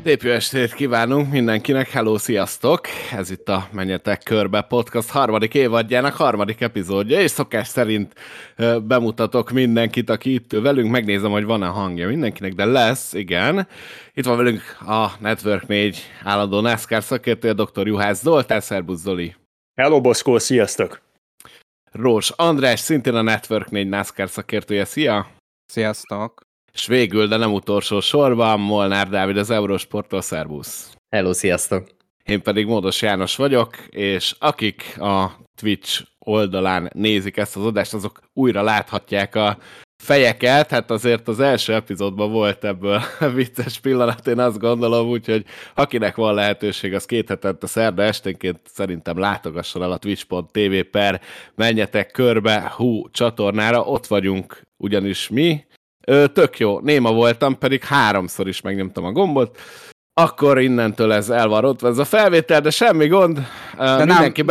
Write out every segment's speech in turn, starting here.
Szép jó estét kívánunk mindenkinek, hello, sziasztok! Ez itt a Menjetek Körbe podcast harmadik évadjának harmadik epizódja, és szokás szerint bemutatok mindenkit, aki itt ül velünk, megnézem, hogy van-e hangja mindenkinek, de lesz, igen. Itt van velünk a Network 4 állandó NASCAR szakértője, dr. Juhász Zoltán, szerbusz Zoli! Hello, Boszkó, sziasztok! Rós András, szintén a Network 4 NASCAR szakértője, szia! Sziasztok! És végül, de nem utolsó sorban, Molnár Dávid az Eurosporttól, szervusz! Hello, sziasztok! Én pedig Módos János vagyok, és akik a Twitch oldalán nézik ezt az adást, azok újra láthatják a fejeket, hát azért az első epizódban volt ebből vicces pillanat, én azt gondolom, úgyhogy akinek van lehetőség, az 2 hetente szerda esténként szerintem látogasson el a twitch.tv/, menjetek körbe csatornára, ott vagyunk ugyanis mi. Tök jó, néma voltam, pedig 3-szor is megnyomtam a gombot, akkor innentől ez el van ott, ez a felvétel, de semmi gond. De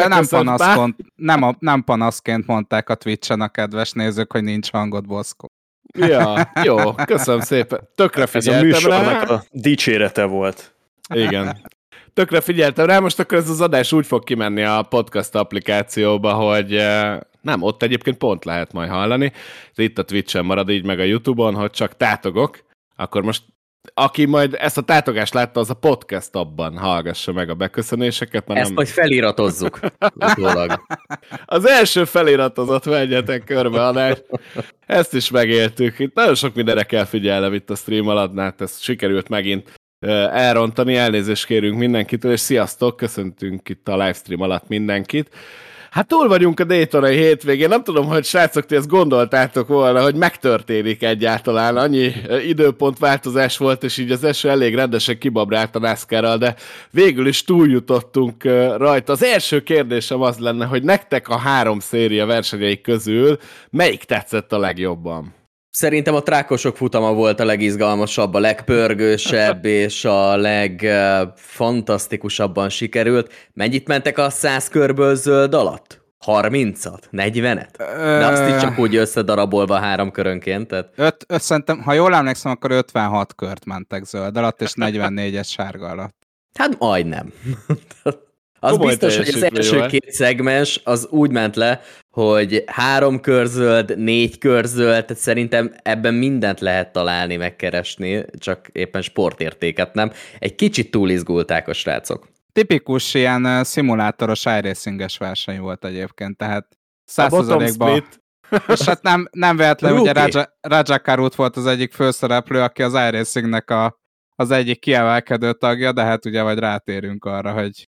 nem panaszként mondták a Twitch-en a kedves nézők, hogy nincs hangod, Boszkó. Ja, jó, köszönöm szépen. Tökre figyeltem rá. Ez a műsornak a dicsérete volt. Igen. Tökre figyeltem rá, most akkor ez az adás úgy fog kimenni a podcast applikációba, hogy nem, ott egyébként pont lehet majd hallani, de itt a Twitch-en marad így meg a YouTube-on, hogy csak tátogok, akkor most aki majd ezt a tátogást látta, az a podcast abban hallgassa meg a beköszönéseket. Ezt nem... majd feliratozzuk utólag. Az első feliratozott menjetek körbe adás. Ezt is megéltük. Itt nagyon sok mindenre kell figyelnem itt a stream alatt, hát ezt sikerült megint elrontani. Elnézést kérünk mindenkitől, és sziasztok, köszöntünk itt a livestream alatt mindenkit. Hát túl vagyunk a Daytonai hétvégén, nem tudom, hogy srácok, ti ezt gondoltátok volna, hogy megtörténik egyáltalán, annyi időpontváltozás volt, és így az eső elég rendesen kibabrált a NASCAR-ral, de végül is túljutottunk rajta. Az első kérdésem az lenne, hogy nektek a 3 széria versenyei közül melyik tetszett a legjobban? Szerintem a trákosok futama volt a legizgalmasabb, a legpörgősebb és a legfantasztikusabban sikerült. Mennyit mentek a 100 körből zöld alatt? 30-at? 40-et? De azt is csak úgy összedarabolva 3 körönként. Tehát... Szerintem, ha jól emlékszem, akkor 56 kört mentek zöld alatt, és 44-et sárga alatt. Hát majdnem. Az biztos, hogy az első 2 szegmens az úgy ment le, hogy 3 kör zöld, 4 kör zöld, tehát szerintem ebben mindent lehet találni, megkeresni, csak éppen sportértéket nem. Egy kicsit túlizgulták a srácok. Tipikus ilyen szimulátoros iRacinges verseny volt egyébként, tehát 100%-ban. És hát nem véletlenül, ugye Rajah Caruth volt az egyik főszereplő, aki az iRacingnek az egyik kiemelkedő tagja, de hát ugye vagy rátérünk arra, hogy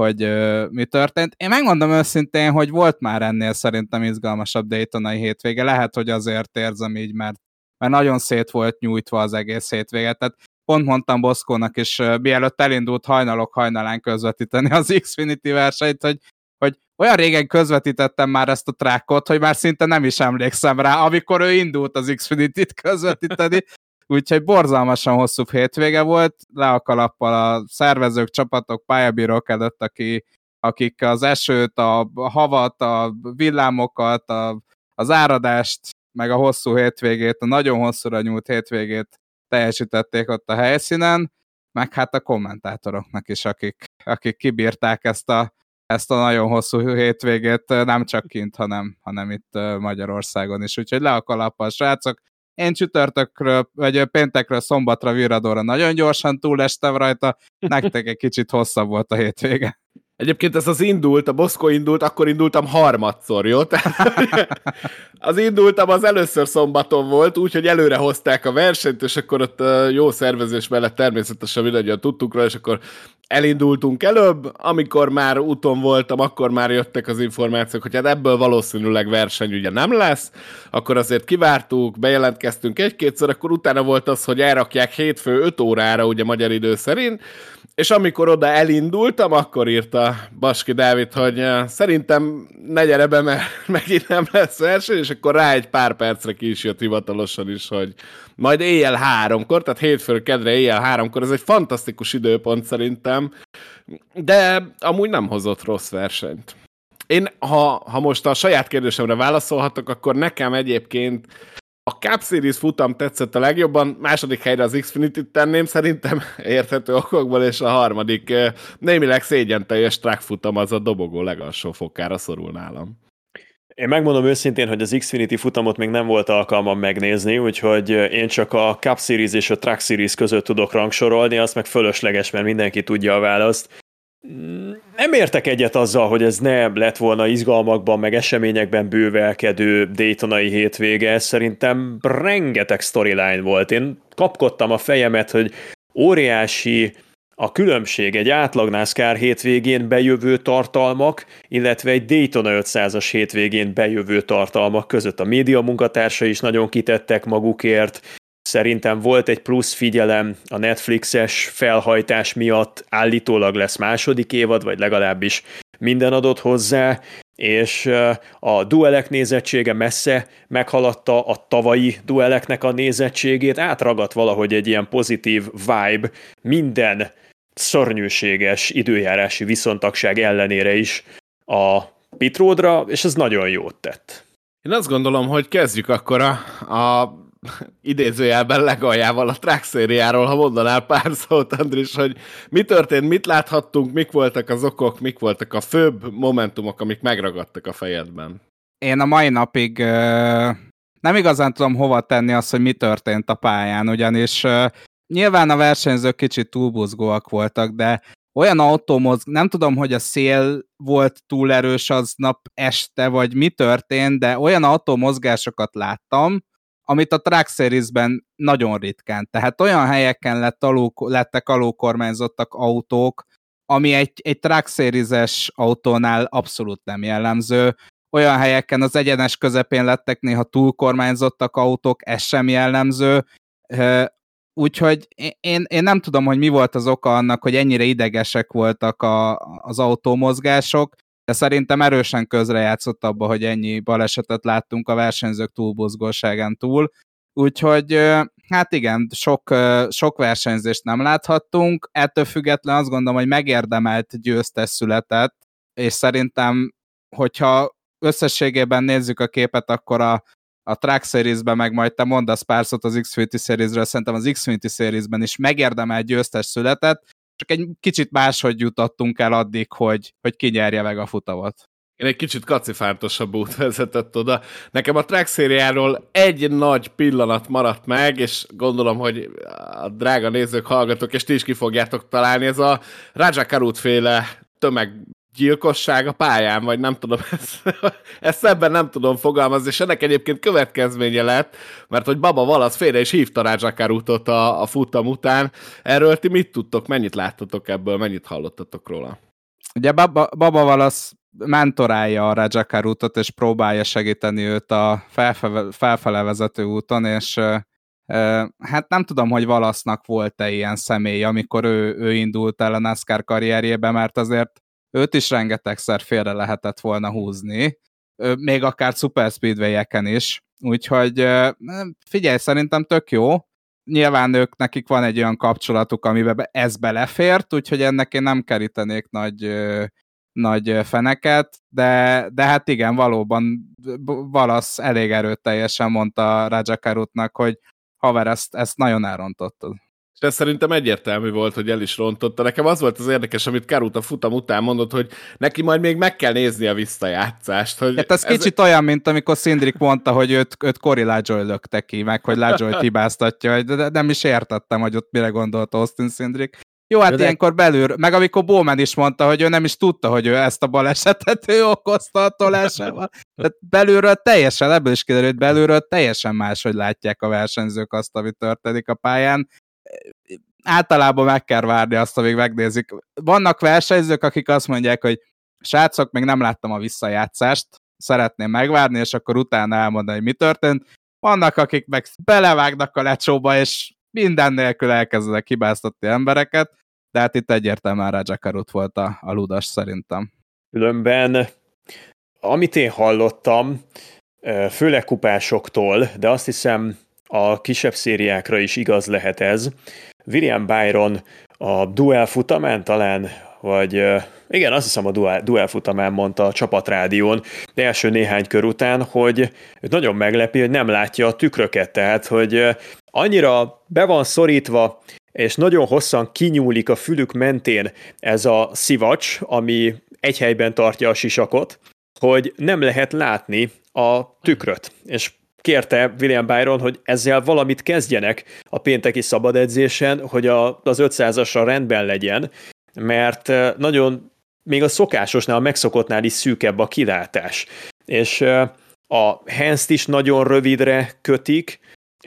mi történt. Én megmondom őszintén, hogy volt már ennél szerintem izgalmasabb Daytonai hétvége. Lehet, hogy azért érzem így, mert nagyon szét volt nyújtva az egész hétvége. Tehát pont mondtam Boszkónak is, mielőtt elindult hajnalán közvetíteni az Xfinity versenyt, hogy olyan régen közvetítettem már ezt a trákot, hogy már szinte nem is emlékszem rá, amikor ő indult az Xfinity-t közvetíteni. Úgyhogy borzalmasan hosszú hétvége volt, le a kalappal a szervezők, csapatok, pályabírók előtt, akik az esőt, a havat, a villámokat, az áradást, meg a hosszú hétvégét, a nagyon hosszúra nyúlt hétvégét teljesítették ott a helyszínen, meg hát a kommentátoroknak is, akik kibírták ezt a nagyon hosszú hétvégét, nem csak kint, hanem itt Magyarországon is. Úgyhogy le a kalappal, srácok. Én csütörtökről, vagy péntekről szombatra Virradóra nagyon gyorsan túlestem rajta, nektek egy kicsit hosszabb volt a hétvége. Egyébként ez az indult, a Boszkó indult, akkor indultam 3-szor, jó? Az indultam, az először szombaton volt, úgyhogy előre hozták a versenyt, és akkor ott jó szervezés mellett természetesen mindannyian tudtuk rá, és akkor elindultunk előbb, amikor már úton voltam, akkor már jöttek az információk, hogy hát ebből valószínűleg verseny ugye nem lesz, akkor azért kivártuk, bejelentkeztünk 1-2-ször, akkor utána volt az, hogy elrakják hétfő 5 órára, ugye magyar idő szerint, és amikor oda elindultam, akkor írta Baski Dávid, hogy szerintem ne gyere be, mert megint nem lesz verseny, és akkor rá egy pár percre ki is jött hivatalosan is, hogy majd éjjel 3-kor, tehát hétfőről kedre éjjel 3-kor, ez egy fantasztikus időpont szerintem, de amúgy nem hozott rossz versenyt. Én, ha most a saját kérdésemre válaszolhatok, akkor nekem egyébként A Cup Series futam tetszett a legjobban, második helyre az Xfinity-t tenném, szerintem érthető okokból, és a harmadik némileg szégyenteljes track futam, az a dobogó legalsó fokára szorul nálam. Én megmondom őszintén, hogy az Xfinity futamot még nem volt alkalmam megnézni, úgyhogy én csak a Cup Series és a Truck Series között tudok rangsorolni, az meg fölösleges, mert mindenki tudja a választ. Nem értek egyet azzal, hogy ez ne lett volna izgalmakban, meg eseményekben bővelkedő Daytonai hétvége. Szerintem rengeteg storyline volt. Én kapkodtam a fejemet, hogy óriási a különbség egy átlag NASCAR hétvégén bejövő tartalmak, illetve egy Daytona 500-as hétvégén bejövő tartalmak között. A média munkatársai is nagyon kitettek magukért. Szerintem volt egy plusz figyelem a Netflixes felhajtás miatt, állítólag lesz második évad, vagy legalábbis minden adott hozzá, és a duelek nézettsége messze meghaladta a tavalyi dueleknek a nézettségét, átragadt valahogy egy ilyen pozitív vibe minden szörnyűséges időjárási viszontagság ellenére is a pitródra, és ez nagyon jót tett. Én azt gondolom, hogy kezdjük akkor a idézőjelben legaljával a track szériáról, ha mondanál pár szót, Andris, hogy mi történt, mit láthattunk, mik voltak az okok, mik voltak a főbb momentumok, amik megragadtak a fejedben. Én a mai napig nem igazán tudom hova tenni azt, hogy mi történt a pályán, ugyanis nyilván a versenyzők kicsit túlbuzgóak voltak, de olyan nem tudom, hogy a szél volt túl erős aznap este, vagy mi történt, de olyan autómozgásokat láttam, amit a Truck Series-ben nagyon ritkán. Tehát olyan helyeken lettek alulkormányzottak autók, ami egy Truck Series-es autónál abszolút nem jellemző. Olyan helyeken az egyenes közepén lettek néha túlkormányzottak autók, ez sem jellemző. Úgyhogy én nem tudom, hogy mi volt az oka annak, hogy ennyire idegesek voltak az autómozgások, de szerintem erősen közrejátszott abba, hogy ennyi balesetet láttunk a versenyzők túlbuzgóságán túl. Úgyhogy hát igen, sok versenyzést nem láthattunk, ettől függetlenül azt gondolom, hogy megérdemelt győztes született, és szerintem, hogyha összességében nézzük a képet, akkor a Truck Series-ben, meg majd te mondasz pár szót az Xfinity Series-ről, szerintem az Xfinity Series-ben is megérdemelt győztes született, csak egy kicsit máshogy jutottunk el addig, hogy ki nyerje meg a futamot. Én egy kicsit kacifántosabb út vezetett oda. Nekem a Truck szériáról egy nagy pillanat maradt meg, és gondolom, hogy a drága nézők, hallgatók, és ti is ki fogjátok találni, ez a Rajah Caruth féle tömeggyilkosság a pályán, vagy nem tudom, ezt ebben nem tudom fogalmazni, és ennek egyébként következménye lett, mert hogy Baba Wallace félre is hívta Rajah Caruthot a futam után. Erről ti mit tudtok, mennyit láttatok ebből, mennyit hallottatok róla? Ugye Baba Wallace mentorálja a Rajah Caruthot, és próbálja segíteni őt a felfele vezető úton, és hát nem tudom, hogy Wallace-nak volt-e ilyen személy, amikor ő indult el a NASCAR karrierjébe, mert azért őt is rengetegszer félre lehetett volna húzni, még akár Super Speedway-eken is, úgyhogy figyelj, szerintem tök jó. Nyilván nekik van egy olyan kapcsolatuk, amiben ez belefért, úgyhogy ennek én nem kerítenék nagy feneket, de hát igen, valóban Wallace elég erőteljesen mondta Rajah Caruthnak, hogy haver, ezt nagyon elrontottad. És ez szerintem egyértelmű volt, hogy el is rontotta. Nekem az volt az érdekes, amit Caruth a futam után mondott, hogy neki majd még meg kell nézni a visszajátszást. Hogy hát ez kicsit olyan, mint amikor Cindric mondta, hogy őt Corey LaJoie lökte ki, meg hogy LaJoie-t hibáztatja, de nem is értettem, hogy ott mire gondolt Austin Cindric. Jó, hát ilyenkor belül, meg amikor Bowman is mondta, hogy ő nem is tudta, hogy ő ezt a balesetet ő okozta a tolásával. Tehát belülről teljesen, ebből is kiderült, belülről teljesen máshogy látják a versenyzők azt, ami történik a pályán. Általában meg kell várni azt, amíg megnézik. Vannak versenyzők, akik azt mondják, hogy srácok, még nem láttam a visszajátszást, szeretném megvárni, és akkor utána elmondani, hogy mi történt. Vannak, akik meg belevágnak a lecsóba, és minden nélkül elkezdenek hibáztatni embereket, de hát itt egyértelműen Rajah Caruth volt a ludas szerintem. Különben, amit én hallottam, főleg kupásoktól, de azt hiszem a kisebb szériákra is igaz lehet ez, William Byron a duel futamán talán vagy igen, azt hiszem a Duel futamán mondta a csapatrádión első néhány kör után, hogy őt nagyon meglepi, hogy nem látja a tükröket, tehát hogy annyira be van szorítva, és nagyon hosszan kinyúlik a fülük mentén ez a szivacs, ami egy helyben tartja a sisakot, hogy nem lehet látni a tükröt. És kérte William Byron, hogy ezzel valamit kezdjenek a pénteki szabadedzésen, hogy az 500-asra rendben legyen, mert nagyon még a szokásosnál, a megszokottnál is szűkebb a kilátás. És a hands-t is nagyon rövidre kötik,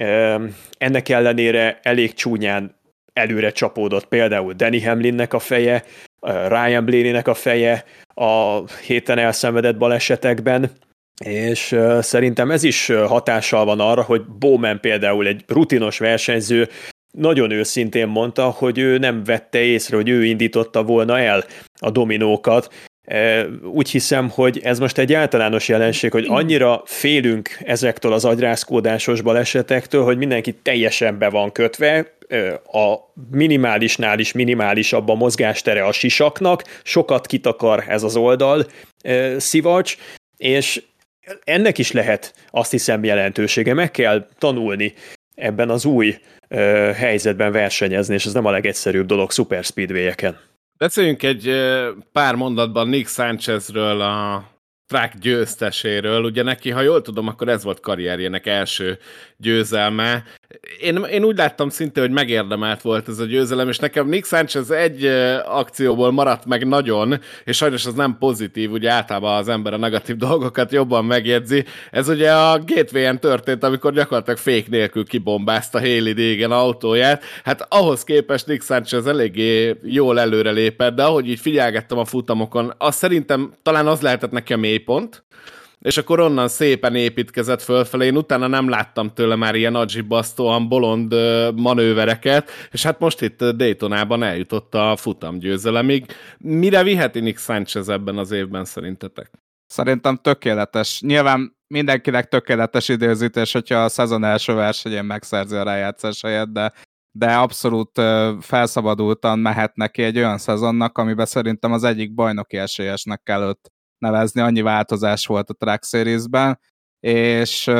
ennek ellenére elég csúnyán előre csapódott például Danny Hamlinnek a feje, Ryan Blaney-nek a feje a héten elszenvedett balesetekben, és szerintem ez is hatással van arra, hogy Bowman például egy rutinos versenyző nagyon őszintén mondta, hogy ő nem vette észre, hogy ő indította volna el a dominókat. Úgy hiszem, hogy ez most egy általános jelenség, hogy annyira félünk ezektől az agyrázkódásos balesetektől, hogy mindenki teljesen be van kötve, a minimálisnál is minimálisabb a mozgástere a sisaknak, sokat kitakar ez az oldal szivacs, és ennek is lehet, azt hiszem, jelentősége. Meg kell tanulni ebben az új helyzetben versenyezni, és ez nem a legegyszerűbb dolog szuper speedway-eken. Beszéljünk egy pár mondatban Nick Sanchezről, a track győzteséről. Ugye neki, ha jól tudom, akkor ez volt karrierjének első győzelme. Én úgy láttam szinte, hogy megérdemelt volt ez a győzelem, és nekem Nick Sanchez egy akcióból maradt meg nagyon, és sajnos az nem pozitív, ugye általában az ember a negatív dolgokat jobban megjegyzi. Ez ugye a Gateway-en történt, amikor gyakorlatilag fék nélkül kibombázta Hailie Deegan autóját. Hát ahhoz képest Nick Sanchez eléggé jól előrelépett, de ahogy így figyelgettem a futamokon, azt szerintem talán az lehetett neki a mélypont, és akkor onnan szépen építkezett fölfelé. Én utána nem láttam tőle már ilyen agibasztóan bolond manővereket, és hát most itt Daytonában eljutott a futamgyőzelemig. Mire viheti Nick Sanchez ebben az évben szerintetek? Szerintem tökéletes. Nyilván mindenkinek tökéletes időzítés, hogyha a szezon első versenyén megszerzi a rájátszás helyet, de abszolút felszabadultan mehet neki egy olyan szezonnak, amiben szerintem az egyik bajnoki esélyesnek kell őt nevezni, annyi változás volt a Truck Series-ben, és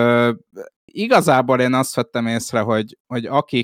igazából én azt vettem észre, hogy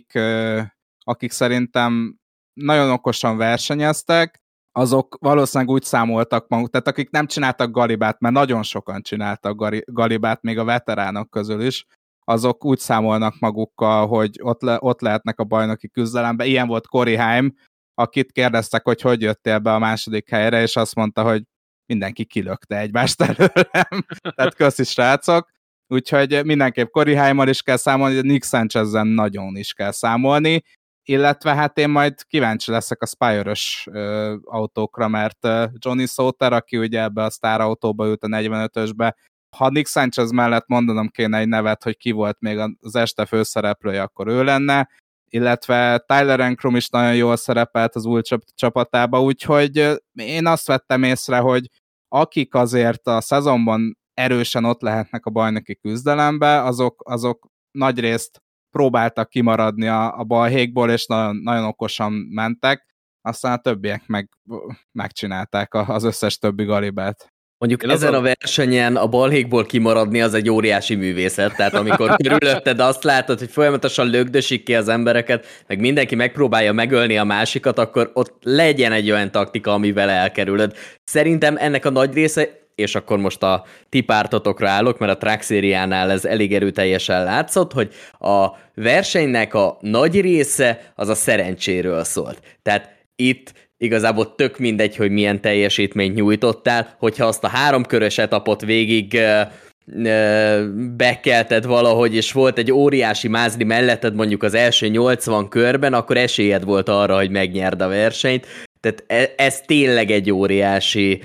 akik szerintem nagyon okosan versenyeztek, azok valószínűleg úgy számoltak maguk, tehát akik nem csináltak galibát, mert nagyon sokan csináltak galibát, még a veteránok közül is, azok úgy számolnak magukkal, hogy ott lehetnek a bajnoki küzdelemben. Ilyen volt Corey Haim, akit kérdeztek, hogy jöttél be a második helyre, és azt mondta, hogy mindenki kilökte egymást előlem. Tehát köszi, srácok. Úgyhogy mindenképp Corey Haimmal is kell számolni, de Nick Sanchezen nagyon is kell számolni, illetve hát én majd kíváncsi leszek a Spire-ös autókra, mert Johnny Sauter, aki ugye ebbe a sztár autóba ült a 45-ösbe, ha Nick Sanchez mellett mondanom kéne egy nevet, hogy ki volt még az este főszereplője, akkor ő lenne, illetve Tyler Ankrum is nagyon jól szerepelt az új csapatába, úgyhogy én azt vettem észre, hogy akik azért a szezonban erősen ott lehetnek a bajnoki küzdelembe, azok nagyrészt próbáltak kimaradni a balhékból, és nagyon, nagyon okosan mentek, aztán a többiek megcsinálták az összes többi galibát. Mondjuk ezen a versenyen a balhékból kimaradni az egy óriási művészet, tehát amikor körülötted azt látod, hogy folyamatosan lögdösik ki az embereket, meg mindenki megpróbálja megölni a másikat, akkor ott legyen egy olyan taktika, amivel elkerülöd. Szerintem ennek a nagy része, és akkor most a ti pártotokra állok, mert a Truck Series-nál ez elég erőteljesen látszott, hogy a versenynek a nagy része az a szerencséről szólt. Tehát itt igazából tök mindegy, hogy milyen teljesítményt nyújtottál, hogyha azt a 3 körös etapot végig bekelted valahogy, és volt egy óriási mázli melletted mondjuk az első 80 körben, akkor esélyed volt arra, hogy megnyerd a versenyt. Tehát ez tényleg egy óriási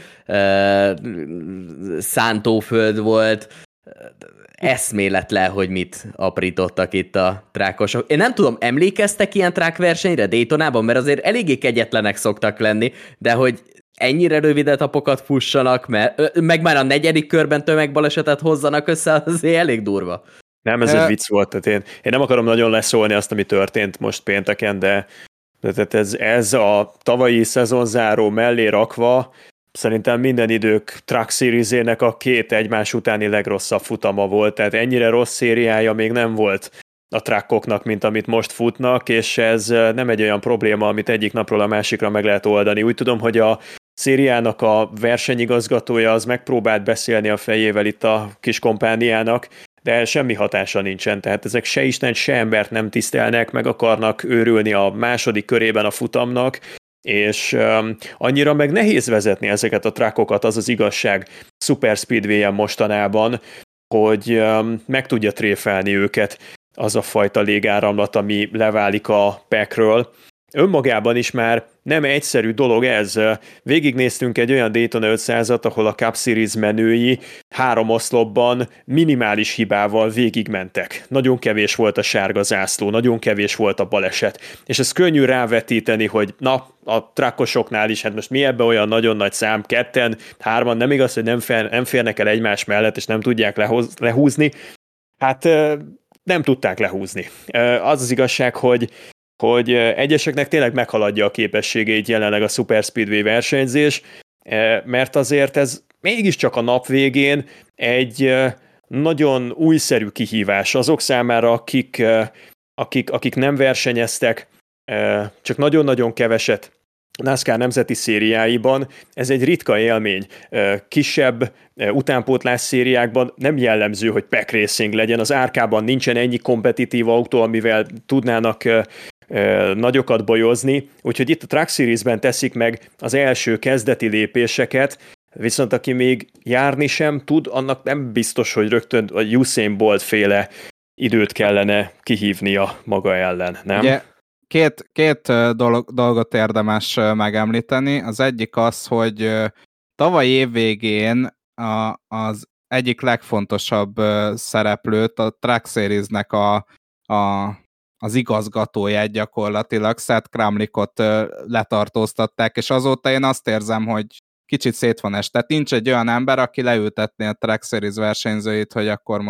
szántóföld volt. Eszméletlen, hogy mit aprítottak itt a trákosok. Én nem tudom, emlékeztek ilyen trákversenyre Daytonában? Mert azért eléggé kegyetlenek szoktak lenni, de hogy ennyire rövid etapokat fussanak, meg már a 4. körben tömegbalesetet hozzanak össze, azért elég durva. Nem, ez egy vicc volt. Tehát én nem akarom nagyon leszólni azt, ami történt most pénteken, de Tehát ez a tavalyi szezonzáró mellé rakva szerintem minden idők Truck Series-ének a 2 egymás utáni legrosszabb futama volt, tehát ennyire rossz szériája még nem volt a truckoknak, mint amit most futnak, és ez nem egy olyan probléma, amit egyik napról a másikra meg lehet oldani. Úgy tudom, hogy a szériának a versenyigazgatója az megpróbált beszélni a fejével itt a kis kompániának, de semmi hatása nincsen, tehát ezek se Istent, se embert nem tisztelnek, meg akarnak őrülni a második körében a futamnak, és annyira meg nehéz vezetni ezeket a truckokat, az az igazság Super Speedway-en mostanában, hogy meg tudja tréfelni őket az a fajta légáramlat, ami leválik a packről. Önmagában is már nem egyszerű dolog ez. Végignéztünk egy olyan Daytona 500-at, ahol a Cup Series menői 3 oszlopban minimális hibával végigmentek. Nagyon kevés volt a sárga zászló, nagyon kevés volt a baleset. És ez könnyű rávetíteni, hogy na, a truckosoknál is, hát most mi ebbe olyan nagyon nagy szám, 2, 3, nem igaz, hogy nem férnek el egymás mellett, és nem tudják lehúzni. Hát nem tudták lehúzni. Az az igazság, hogy egyeseknek tényleg meghaladja a képességét jelenleg a Super Speedway versenyzés, mert azért ez mégiscsak a nap végén egy nagyon újszerű kihívás azok számára, akik nem versenyeztek, csak nagyon-nagyon keveset NASCAR nemzeti szériáiban. Ez egy ritka élmény. Kisebb utánpótlás szériákban nem jellemző, hogy pack racing legyen. Az árkában nincsen ennyi kompetitív autó, amivel tudnának nagyokat bolyozni, úgyhogy itt a Truck Series-ben teszik meg az első kezdeti lépéseket, viszont aki még járni sem tud, annak nem biztos, hogy rögtön a Usain Bolt féle időt kellene kihívnia maga ellen, nem? Ugye, két dolgot érdemes megemlíteni. Az egyik az, hogy tavaly év végén az egyik legfontosabb szereplőt, a Truck Series-nek az igazgatóját gyakorlatilag, Seth Kramlickot letartóztatták, és azóta én azt érzem, hogy kicsit szét van esve. Tehát nincs egy olyan ember, aki leültetné a Truck Series versenyzőit, hogy akkor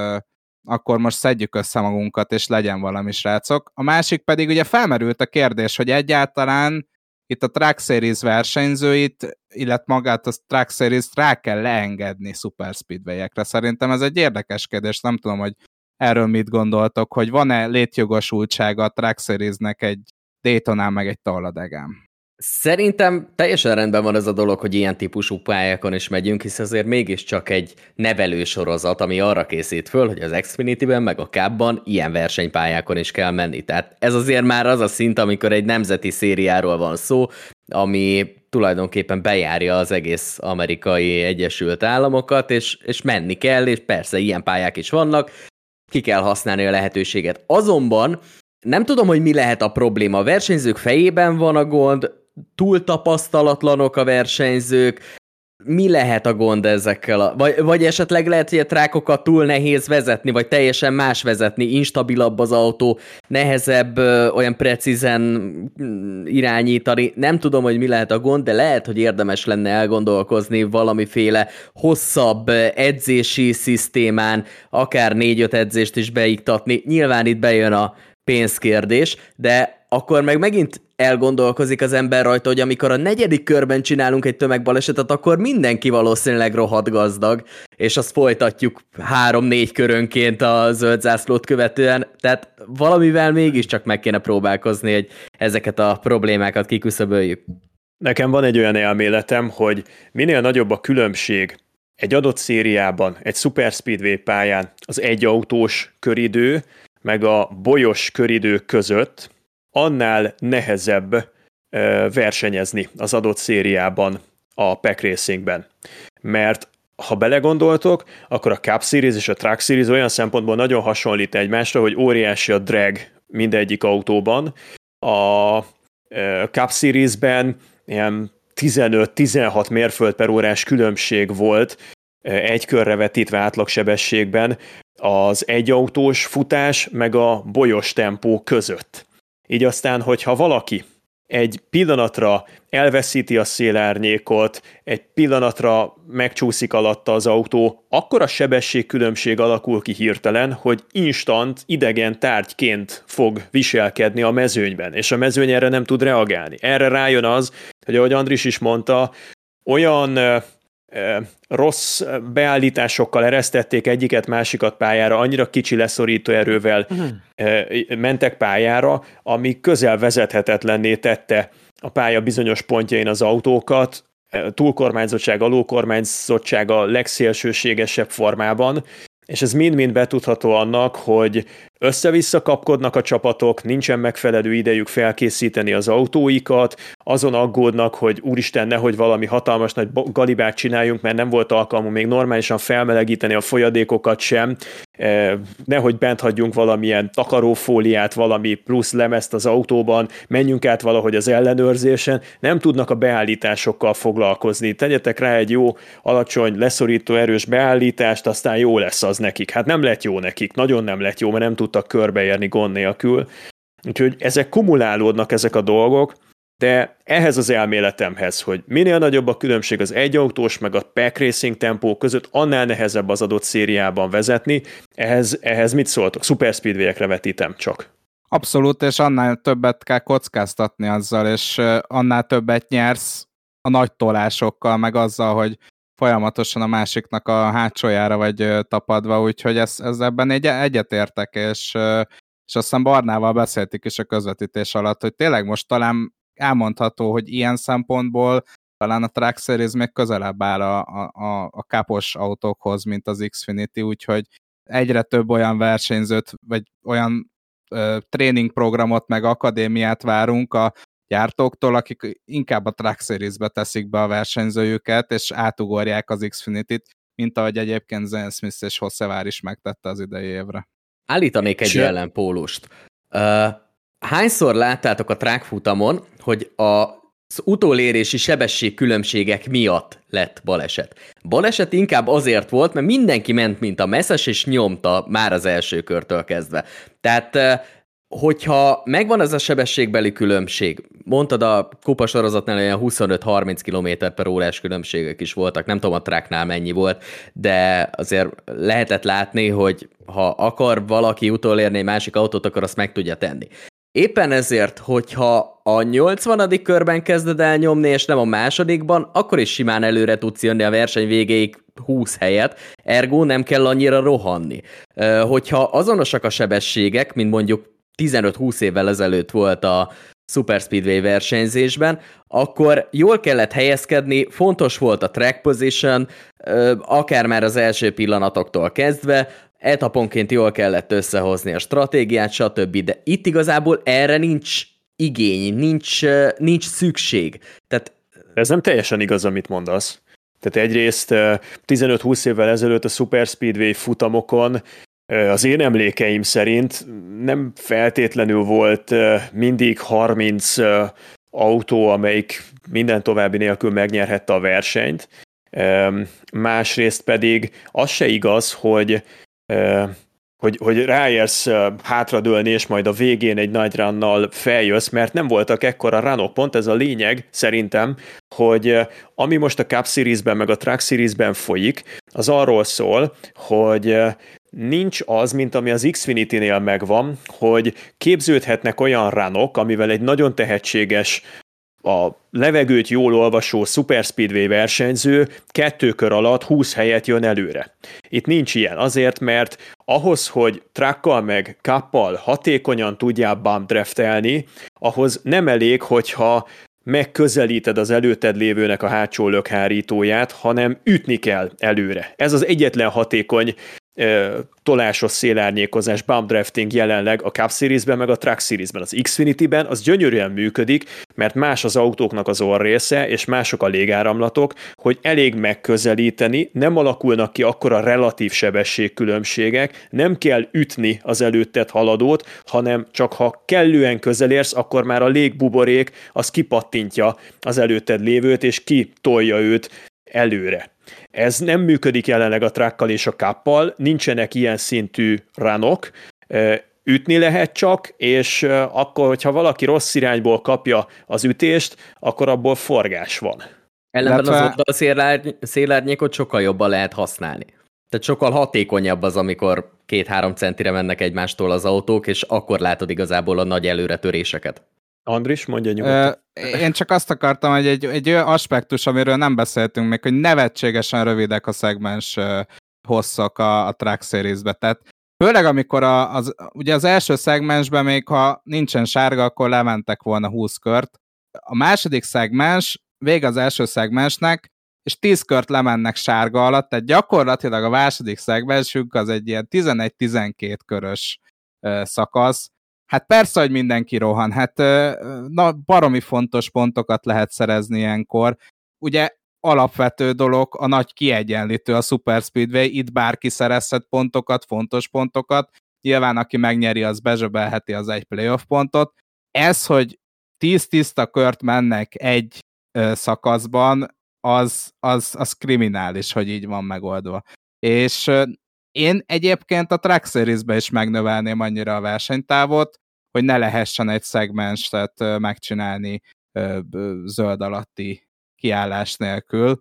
most szedjük össze magunkat, és legyen valami, srácok. A másik pedig ugye felmerült a kérdés, hogy egyáltalán itt a Truck Series versenyzőit, illetve magát a Truck Series-t rá kell leengedni Super Speedway-ekre. Szerintem ez egy érdekes kérdés, nem tudom, hogy erről mit gondoltok, hogy van-e létjogosultsága a Truck Series-nek egy Daytonán meg egy Talladegán? Szerintem teljesen rendben van ez a dolog, hogy ilyen típusú pályákon is megyünk, hisz azért mégiscsak egy nevelősorozat, ami arra készít föl, hogy az Xfinity-ben meg a Cup-ban ilyen versenypályákon is kell menni. Tehát ez azért már az a szint, amikor egy nemzeti szériáról van szó, ami tulajdonképpen bejárja az egész amerikai Egyesült Államokat, és menni kell, és persze ilyen pályák is vannak, ki kell használni a lehetőséget. Azonban nem tudom, hogy mi lehet a probléma. A versenyzők fejében van a gond, túl tapasztalatlanok a versenyzők, mi lehet a gond ezekkel? Vagy esetleg lehet, hogy a trákokat túl nehéz vezetni, vagy teljesen más vezetni, instabilabb az autó, nehezebb olyan precízen irányítani. Nem tudom, hogy mi lehet a gond, de lehet, hogy érdemes lenne elgondolkozni valamiféle hosszabb edzési szisztémán, akár 4-5 edzést is beiktatni. Nyilván itt bejön a pénzkérdés, de akkor meg megint elgondolkozik az ember rajta, hogy amikor a 4. körben csinálunk egy tömegbalesetet, akkor mindenki valószínűleg rohadt gazdag, és azt folytatjuk 3-4 körönként a zöld zászlót követően, tehát valamivel mégiscsak meg kéne próbálkozni, hogy ezeket a problémákat kiküszöböljük. Nekem van egy olyan elméletem, hogy minél nagyobb a különbség egy adott szériában, egy Super Speedway pályán az egyautós köridő, meg a bolyos köridők között, annál nehezebb versenyezni az adott szériában a pack racingben. Mert ha belegondoltok, akkor a Cup Series és a Truck Series olyan szempontból nagyon hasonlít egymásra, hogy óriási a drag mindegyik autóban. A Cup Series-ben ilyen 15-16 mérföld/órás különbség volt egy körre vetítve átlagsebességben az egyautós futás meg a bolyos tempó között. Így aztán, hogyha valaki egy pillanatra elveszíti a szélárnyékot, egy pillanatra megcsúszik alatta az autó, akkora sebességkülönbség alakul ki hirtelen, hogy instant idegen tárgyként fog viselkedni a mezőnyben, és a mezőny erre nem tud reagálni. Erre rájön az, hogy ahogy Andris is mondta, olyan rossz beállításokkal eresztették egyiket másikat pályára, annyira kicsi leszorító erővel mentek pályára, ami közel vezethetetlenné tette a pálya bizonyos pontjain az autókat, túlkormányzottság, alulkormányzottság a legszélsőségesebb formában, és ez mind-mind betudható annak, hogy össze-vissza kapkodnak a csapatok, nincsen megfelelő idejük felkészíteni az autóikat, azon aggódnak, hogy úristen, nehogy valami hatalmas nagy galibát csináljunk, mert nem volt alkalmunk még normálisan felmelegíteni a folyadékokat sem, nehogy bent hagyjunk valamilyen takarófóliát, valami plusz lemezt az autóban, menjünk át valahogy az ellenőrzésen, nem tudnak a beállításokkal foglalkozni. Tegyetek rá egy jó, alacsony, leszorító erős beállítást, aztán jó lesz az nekik. Hát nem lett jó nekik, nagyon nem lett jó, mert nem tudtak körbeérni gond nélkül. Úgyhogy ezek kumulálódnak ezek a dolgok, de ehhez az elméletemhez, hogy minél nagyobb a különbség az egyautós meg a pack racing tempó között, annál nehezebb az adott szériában vezetni. Ehhez mit szóltok? Super speedway-ekre vetítem csak. Abszolút, és annál többet kell kockáztatni azzal, és annál többet nyersz a nagy tolásokkal, meg azzal, hogy folyamatosan a másiknak a hátsójára vagy tapadva, úgyhogy ez ebben egyetértek, és aztán Barnával beszéltük is a közvetítés alatt, hogy tényleg most talán elmondható, hogy ilyen szempontból talán a Truck Series még közelebb áll a kápos autókhoz, mint az Xfinity, úgyhogy egyre több olyan versenyzőt, vagy olyan tréningprogramot, meg akadémiát várunk a gyártóktól, akik inkább a Truck Series-be teszik be a versenyzőjüket, és átugorják az Xfinity-t, mint ahogy egyébként Zane Smith és Hossevár is megtette az idei évre. Állítanék egy ellenpólust. Hányszor láttátok a track futamon, hogy az utolérési sebességkülönbségek miatt lett baleset? Baleset inkább azért volt, mert mindenki ment, mint a messzes, és nyomta már az első körtől kezdve. Tehát hogyha megvan ez a sebességbeli különbség, mondtad a kupasorozatnál olyan 25-30 km/h különbségek is voltak, nem tudom a tracknál mennyi volt, de azért lehetett látni, hogy ha akar valaki utolérni egy másik autót, akkor azt meg tudja tenni. Éppen ezért, hogyha a 80. körben kezded el nyomni, és nem a másodikban, akkor is simán előre tudsz jönni a verseny végéig 20 helyet, ergo nem kell annyira rohanni. Hogyha azonosak a sebességek, mint mondjuk 15-20 évvel ezelőtt volt a Super Speedway versenyzésben, akkor jól kellett helyezkedni, fontos volt a track position, akár már az első pillanatoktól kezdve, etaponként jól kellett összehozni a stratégiát, stb. De itt igazából erre nincs igény, nincs szükség. Tehát... Ez nem teljesen igaz, amit mondasz. Tehát egyrészt 15-20 évvel ezelőtt a Super Speedway futamokon az én emlékeim szerint nem feltétlenül volt mindig 30 autó, amelyik minden további nélkül megnyerhette a versenyt. Másrészt pedig az se igaz, hogy ráérsz hátradőlni, és majd a végén egy nagy runnal feljössz, mert nem voltak ekkora runok. Pont ez a lényeg szerintem, hogy ami most a Cup Series-ben meg a Truck Series-ben folyik, az arról szól, hogy nincs az, mint ami az Xfinity-nél megvan, hogy képződhetnek olyan runok, amivel egy nagyon tehetséges, a levegőt jól olvasó Super Speedway versenyző 2 kör alatt 20 helyet jön előre. Itt nincs ilyen, azért, mert ahhoz, hogy truckkal meg cuppal hatékonyan tudjál bump draftelni, ahhoz nem elég, hogyha megközelíted az előtted lévőnek a hátsó lökhárítóját, hanem ütni kell előre. Ez az egyetlen hatékony tolásos szélárnyékozás, bump drafting jelenleg a Cup Series-ben, meg a Truck Series-ben. Az Xfinity-ben az gyönyörűen működik, mert más az autóknak az orrésze, és mások a légáramlatok, hogy elég megközelíteni, nem alakulnak ki akkora relatív sebességkülönbségek, nem kell ütni az előtted haladót, hanem csak ha kellően közel érsz, akkor már a légbuborék az kipattintja az előtted lévőt, és kitolja őt előre. Ez nem működik jelenleg a truckkal és a cuppal, nincsenek ilyen szintű runok, ütni lehet csak, és akkor, hogyha valaki rossz irányból kapja az ütést, akkor abból forgás van. Ellenben az oldal szélárnyékot sokkal jobban lehet használni. Tehát sokkal hatékonyabb az, amikor 2-3 centire mennek egymástól az autók, és akkor látod igazából a nagy előretöréseket. Andris, mondja nyugodtan. Én csak azt akartam, hogy egy olyan aspektus, amiről nem beszéltünk még, hogy nevetségesen rövidek a szegmens hosszak a Truck Series-be. Tehát főleg amikor ugye az első szegmensben még ha nincsen sárga, akkor lementek volna 20 kört. A második szegmens, vége az első szegmensnek, és 10 kört lemennek sárga alatt, tehát gyakorlatilag a második szegmensünk az egy ilyen 11-12 körös szakasz. Hát persze, hogy mindenki rohan, hát baromi fontos pontokat lehet szerezni ilyenkor. Ugye alapvető dolog a nagy kiegyenlítő, a Super Speedway, itt bárki szerezhet pontokat, fontos pontokat, nyilván aki megnyeri, az bezsebelheti az egy playoff pontot. Ez, hogy 10 tiszta kört mennek egy szakaszban, az kriminális, hogy így van megoldva. És én egyébként a Truck Series-be is megnövelném annyira a versenytávot, hogy ne lehessen egy szegmenset megcsinálni zöld alatti kiállás nélkül,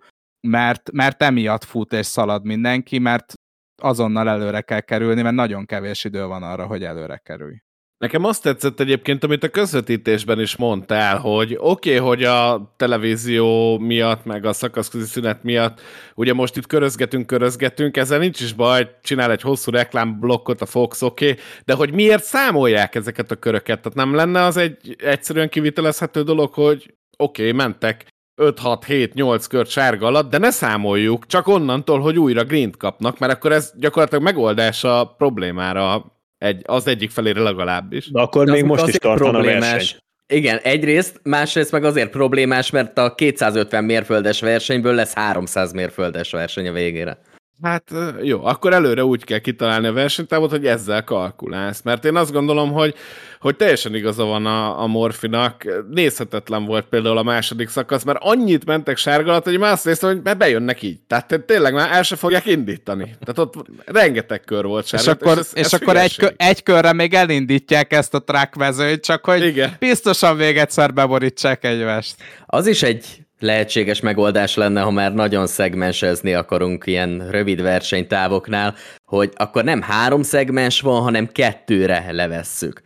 mert emiatt fut és szalad mindenki, mert azonnal előre kell kerülni, mert nagyon kevés idő van arra, hogy előre kerülj. Nekem azt tetszett egyébként, amit a közvetítésben is mondtál, hogy oké, hogy a televízió miatt, meg a szakaszközi szünet miatt, ugye most itt körözgetünk, ezzel nincs is baj, csinál egy hosszú reklámblokkot a Fox, oké, de hogy miért számolják ezeket a köröket? Tehát nem lenne az egy egyszerűen kivitelezhető dolog, hogy oké, mentek 5-6-7-8 kört sárga alatt, de ne számoljuk, csak onnantól, hogy újra greent kapnak, mert akkor ez gyakorlatilag megoldás a problémára az egyik felére legalábbis. De akkor még most is tartana a verseny. Igen, egyrészt, másrészt meg azért problémás, mert a 250 mérföldes versenyből lesz 300 mérföldes verseny a végére. Hát jó, akkor előre úgy kell kitalálni a versenytávot, hogy ezzel kalkulálsz. Mert én azt gondolom, hogy teljesen igaza van a Morfinak. Nézhetetlen volt például a második szakasz, mert annyit mentek sárga alatt, hogy már azt néztem, hogy bejönnek így. Tehát tényleg már el se fogják indítani. Tehát ott rengeteg kör volt sárga. És akkor egy körre még elindítják ezt a track mezőnyt, csak hogy igen, biztosan még egyszer beborítsák egymást. Az is egy lehetséges megoldás lenne, ha már nagyon szegmensezni akarunk ilyen rövid versenytávoknál, hogy akkor nem 3 szegmens van, hanem 2-re levesszük.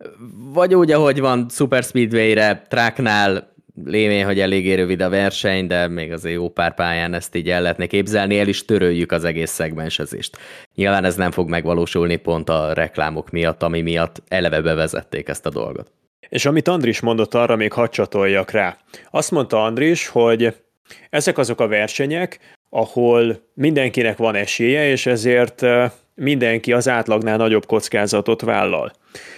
Vagy úgy, ahogy van Super Speedway-re, Tracknál lévén, hogy eléggé rövid a verseny, de még azért jó pár pályán ezt így el lehetne képzelni, el is töröljük az egész szegmensezést. Nyilván ez nem fog megvalósulni pont a reklámok miatt, ami miatt eleve bevezették ezt a dolgot. És amit Andris mondott, arra még hadd csatoljak rá. Azt mondta Andris, hogy ezek azok a versenyek, ahol mindenkinek van esélye, és ezért mindenki az átlagnál nagyobb kockázatot vállal.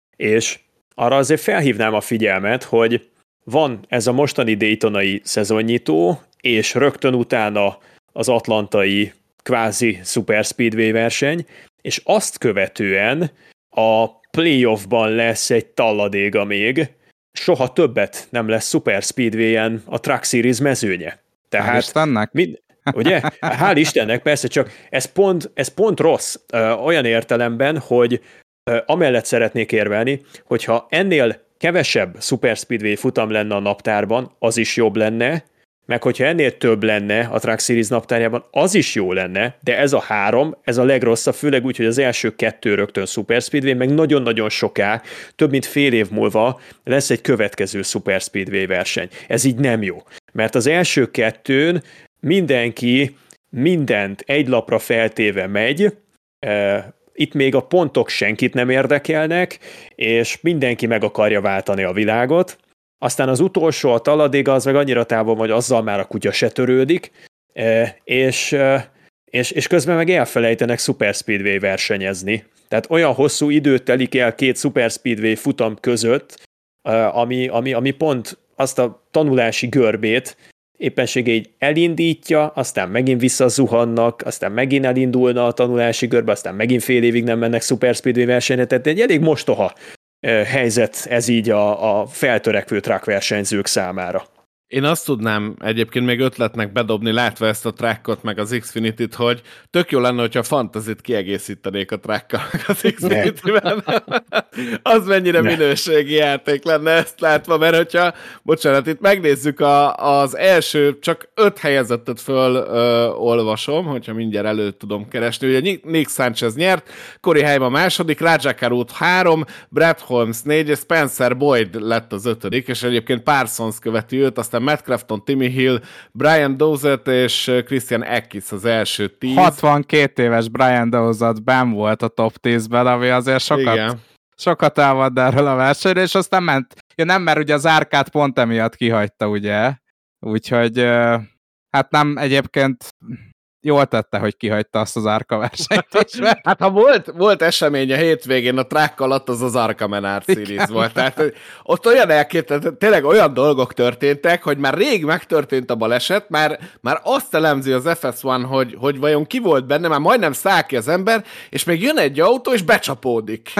És arra azért felhívnám a figyelmet, hogy van ez a mostani daytonai szezonnyitó, és rögtön utána az atlantai kvázi Super Speedway verseny, és azt követően a playoffban lesz egy talladéga még, soha többet nem lesz Super Speedway-en a Truck Series mezőnye. Tehát, hál' Istennek. Ugye? Hál' Istennek, persze, csak ez pont rossz olyan értelemben, hogy amellett szeretnék érvelni, hogyha ennél kevesebb Super Speedway futam lenne a naptárban, az is jobb lenne, meg hogyha ennél több lenne a Truck Series naptárjában, az is jó lenne, de ez a 3, ez a legrosszabb, főleg úgy, hogy az első 2 rögtön Super Speedway, meg nagyon-nagyon soká, több mint fél év múlva lesz egy következő Super Speedway verseny. Ez így nem jó, mert az első 2-n mindenki mindent egy lapra feltéve megy, itt még a pontok senkit nem érdekelnek, és mindenki meg akarja váltani a világot. Aztán az utolsó, a taladéga, az meg annyira távol, hogy azzal már a kutya se törődik, és közben meg elfelejtenek Super Speedway versenyezni. Tehát olyan hosszú időt telik el 2 Super Speedway futam között, ami pont azt a tanulási görbét éppenséggel így elindítja, aztán megint visszazuhannak, aztán megint elindulna a tanulási görbe, aztán megint fél évig nem mennek Super Speedway versenyre, tehát egy elég mostoha helyzet ez így a feltörekvő truck versenyzők számára. Én azt tudnám egyébként még ötletnek bedobni, látva ezt a trackot, meg az Xfinity-t, hogy tök jó lenne, hogyha a Fantasy-t kiegészítenék a trackkal, meg az Xfinity-ben. Az mennyire minőségi játék lenne ezt látva, mert hogyha, bocsánat, itt megnézzük az első, csak 5 helyezettet fölolvasom, hogyha mindjárt elő tudom keresni. Ugye Nick Sanchez nyert, Corey Heim a második, Rajah Caruth 3, Brad Holmes 4, és Spencer Boyd lett az 5., és egyébként Parsons követi őt, aztán Matt Crafton, Timmy Hill, Brian Dozert és Christian Eckes az első 10. 62 éves Brian Dozert benn volt a top 10-ben, ami azért sokat elvad erről a versenyre, és aztán ment. Ja nem, mert ugye az árkát pont emiatt kihagyta, ugye? Úgyhogy hát nem, egyébként jól tette, hogy kihagyta azt az Arca versenyt is. Hát ha volt esemény a hétvégén a track alatt, az Arca Menard Series volt. Tehát ott olyan tényleg olyan dolgok történtek, hogy már rég megtörtént a baleset, már azt elemzi az FS1, hogy vajon ki volt benne, már majdnem száll ki az ember, és még jön egy autó, és becsapódik.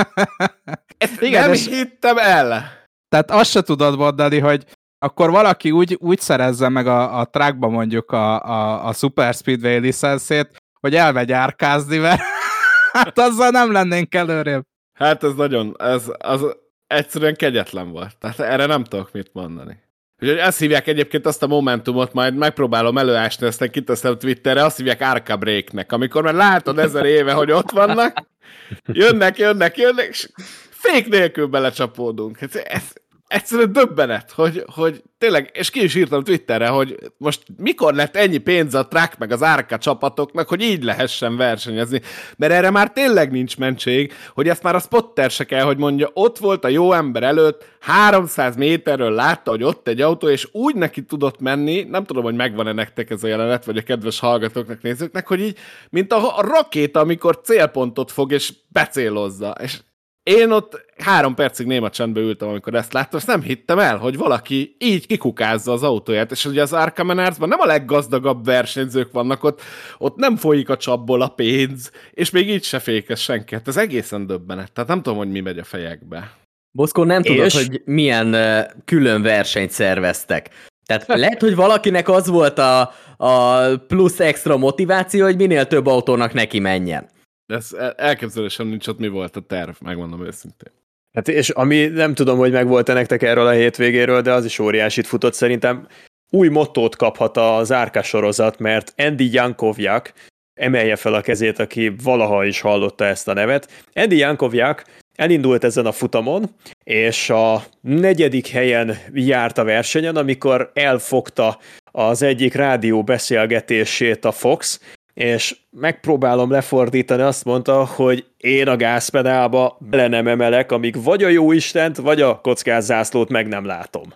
Ezt igen, nem hittem el. Tehát azt se tudod mondani, hogy akkor valaki úgy szerezze meg a trackba mondjuk a Super Speedway licenszét, hogy elmegy árkázni, mert hát azzal nem lennénk előrébb. Hát ez nagyon, az egyszerűen kegyetlen volt. Tehát erre nem tudok mit mondani. Úgyhogy ezt hívják egyébként azt a momentumot, majd megpróbálom előásni, aztán kiteszem Twitterre, azt hívják Arca Breaknek, amikor már látod 1000 éve, hogy ott vannak, jönnek, és fék nélkül belecsapódunk. Ez egyszerűen döbbenet, hogy tényleg, és ki is írtam Twitterre, hogy most mikor lett ennyi pénz a track meg az Arca csapatoknak, hogy így lehessen versenyezni. Mert erre már tényleg nincs mentség, hogy ezt már a spotter se kell, hogy mondja, ott volt a jó ember előtt, 300 méterről látta, hogy ott egy autó, és úgy neki tudott menni, nem tudom, hogy megvan-e nektek ez a jelenet, vagy a kedves hallgatóknak, nézőknek, hogy így, mint a rakéta, amikor célpontot fog, és becélozza. És én ott 3 percig néma csendbe ültem, amikor ezt láttam, és nem hittem el, hogy valaki így kikukázza az autóját, és ugye az Arca Menardsban nem a leggazdagabb versenyzők vannak ott nem folyik a csapból a pénz, és még így se fékez senki. Hát ez egészen döbbenet, tehát nem tudom, hogy mi megy a fejekbe. Boszkó, nem tudod, hogy milyen külön versenyt szerveztek. Tehát lehet, hogy valakinek az volt a plusz extra motiváció, hogy minél több autónak neki menjen. De ez elképzelésem nincs ott, mi volt a terv, megmondom őszintén. Hát és ami nem tudom, hogy megvolt-e nektek erről a hétvégéről, de az is óriásit futott szerintem. Új mottót kaphat az Arca sorozat, mert Andy Jankoviak, emelje fel a kezét, aki valaha is hallotta ezt a nevet. Andy Jankoviak elindult ezen a futamon, és a 4. helyen járt a versenyen, amikor elfogta az egyik rádió beszélgetését a Fox, és megpróbálom lefordítani, azt mondta, hogy én a gázpedálba bele nem emelek, amíg vagy a jóistent, vagy a kockázzászlót meg nem látom.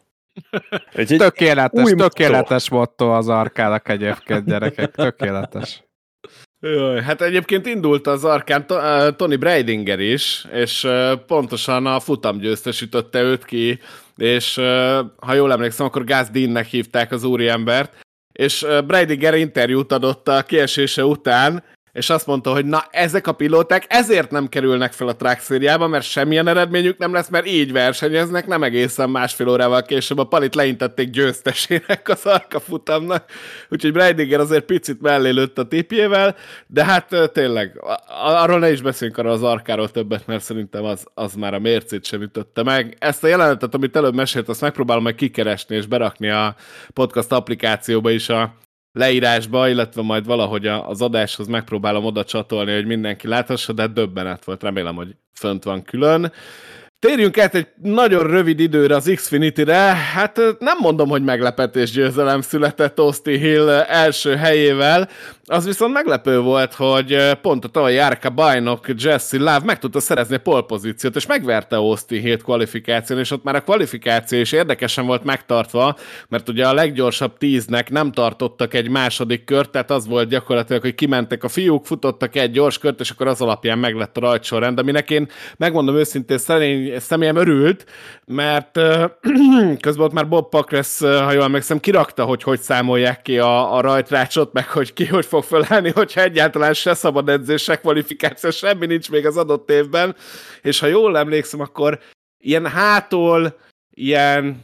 Tökéletes motto az Arcának egyébként, gyerekek, tökéletes. Jaj, hát egyébként indult az Arcán Tony Breidinger is, és pontosan a futamgyőztes ütötte őt ki, és ha jól emlékszem, akkor Gus Deannek hívták az úriembert, és Breidinger interjút adott a kiesése után, és azt mondta, hogy na, ezek a pilóták ezért nem kerülnek fel a track szériába, mert semmilyen eredményük nem lesz, mert így versenyeznek, nem egészen másfél órával később a Palit leintették győztesének az Arca futamnak, úgyhogy Breidinger azért picit mellé lőtt a tipjével, de hát tényleg, arról ne is beszéljünk arra az Arcáról többet, mert szerintem az már a mércét sem ütötte meg. Ezt a jelenetet, amit előbb mesélt, azt megpróbálom majd kikeresni és berakni a podcast applikációba is a leírásba, illetve majd valahogy az adáshoz megpróbálom oda csatolni, hogy mindenki láthassa, de döbbenet volt, remélem, hogy fönt van külön. Térjünk át egy nagyon rövid időre az Xfinity-re, hát nem mondom, hogy meglepetés győzelem született Austin Hill első helyével, az viszont meglepő volt, hogy pont a tavalyi Arca bajnok Jesse Love meg tudta szerezni a pole pozíciót, és megverte Austin Hill kvalifikáción, és ott már a kvalifikáció is érdekesen volt megtartva, mert ugye a leggyorsabb 10-nek nem tartottak egy második kört, tehát az volt gyakorlatilag, hogy kimentek a fiúk, futottak egy gyors kört, és akkor az alapján meglett a rajtsorrend, aminek én megmondom őszintén, személyem örült, mert közben ott már Bob Pockrass, ha jól emlékszem, kirakta, hogy számolják ki a rajtrácsot, meg hogy ki hogy fog felállni, hogyha egyáltalán se szabad edzés, se kvalifikáció, semmi nincs még az adott évben, és ha jól emlékszem, akkor ilyen hától, ilyen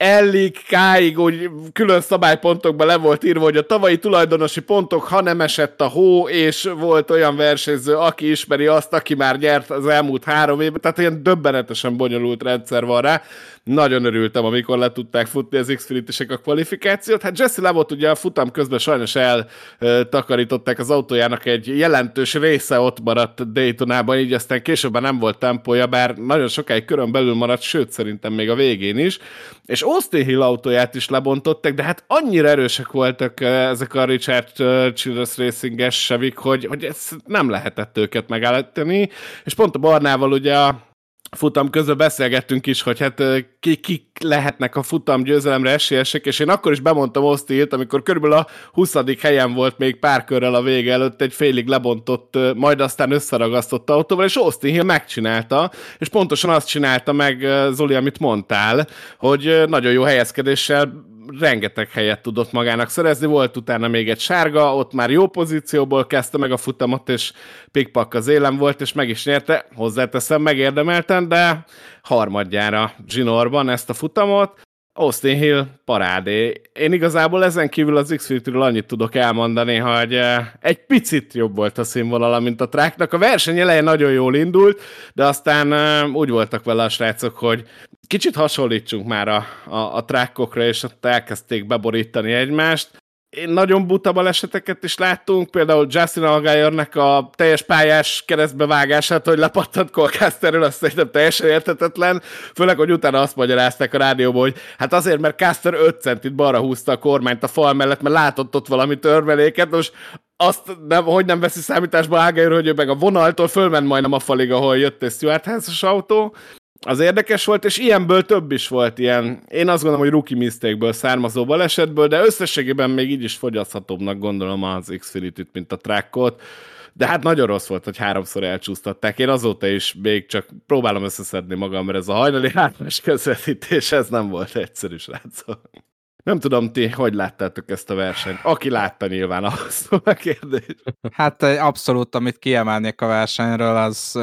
L-ig, K-ig úgy külön szabálypontokban le volt írva, hogy a tavalyi tulajdonosi pontok, ha nem esett a hó, és volt olyan versenyző, aki ismeri azt, aki már nyert az elmúlt 3 évben, tehát ilyen döbbenetesen bonyolult rendszer van rá. Nagyon örültem, amikor le tudták futni az Xfinity-sek a kvalifikációt. Hát Jesse Levot ugye a futam közben sajnos eltakarították az autójának, egy jelentős része ott maradt Daytonában, így aztán később nem volt tempója, bár nagyon sokáig körön belül maradt, sőt szerintem még a végén is. És Austin Hill autóját is lebontották, de hát annyira erősek voltak ezek a Richard Childress Racing-es sevik, hogy ez nem lehetett őket megállítani, és pont a Barnával ugye a futam közben beszélgettünk is, hogy hát kik lehetnek a futam győzelemre esélyesek, és én akkor is bemondtam Austin Hillt, amikor körülbelül a 20. helyen volt még pár körrel a vége előtt egy félig lebontott, majd aztán összeragasztott autóval, és Austin Hill megcsinálta, és pontosan azt csinálta meg, Zoli, amit mondtál, hogy nagyon jó helyezkedéssel rengeteg helyet tudott magának szerezni, volt utána még egy sárga, ott már jó pozícióból kezdte meg a futamot, és pikpak az élen volt, és meg is nyerte, hozzáteszem, megérdemelten, de harmadjára zsinórban ezt a futamot. Austin Hill parádé. Én igazából ezen kívül az Xfinity-ről annyit tudok elmondani, hogy egy picit jobb volt a színvonala, mint a tracknak. A verseny elején nagyon jól indult, de aztán úgy voltak vele a srácok, hogy kicsit hasonlítsunk már a trackokra, és ott elkezdték beborítani egymást. Nagyon buta baleseteket is láttunk, például Justin Allgaier-nek a teljes pályás keresztbevágását, hogy lepattant Cole Custerről, azt szerintem teljesen érthetetlen, főleg, hogy utána azt magyarázták a rádióban, hogy hát azért, mert Custer 5 centit balra húzta a kormányt a fal mellett, mert látott ott valami törmeléket, most azt hogy nem veszi számításba Allgaier, hogy ő meg a vonaltól fölment majdnem a falig, ahol jött egy Stewart-házas autó. Az érdekes volt, és ilyenből több is volt ilyen. Én azt gondolom, hogy rookie mistake-ből származó balesetből, de összességében még így is fogyaszthatóbbnak gondolom az Xfinity-t, mint a trackot. De hát nagyon rossz volt, hogy 3-szor elcsúsztatták. Én azóta is még csak próbálom összeszedni magam, mert ez a hajnali hármas közvetítés, ez nem volt egyszerű, srácok. Nem tudom, ti hogy láttátok ezt a versenyt? Aki látta, nyilván ahhoz a kérdés. Hát abszolút, amit kiemelnék a versenyről,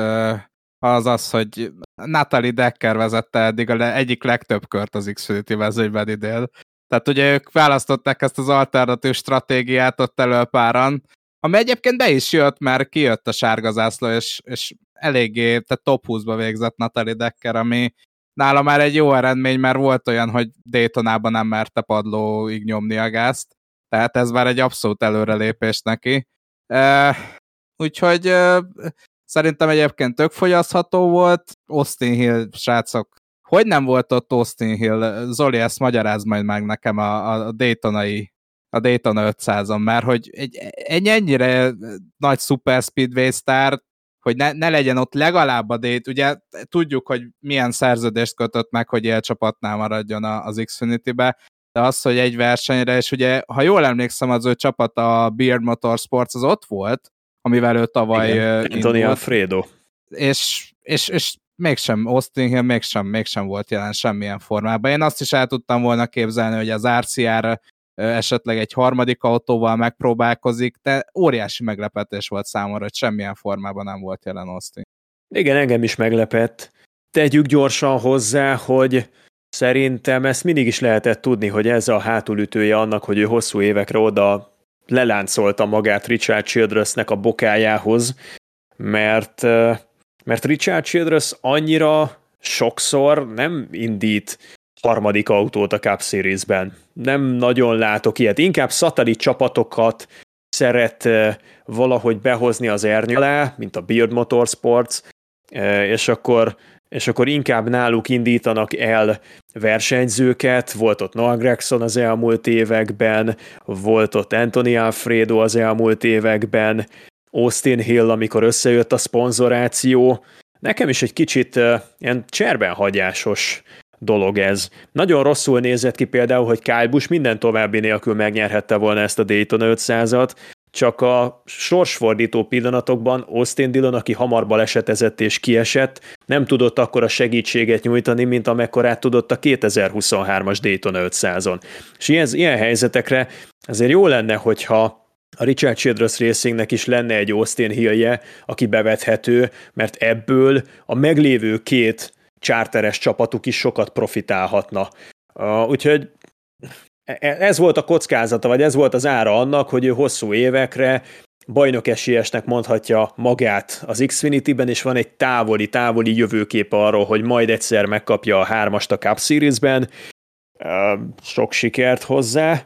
az, hogy Natalie Decker vezette eddig egyik legtöbb kört az Xfinity mezőnyben idén. Tehát ugye ők választották ezt az alternatív stratégiát ott elő páran, ami egyébként be is jött, mert kijött a sárga zászló, és eléggé, tehát top 20-ba végzett Natalie Decker, ami nála már egy jó eredmény, mert volt olyan, hogy Daytonában nem merte padlóig nyomni a gázt, tehát ez már egy abszolút előrelépés neki. Úgyhogy szerintem egyébként tök fogyasztható volt. Austin Hill, srácok, hogy nem volt ott Austin Hill? Zoli, ezt magyarázd majd meg nekem a Daytona 500-on, mert hogy egy ennyire nagy super speedway sztár, hogy ne legyen ott legalább a ugye tudjuk, hogy milyen szerződést kötött meg, hogy élcsapatnál maradjon az Xfinity-be, de az, hogy egy versenyre, és ugye, ha jól emlékszem, az ő csapat a Beard Motorsports az ott volt, amivel ő tavaly Anthony Alfredo. És mégsem, Austin Hill mégsem volt jelen semmilyen formában. Én azt is el tudtam volna képzelni, hogy az RCR esetleg egy harmadik autóval megpróbálkozik, de óriási meglepetés volt számomra, hogy semmilyen formában nem volt jelen Austin. Igen, engem is meglepett. Tegyük gyorsan hozzá, hogy szerintem ezt mindig is lehetett tudni, hogy ez a hátulütője annak, hogy ő hosszú évekre oda leláncolta magát Richard Childressnek a bokájához, mert Richard Childress annyira sokszor nem indít harmadik autót a Cup Series-ben. Nem nagyon látok ilyet. Inkább szatellit csapatokat szeret valahogy behozni az ernyő alá, mint a Beard Motorsports, és akkor inkább náluk indítanak el versenyzőket. Volt ott Noah Gragson az elmúlt években, volt ott Anthony Alfredo az elmúlt években, Austin Hill, amikor összejött a szponzoráció. Nekem is egy kicsit ilyen cserbenhagyásos dolog ez. Nagyon rosszul nézett ki például, hogy Kyle Busch minden további nélkül megnyerhette volna ezt a Daytona 500-at, csak a sorsfordító pillanatokban Austin Dillon, aki hamar balesetezett és kiesett, nem tudott akkora segítséget nyújtani, mint amekkorát tudott a 2023-as Daytona 500-on. És ilyen helyzetekre azért jó lenne, hogyha a Richard Childress Racingnek is lenne egy Austin Hillje, aki bevethető, mert ebből a meglévő két charteres csapatuk is sokat profitálhatna. Úgyhogy ez volt a kockázata, vagy ez volt az ára annak, hogy ő hosszú évekre bajnok esélyesnek mondhatja magát az Xfinity-ben, és van egy távoli jövőkép arról, hogy majd egyszer megkapja a 3-ast a Cup Series-ben. Sok sikert hozzá.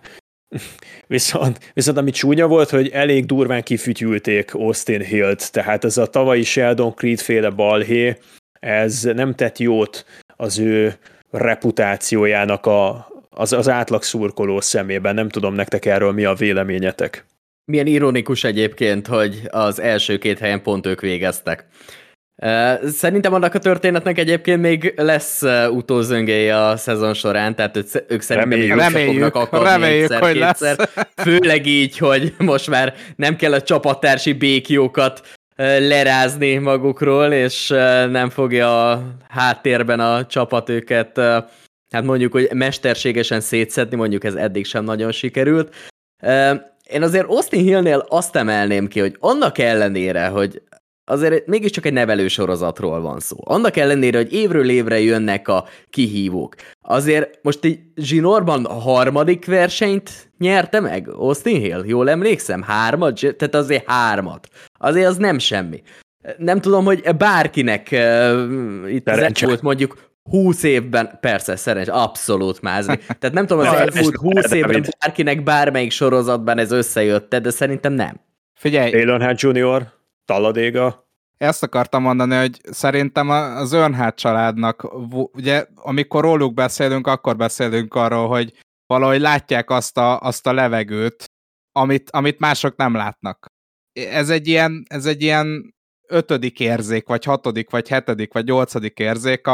Viszont ami csúnya volt, hogy elég durván kifütyülték Austin Hillt, tehát ez a tavalyi Sheldon Creed féle balhé, ez nem tett jót az ő reputációjának az átlag szurkoló szemében. Nem tudom nektek erről mi a véleményetek. Milyen ironikus egyébként, hogy az első 2 helyen pont ők végeztek. Szerintem annak a történetnek egyébként még lesz utózöngéje a szezon során, tehát ők szerintem fognak akadni egyszer-kétszer. Főleg így, hogy most már nem kell a csapattársi békjókat lerázni magukról, és nem fogja a háttérben a csapat őket, hát mondjuk, hogy mesterségesen szétszedni, mondjuk ez eddig sem nagyon sikerült. Én azért Austin Hillnél azt emelném ki, hogy annak ellenére, hogy azért mégiscsak egy nevelősorozatról van szó. Annak ellenére, hogy évről évre jönnek a kihívók. Azért most így zsinórban a 3. versenyt nyerte meg Austin Hill, jól emlékszem? 3, tehát azért 3. Azért az nem semmi. Nem tudom, hogy bárkinek itt az elmúlt mondjuk 20 évben, persze, szerencs, abszolút mázni. Tehát nem tudom, az elmúlt 20 évben bárkinek bármelyik sorozatban ez összejött, de szerintem nem. Figyelj! Dale Earnhardt Jr., Talladega. Ezt akartam mondani, hogy szerintem az Earnhardt családnak, ugye amikor róluk beszélünk, akkor beszélünk arról, hogy valahogy látják azt a levegőt, amit mások nem látnak. Ez egy ilyen 5. érzék, vagy 6., vagy 7., vagy 8. érzék,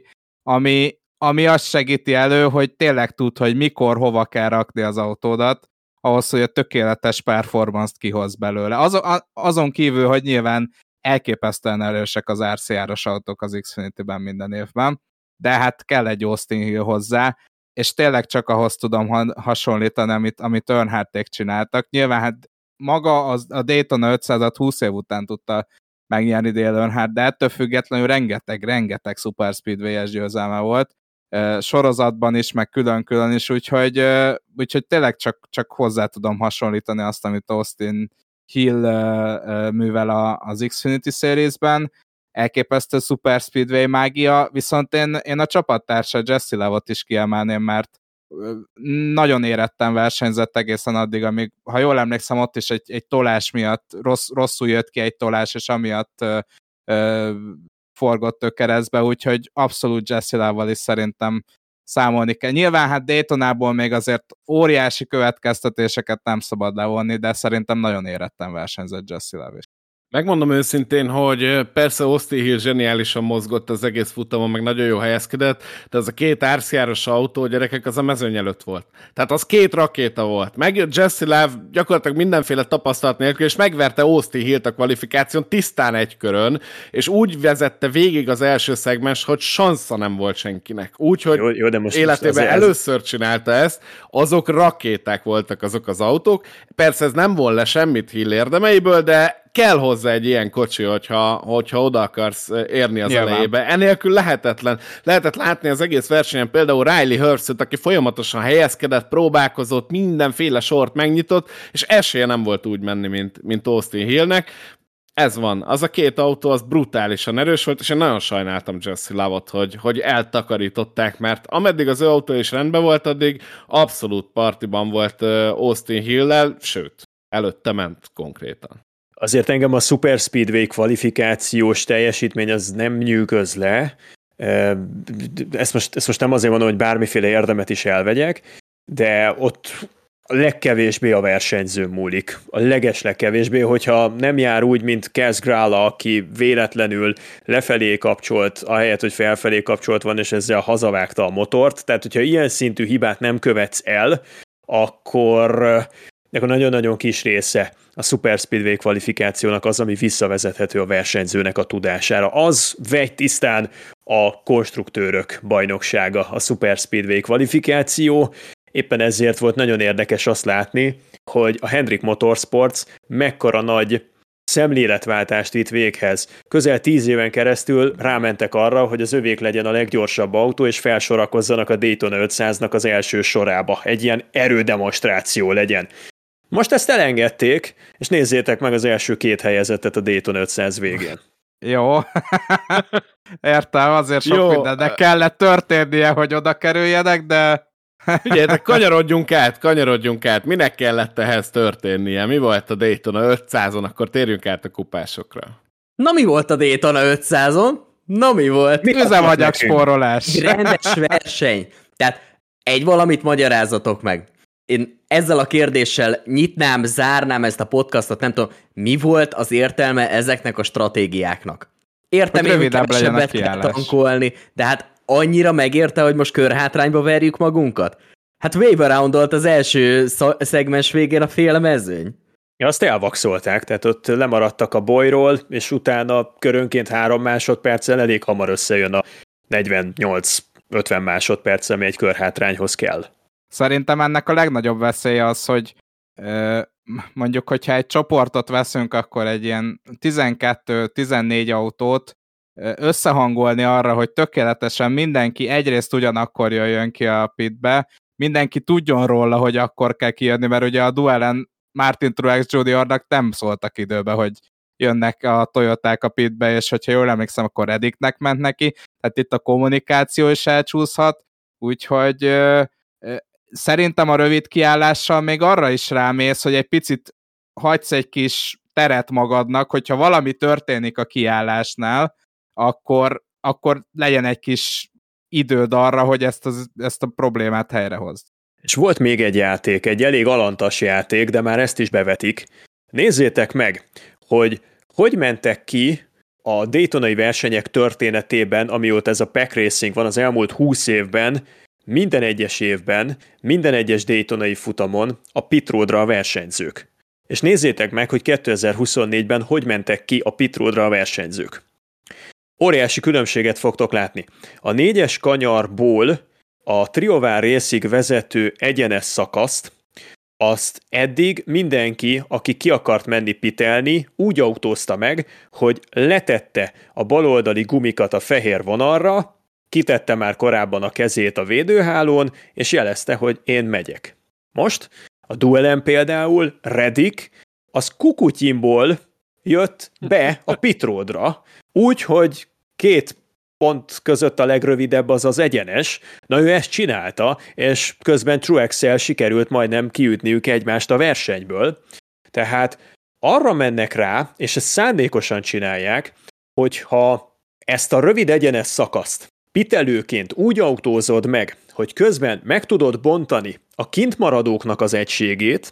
ami azt segíti elő, hogy tényleg tud, hogy mikor, hova kell rakni az autódat, ahhoz, hogy a tökéletes performance-t kihoz belőle. Azon kívül, hogy nyilván elképesztően erősek az RCR-os autók az Xfinity-ben minden évben, de hát kell egy Austin Hill hozzá, és tényleg csak ahhoz tudom hasonlítani, amit Earnhardték csináltak. Nyilván hát maga a Daytona 500-at 20 év után tudta megnyerni Dale Earnhardt, de ettől függetlenül rengeteg Super Speedway-es győzelme volt, sorozatban is, meg külön-külön is, úgyhogy tényleg csak hozzá tudom hasonlítani azt, amit Austin Hill művel az Xfinity Series-ben. Elképesztő Super Speedway mágia, viszont én a csapattársa Jesse Love-ot is kiemelném, mert nagyon éretten versenyzett egészen addig, amíg, ha jól emlékszem, ott is egy tolás miatt rosszul jött ki egy tolás, és amiatt forgott ő keresztbe, úgyhogy abszolút Jesse Love-val is szerintem számolni kell. Nyilván hát Daytonából még azért óriási következtetéseket nem szabad levonni, de szerintem nagyon éretten versenyzett Jesse Love is. Megmondom őszintén, hogy persze Austin Hill zseniálisan mozgott az egész futamon, meg nagyon jó helyezkedett, de az a 2 RCR-os autó, gyerekek, az a mezőny előtt volt. Tehát az 2 rakéta volt. Megjött Jesse Love gyakorlatilag mindenféle tapasztalat nélkül, és megverte Austin Hillt a kvalifikáción tisztán egy körön, és úgy vezette végig az első szegmens, hogy sansza nem volt senkinek. Úgyhogy életében először csinálta ezt, azok rakéták voltak azok az autók. Persze ez nem von le semmit Hill érdemeiből, de kell hozzá egy ilyen kocsi, hogyha oda akarsz érni az elejébe. Enélkül lehetetlen. Lehetett látni az egész versenyen például Riley Hurst-t, aki folyamatosan helyezkedett, próbálkozott, mindenféle sort megnyitott, és esélye nem volt úgy menni, mint Austin Hillnek. Ez van. Az a 2 autó, az brutálisan erős volt, és én nagyon sajnáltam Jesse Love-ot, hogy eltakarították, mert ameddig az ő autó is rendben volt, addig abszolút partiban volt Austin Hill-lel, sőt, előtte ment konkrétan. Azért engem a Super Speedway kvalifikációs teljesítmény az nem nyűgöz le. Ezt most nem azért mondom, hogy bármiféle érdemet is elvegyek, de ott a legkevésbé a versenyző múlik. A legkevésbé, hogyha nem jár úgy, mint Kaz Grala, aki véletlenül lefelé kapcsolt, ahelyett, hogy felfelé kapcsolt van, és ezzel hazavágta a motort. Tehát, hogyha ilyen szintű hibát nem követsz el, akkor nagyon-nagyon kis része a Super Speedway kvalifikációnak az, ami visszavezethető a versenyzőnek a tudására. Az vegy tisztán a konstruktőrök bajnoksága, a Super Speedway kvalifikáció. Éppen ezért volt nagyon érdekes azt látni, hogy a Hendrick Motorsports mekkora nagy szemléletváltást vitt véghez. Közel 10 éven keresztül rámentek arra, hogy az övék legyen a leggyorsabb autó, és felsorakozzanak a Daytona 500-nak az első sorába. Egy ilyen erődemonstráció legyen. Most ezt elengedték, és nézzétek meg az első 2 helyezettet a Daytona 500 végén. Jó. Értem, azért sok mindennek kellett történnie, hogy oda kerüljenek, de... Figyeljetek, kanyarodjunk át. Minek kellett ehhez történnie? Mi volt a Daytona 500-on? Akkor térjünk át a kupásokra. Na mi volt a Daytona 500-on? Na mi volt? Üzemanyag spórolás. Rendes verseny. Tehát egy valamit magyarázatok meg. Én ezzel a kérdéssel nyitnám, zárnám ezt a podcastot, nem tudom, mi volt az értelme ezeknek a stratégiáknak? Értem én, hogy kevesebbet kell tankolni, de hát annyira megérte, hogy most körhátrányba verjük magunkat? Hát wave around-olt az első szegmens végén a fél mezőny. Ja, azt elvakszolták, tehát ott lemaradtak a bolyról, és utána körönként 3 másodperccel elég hamar összejön a 48-50 másodperc, ami egy körhátrányhoz kell. Szerintem ennek a legnagyobb veszélye az, hogy mondjuk, hogyha egy csoportot veszünk, akkor egy ilyen 12-14 autót összehangolni arra, hogy tökéletesen mindenki egyrészt ugyanakkor jöjjön ki a pitbe, mindenki tudjon róla, hogy akkor kell kijönni, mert ugye a duellen Martin Truex Jr.-nak nem szóltak időbe, hogy jönnek a Toyoták a pitbe, és hogyha jól emlékszem, akkor Reddicknek ment neki, tehát itt a kommunikáció is elcsúszhat, úgyhogy szerintem a rövid kiállással még arra is rámész, hogy egy picit hagysz egy kis teret magadnak, hogyha valami történik a kiállásnál, akkor legyen egy kis időd arra, hogy ezt a problémát helyrehozd. És volt még egy játék, egy elég alantas játék, de már ezt is bevetik. Nézzétek meg, hogy mentek ki a Daytonai versenyek történetében, amióta ez a pack racing van az elmúlt 20 évben, minden egyes évben, minden egyes Daytonai futamon a pit roadra a versenyzők. És nézzétek meg, hogy 2024-ben hogy mentek ki a pit roadra a versenyzők. Óriási különbséget fogtok látni. A 4-es kanyarból a Triován Racing vezető egyenes szakaszt, azt eddig mindenki, aki ki akart menni pitelni, úgy autózta meg, hogy letette a baloldali gumikat a fehér vonalra, kitette már korábban a kezét a védőhálón, és jelezte, hogy én megyek. Most a duellen például Reddick, az kukutyimból jött be a pit roadra, úgy, hogy 2 pont között a legrövidebb az az egyenes, na ő ezt csinálta, és közben Truex-szel sikerült majdnem kiütniük egymást a versenyből. Tehát arra mennek rá, és ezt szándékosan csinálják, hogyha ezt a rövid egyenes szakaszt pitelőként úgy autózod meg, hogy közben meg tudod bontani a kintmaradóknak az egységét,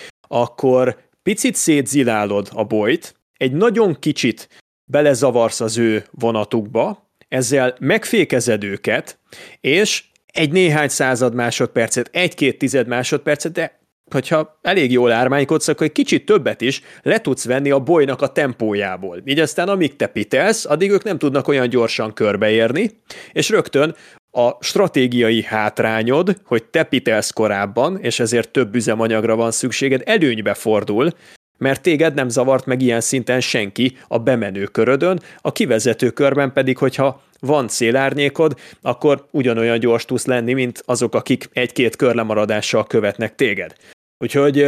akkor picit szétzilálod a bolyt, egy nagyon kicsit belezavarsz az ő vonatukba, ezzel megfékezed őket, és egy néhány század másodpercet, 1-2 tized másodpercet, de hogyha elég jól ármánykodsz, akkor egy kicsit többet is le tudsz venni a bolynak a tempójából. Így aztán amíg te pitelsz, addig ők nem tudnak olyan gyorsan körbeérni, és rögtön a stratégiai hátrányod, hogy te pitelsz korábban, és ezért több üzemanyagra van szükséged, előnybe fordul, mert téged nem zavart meg ilyen szinten senki a bemenő körödön, a kivezető körben pedig, hogyha van célárnyékod, akkor ugyanolyan gyors tudsz lenni, mint azok, akik 1-2 körlemaradással követnek téged. Úgyhogy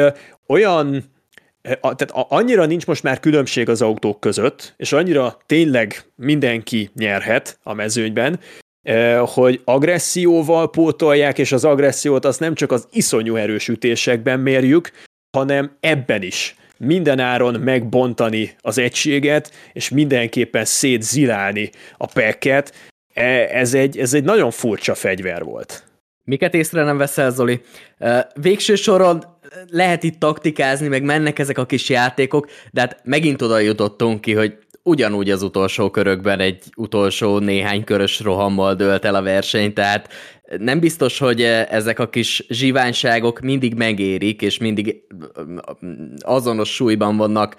tehát annyira nincs most már különbség az autók között, és annyira tényleg mindenki nyerhet a mezőnyben, hogy agresszióval pótolják, és az agressziót azt nem csak az iszonyú erős ütésekben mérjük, hanem ebben is. Minden áron megbontani az egységet, és mindenképpen szétzilálni a packet. Ez egy nagyon furcsa fegyver volt. Miket észre nem veszel, Zoli? Végső soron lehet itt taktikázni, meg mennek ezek a kis játékok, de hát megint oda jutottunk ki, hogy ugyanúgy az utolsó körökben egy utolsó néhány körös rohammal dőlt el a verseny, tehát nem biztos, hogy ezek a kis zsiványságok mindig megérik, és mindig azonos súlyban vannak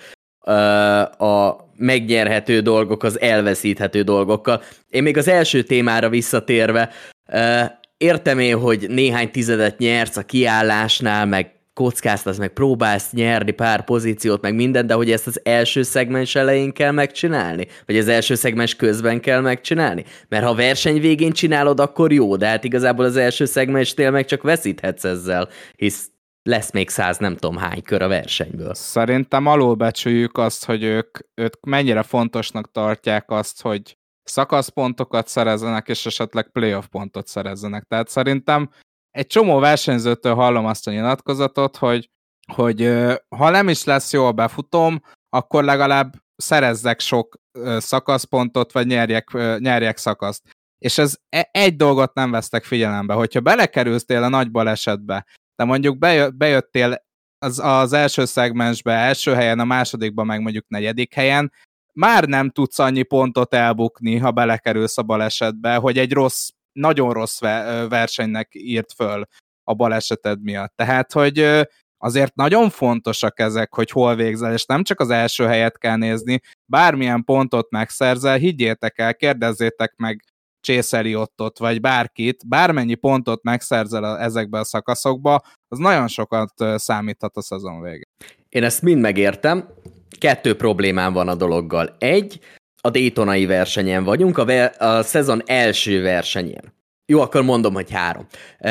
a megnyerhető dolgok az elveszíthető dolgokkal. Én még az első témára visszatérve, értem én, hogy néhány tizedet nyersz a kiállásnál, meg kockáztatsz, meg próbálsz nyerni pár pozíciót, meg minden, de hogy ezt az első szegmens elején kell megcsinálni? Vagy az első szegmens közben kell megcsinálni? Mert ha verseny végén csinálod, akkor jó, de hát igazából az első szegmensnél meg csak veszíthetsz ezzel, hisz lesz még 100 nem tudom hány kör a versenyből. Szerintem alulbecsüljük azt, hogy ők mennyire fontosnak tartják azt, hogy szakaszpontokat szerezzenek, és esetleg playoff pontot szerezzenek. Tehát szerintem egy csomó versenyzőtől hallom azt a nyilatkozatot, hogy ha nem is lesz jó a befutom, akkor legalább szerezzek sok szakaszpontot, vagy nyerjek szakaszt. És ez egy dolgot nem vesztek figyelembe, hogyha belekerültél a nagy balesetbe, de mondjuk bejöttél az első szegmensbe első helyen, a másodikba meg mondjuk 4. helyen, már nem tudsz annyi pontot elbukni, ha belekerülsz a balesetbe, hogy egy nagyon rossz versenynek írt föl a baleseted miatt. Tehát, hogy azért nagyon fontosak ezek, hogy hol végzel, és nem csak az első helyet kell nézni, bármilyen pontot megszerzel, higgyétek el, kérdezzétek meg Chase Elliotot, vagy bárkit, bármennyi pontot megszerzel ezekbe a szakaszokba, az nagyon sokat számíthat a szezon végén. Én ezt mind megértem. 2 problémám van a dologgal. 1, a Daytonai versenyen vagyunk, a szezon első versenyén. Jó, akkor mondom, hogy 3.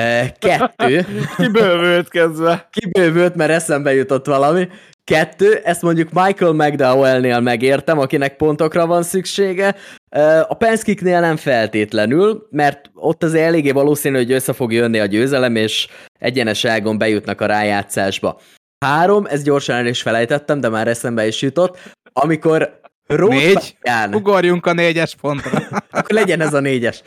2. Kibővült kezdve. Kibővült, mert eszembe jutott valami. 2, ezt mondjuk Michael McDowell-nél megértem, akinek pontokra van szüksége. A Penske-nél nem feltétlenül, mert ott azért eléggé valószínű, hogy össze fog jönni a győzelem, és egyeneságon bejutnak a rájátszásba. 3, ezt gyorsan el is felejtettem, de már eszembe is jutott, amikor 4? Ugorjunk a 4-es pontra. Akkor legyen ez a 4-es.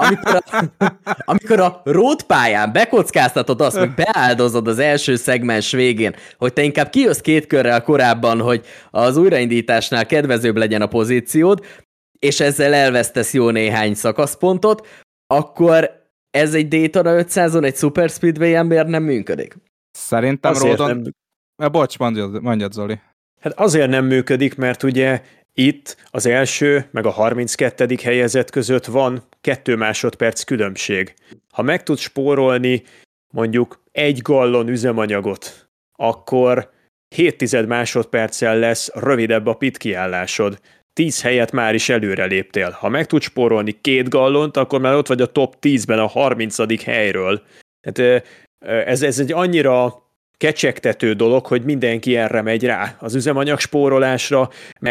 Amikor a road pályán bekockáztatod azt, meg beáldozod az első szegmens végén, hogy te inkább kijössz 2 körrel korábban, hogy az újraindításnál kedvezőbb legyen a pozíciód, és ezzel elvesztesz jó néhány szakaszpontot, akkor ez egy Daytona 500-on, egy Super Speedway-en miért nem működik? Szerintem Ródon... Bocs, mondjad Zoli. Hát azért nem működik, mert ugye itt az első meg a 32. helyezett között van 2 másodperc különbség. Ha meg tudsz spórolni mondjuk 1 gallon üzemanyagot, akkor 0,7 másodperccel lesz rövidebb a pit kiállásod. 10 helyet már is előre léptél. Ha meg tudsz spórolni 2 gallont, akkor már ott vagy a top 10-ben a 30. helyről. Tehát ez egy annyira kecsegtető dolog, hogy mindenki erre megy rá, az üzemanyag spórolásra,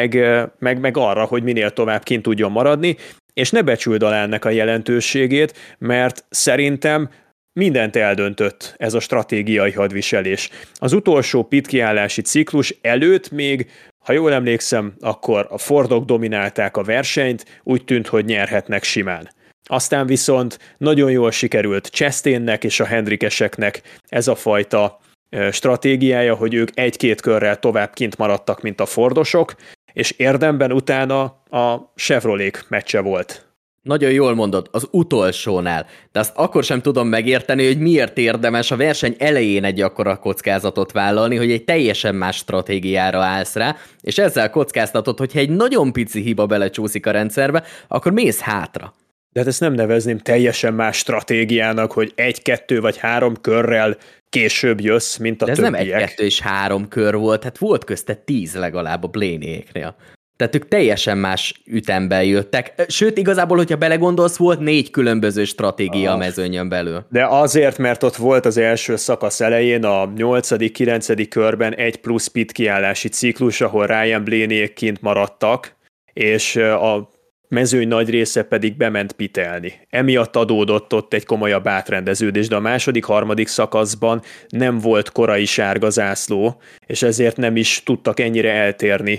meg arra, hogy minél tovább kint tudjon maradni, és ne becsüld alá ennek a jelentőségét, mert szerintem mindent eldöntött ez a stratégiai hadviselés. Az utolsó pitkiállási ciklus előtt még, ha jól emlékszem, akkor a Fordok dominálták a versenyt, úgy tűnt, hogy nyerhetnek simán. Aztán viszont nagyon jól sikerült Chastainnek és a Hendrickeseknek ez a fajta stratégiája, hogy ők 1-2 körrel tovább kint maradtak, mint a Fordosok, és érdemben utána a Chevrolet meccse volt. Nagyon jól mondod, az utolsónál. De azt akkor sem tudom megérteni, hogy miért érdemes a verseny elején egy akkora kockázatot vállalni, hogy egy teljesen más stratégiára állsz rá, és ezzel kockáztatod, hogyha egy nagyon pici hiba belecsúszik a rendszerbe, akkor mész hátra. De hát ezt nem nevezném teljesen más stratégiának, hogy 1, 2 vagy 3 körrel később jössz, mint a többiek. De ez nem 1, 2 és 3 kör volt, hát volt közte 10 legalább a Blaney-éknél. Tehát ők teljesen más ütemben jöttek. Sőt, igazából, hogyha belegondolsz, volt 4 különböző stratégia a mezőnyön belül. De azért, mert ott volt az első szakasz elején, a 8.-9. körben 1 plusz pit kiállási ciklus, ahol Ryan Blaney-ék kint maradtak, és a mezőny nagy része pedig bement pitelni. Emiatt adódott ott egy komolyabb átrendeződés, de a második, harmadik szakaszban nem volt korai sárga zászló, és ezért nem is tudtak ennyire eltérni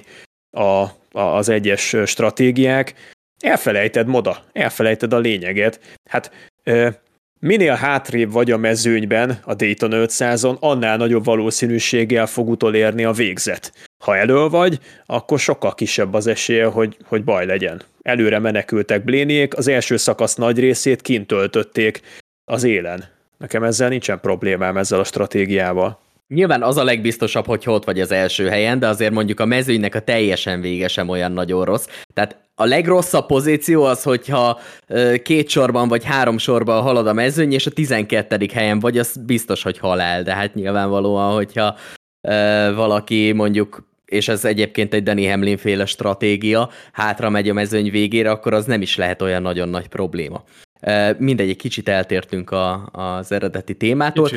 az egyes stratégiák. Elfelejted a lényeget. Hát minél hátrébb vagy a mezőnyben a Dayton 500-on, annál nagyobb valószínűséggel fog utolérni a végzet. Ha elől vagy, akkor sokkal kisebb az esélye, hogy baj legyen. Előre menekültek Blaney-ék, az első szakasz nagy részét kint töltötték az élen. Nekem ezzel nincsen problémám, ezzel a stratégiával. Nyilván az a legbiztosabb, hogy ott vagy az első helyen, de azért mondjuk a mezőnynek a teljesen vége sem olyan nagyon rossz. Tehát A legrosszabb pozíció az, hogyha 2 sorban vagy 3 sorban halad a mezőny, és a 12. helyen vagy, az biztos, hogy halál. De hát nyilvánvalóan, hogyha valaki mondjuk, és ez egyébként egy Denny Hamlin féle stratégia, hátra megy a mezőny végére, akkor az nem is lehet olyan nagyon nagy probléma. Mindegy, egy kicsit eltértünk az eredeti témától.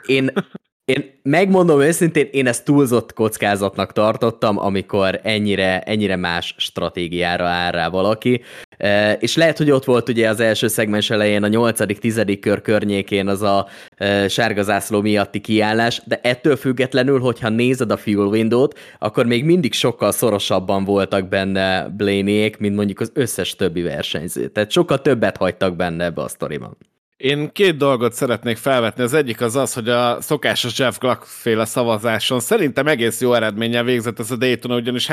Én megmondom őszintén, én ezt túlzott kockázatnak tartottam, amikor ennyire más stratégiára áll rá valaki. És lehet, hogy ott volt ugye az első szegmens elején a 8.-10. kör környékén az a sárga zászló miatti kiállás, de ettől függetlenül, hogyha nézed a fuel window-t, akkor még mindig sokkal szorosabban voltak benne Blaneyék, mint mondjuk az összes többi versenyző. Tehát sokkal többet hagytak benne ebbe a sztoriban. Én 2 dolgot szeretnék felvetni. Az egyik az, hogy a szokásos Jeff Gluck féle szavazáson szerintem egész jó eredménnyel végzett ez a Daytona, ugyanis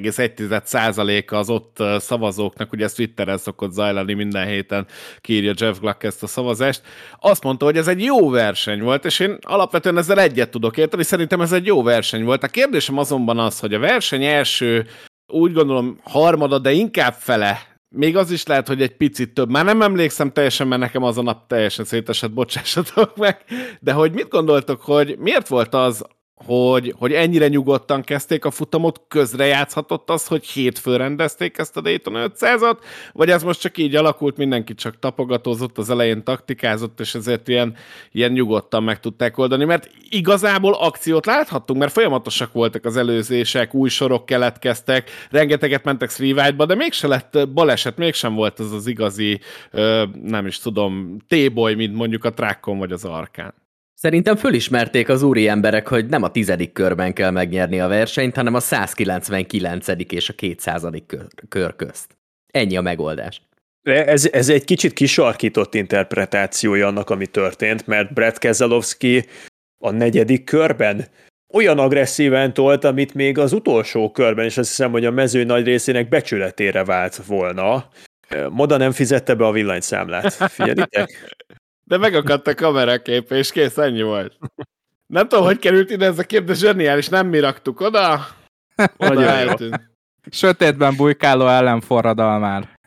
76,1%-a az ott szavazóknak, ugye ez Twitteren szokott zajlani minden héten, kiírja Jeff Gluck ezt a szavazást. Azt mondta, hogy ez egy jó verseny volt, és én alapvetően ezzel egyet tudok érteni, szerintem ez egy jó verseny volt. A kérdésem azonban az, hogy a verseny első, úgy gondolom harmada, de inkább fele, még az is lehet, hogy egy picit több. Már nem emlékszem teljesen, mert nekem az a nap teljesen szétesett, bocsássatok meg. De hogy mit gondoltok, hogy miért volt az, hogy ennyire nyugodtan kezdték a futamot, közrejátszhatott az, hogy hétfőn rendezték ezt a Daytona 500-at, vagy ez most csak így alakult, mindenki csak tapogatózott, az elején taktikázott, és ezért ilyen nyugodtan meg tudták oldani, mert igazából akciót láthattunk, mert folyamatosak voltak az előzések, új sorok keletkeztek, rengeteget mentek Three-Wide-ba, de mégse lett baleset, mégsem volt az igazi, nem is tudom, T-boy, mint mondjuk a trackon vagy az arkán. Szerintem fölismerték az úri emberek, hogy nem a 10. körben kell megnyerni a versenyt, hanem a 199. és a 200. kör közt. Ennyi a megoldás. Ez egy kicsit kisarkított interpretációja annak, ami történt, mert Brad Keselowski a 4. körben olyan agresszíven tolt, amit még az utolsó körben, és azt hiszem, hogy a mezőny nagy részének becsületére vált volna. Moda nem fizette be a villanyszámlát. Figyelitek? De megakadt a kamerakép, és kész, ennyi volt. Nem tudom, hogy került ide ez a kép, de zseniális, nem mi raktuk oda. Oda eltűnt. Sötétben bujkáló ellenforradalmár.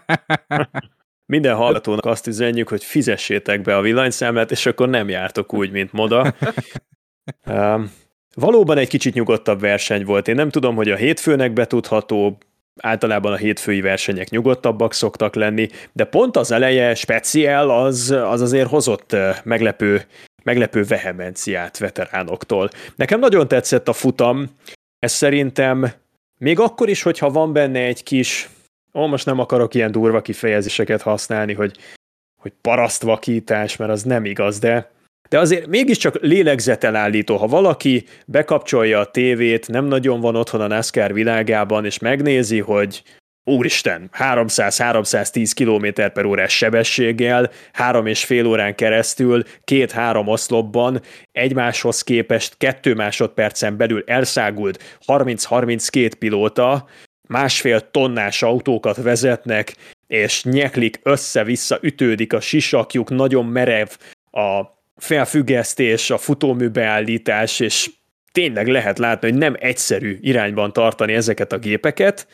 Minden hallgatónak azt üzenjük, hogy fizessétek be a villanyszámlát, és akkor nem jártok úgy, mint Moda. Valóban egy kicsit nyugodtabb verseny volt. Én nem tudom, hogy a hétfőnek betudható, általában a hétfői versenyek nyugodtabbak szoktak lenni, de pont az eleje speciál az azért hozott meglepő vehemenciát veteránoktól. Nekem nagyon tetszett a futam, ez szerintem még akkor is, hogyha van benne egy kis, most nem akarok ilyen durva kifejezéseket használni, hogy parasztvakítás, mert az nem igaz, de azért mégiscsak lélegzetelállító, ha valaki bekapcsolja a tévét, nem nagyon van otthon a NASCAR világában, és megnézi, hogy úristen, 300-310 km/h sebességgel, 3,5 órán keresztül, 2-3 oszlopban, egymáshoz képest 2 másodpercen belül elszágult 30-32 pilóta, 1,5 tonnás autókat vezetnek, és nyeklik össze-vissza, ütődik a sisakjuk, nagyon merev a felfüggesztés, a futóműbeállítás, és tényleg lehet látni, hogy nem egyszerű irányban tartani ezeket a gépeket.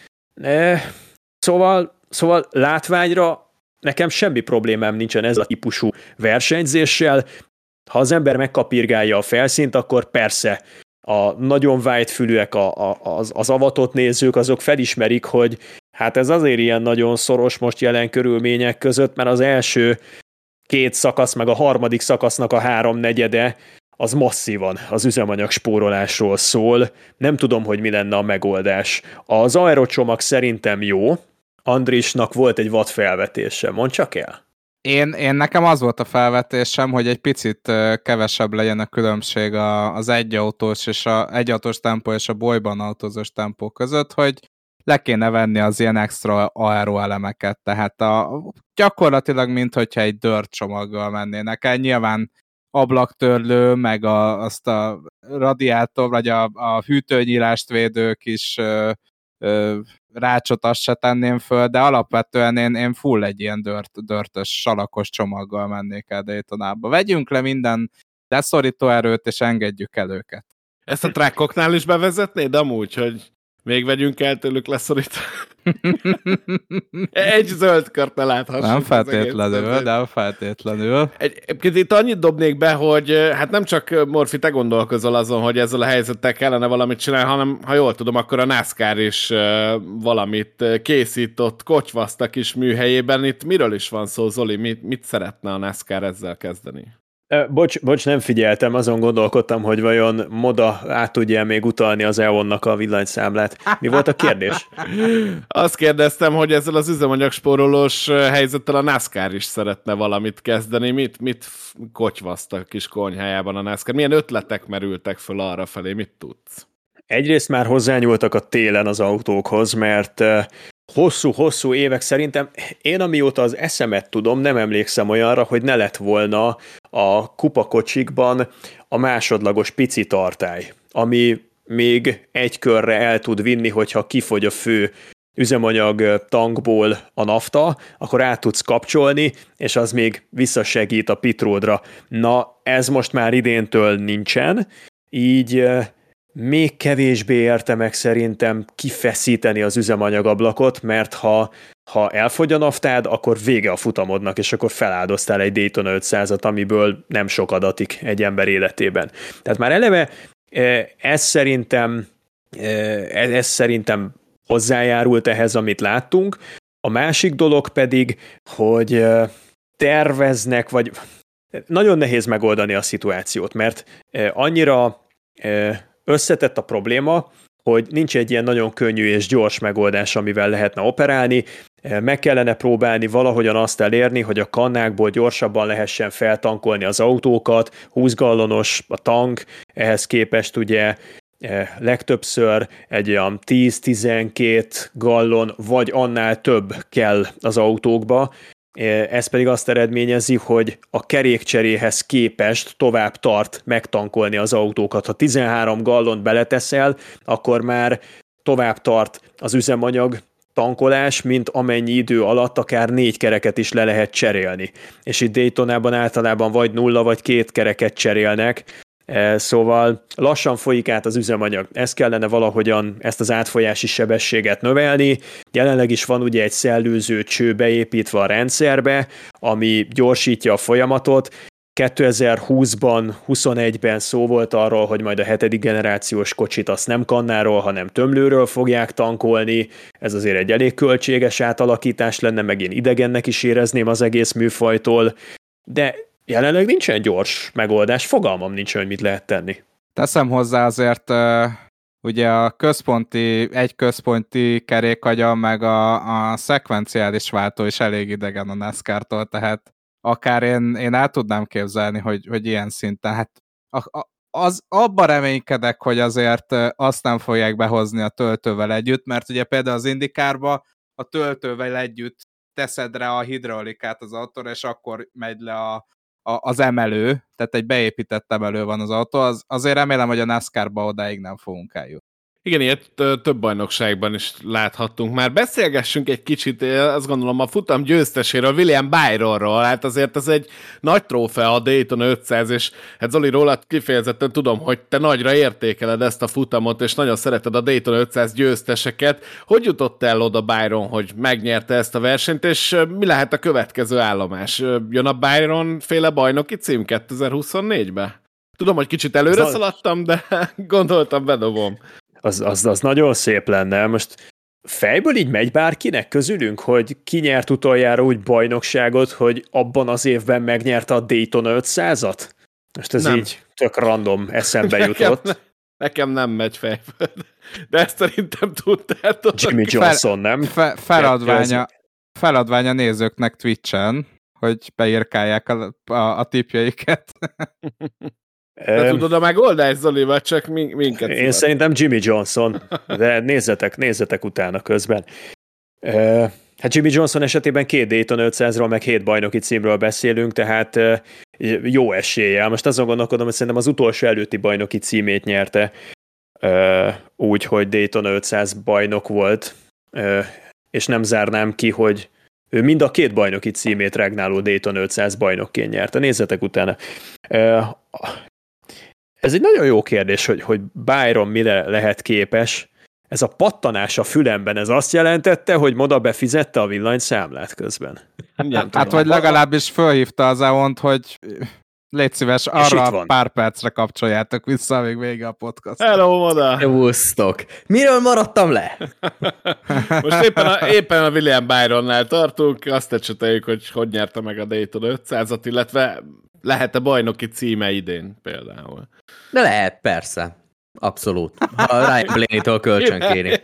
Szóval látványra nekem semmi problémám nincsen ez a típusú versenyzéssel. Ha az ember megkapirgálja a felszínt, akkor persze a nagyon vájtfülűek, az avatott nézők, azok felismerik, hogy hát ez azért ilyen nagyon szoros most jelen körülmények között, mert az első 2 szakasz, meg a harmadik szakasznak a 3/4 az masszívan az üzemanyag spórolásról szól. Nem tudom, hogy mi lenne a megoldás. Az aerocsomag szerintem jó. Andrisnak volt egy vad felvetése. Mondd csak el. Én nekem az volt a felvetésem, hogy egy picit kevesebb legyen a különbség az egyautós tempó és a bolyban autózós tempó között, hogy le kéne venni az ilyen extra aeroelemeket, tehát gyakorlatilag minthogyha egy dirt csomaggal mennének el. Nyilván ablaktörlő, meg azt a radiátor, vagy a hűtőnyílást védő kis rácsot azt se tenném föl, de alapvetően én full egy ilyen dörtös, salakos csomaggal mennék el Daytonába. Vegyünk le minden leszorító erőt, és engedjük el őket. Ezt a trackoknál is bevezetnéd amúgy, hogy Még vegyünk el tőlük leszorít. Egy zöld kört ne láthassuk. Nem feltétlenül. Egyébként itt annyit dobnék be, hogy hát nem csak Morfi, te gondolkozol azon, hogy ezzel a helyzettel kellene valamit csinálni, hanem ha jól tudom, akkor a NASCAR is valamit készított Kocsvaszta kis műhelyében. Itt miről is van szó, Zoli? Mit szeretne a NASCAR ezzel kezdeni? Bocs, nem figyeltem, azon gondolkodtam, hogy vajon Moda át tudja még utalni az EON-nak a villanyszámlát. Mi volt a kérdés? Azt kérdeztem, hogy ezzel az üzemanyagspórolós helyzettel a NASCAR is szeretne valamit kezdeni. Mit kotyvaszt a kis konyhájában a NASCAR? Milyen ötletek merültek föl arra felé? Mit tudsz? Egyrészt már hozzányúltak a télen az autókhoz, mert hosszú évek szerintem, én amióta az eszemet tudom, nem emlékszem olyanra, hogy ne lett volna a kupakocsikban a másodlagos pici tartály, ami még egy körre el tud vinni, hogyha kifogy a fő üzemanyag tankból a nafta, akkor át tudsz kapcsolni, és az még visszasegít a pitródra. Na, ez most már idéntől nincsen, így még kevésbé érte meg szerintem kifeszíteni az üzemanyagablakot, mert ha elfogy a naftád, akkor vége a futamodnak, és akkor feláldoztál egy Daytona 500-at, amiből nem sok adatik egy ember életében. Tehát már eleve ez szerintem hozzájárult ehhez, amit láttunk. A másik dolog pedig, hogy terveznek, vagy nagyon nehéz megoldani a szituációt, mert annyira összetett a probléma, hogy nincs egy ilyen nagyon könnyű és gyors megoldás, amivel lehetne operálni. Meg kellene próbálni valahogyan azt elérni, hogy a kannákból gyorsabban lehessen feltankolni az autókat, 20 gallonos a tank, ehhez képest ugye legtöbbször egy olyan 10-12 gallon, vagy annál több kell az autókba. Ez pedig azt eredményezi, hogy a kerékcseréhez képest tovább tart megtankolni az autókat. Ha 13 gallont beleteszel, akkor már tovább tart az üzemanyag tankolás, mint amennyi idő alatt akár 4 kereket is le lehet cserélni. És itt Daytonában általában vagy 0 vagy 2 kereket cserélnek, szóval lassan folyik át az üzemanyag. Ez kellene valahogyan ezt az átfolyási sebességet növelni. Jelenleg is van ugye egy szellőző cső beépítve a rendszerbe, ami gyorsítja a folyamatot. 2020-ban, 21-ben szó volt arról, hogy majd a 7. generációs kocsit azt nem kannáról, hanem tömlőről fogják tankolni. Ez azért egy elég költséges átalakítás lenne, meg én idegennek is érezném az egész műfajtól, de jelenleg nincsen gyors megoldás, fogalmam nincs, hogy mit lehet tenni. Teszem hozzá azért, ugye a egy központi kerékagya, meg a szekvenciális váltó is elég idegen a NASCAR-tól, tehát akár én el tudnám képzelni, hogy ilyen szinten. Hát abban reménykedek, hogy azért azt nem fogják behozni a töltővel együtt, mert ugye például az IndyCarba a töltővel együtt teszed rá a hidraulikát az autóra, és akkor megy le az emelő, tehát egy beépített emelő van az autó, azért remélem, hogy a NASCAR-ba odáig nem fogunk eljutni. Igen, ilyet több bajnokságban is láthattunk már. Beszélgessünk egy kicsit, azt gondolom, a futam győzteséről, William Byronról. Hát azért ez egy nagy trófea a Daytona 500, és hát Zoli, rólad kifejezetten tudom, hogy te nagyra értékeled ezt a futamot, és nagyon szereted a Daytona 500 győzteseket. Hogy jutott el oda Byron, hogy megnyerte ezt a versenyt, és mi lehet a következő állomás? Jön a Byron féle bajnoki cím 2024-be? Tudom, hogy kicsit előre szaladtam, de gondoltam, bedobom. Az nagyon szép lenne. Most fejből így megy bárkinek közülünk, hogy ki nyert utoljára úgy bajnokságot, hogy abban az évben megnyerte a Daytona 500-at? Most ez nem. Így tök random eszembe jutott. Nekem nem megy fejből. De ezt szerintem tudtátok. Jimmy Johnson, nem? Feladványa nézőknek Twitch-en, hogy beírkálják a tippjeiket. De tudod a megoldást, Zoli, vagy csak minket? Én szerintem Jimmy Johnson, de nézzetek utána közben. Hát Jimmy Johnson esetében 2 Daytona 500-ról, meg 7 bajnoki címről beszélünk, tehát jó eséllyel. Most azon gondolkodom, hogy szerintem az utolsó előtti bajnoki címét nyerte, úgy, hogy Daytona 500 bajnok volt, és nem zárnám ki, hogy ő mind a 2 bajnoki címét regnáló Daytona 500 bajnokként nyerte. Nézzetek utána. Ez egy nagyon jó kérdés, hogy Byron mire lehet képes. ez a pattanás a fülemben, ez azt jelentette, hogy Moda befizette a villanyszámlát közben. Hát vagy legalábbis fölhívta az EON-t, hogy légy szíves, arra pár percre kapcsoljátok vissza, még vége a podcast. Hello, Moda! Jusztok! Miről maradtam le? Most éppen a William Byronnál tartunk, azt ecseteljük, hogy nyerte meg a Daytona 500-at, illetve lehet-e bajnoki címe idén például? De lehet, persze. Abszolút. Ha Ryan Blaney-től kölcsön kéri.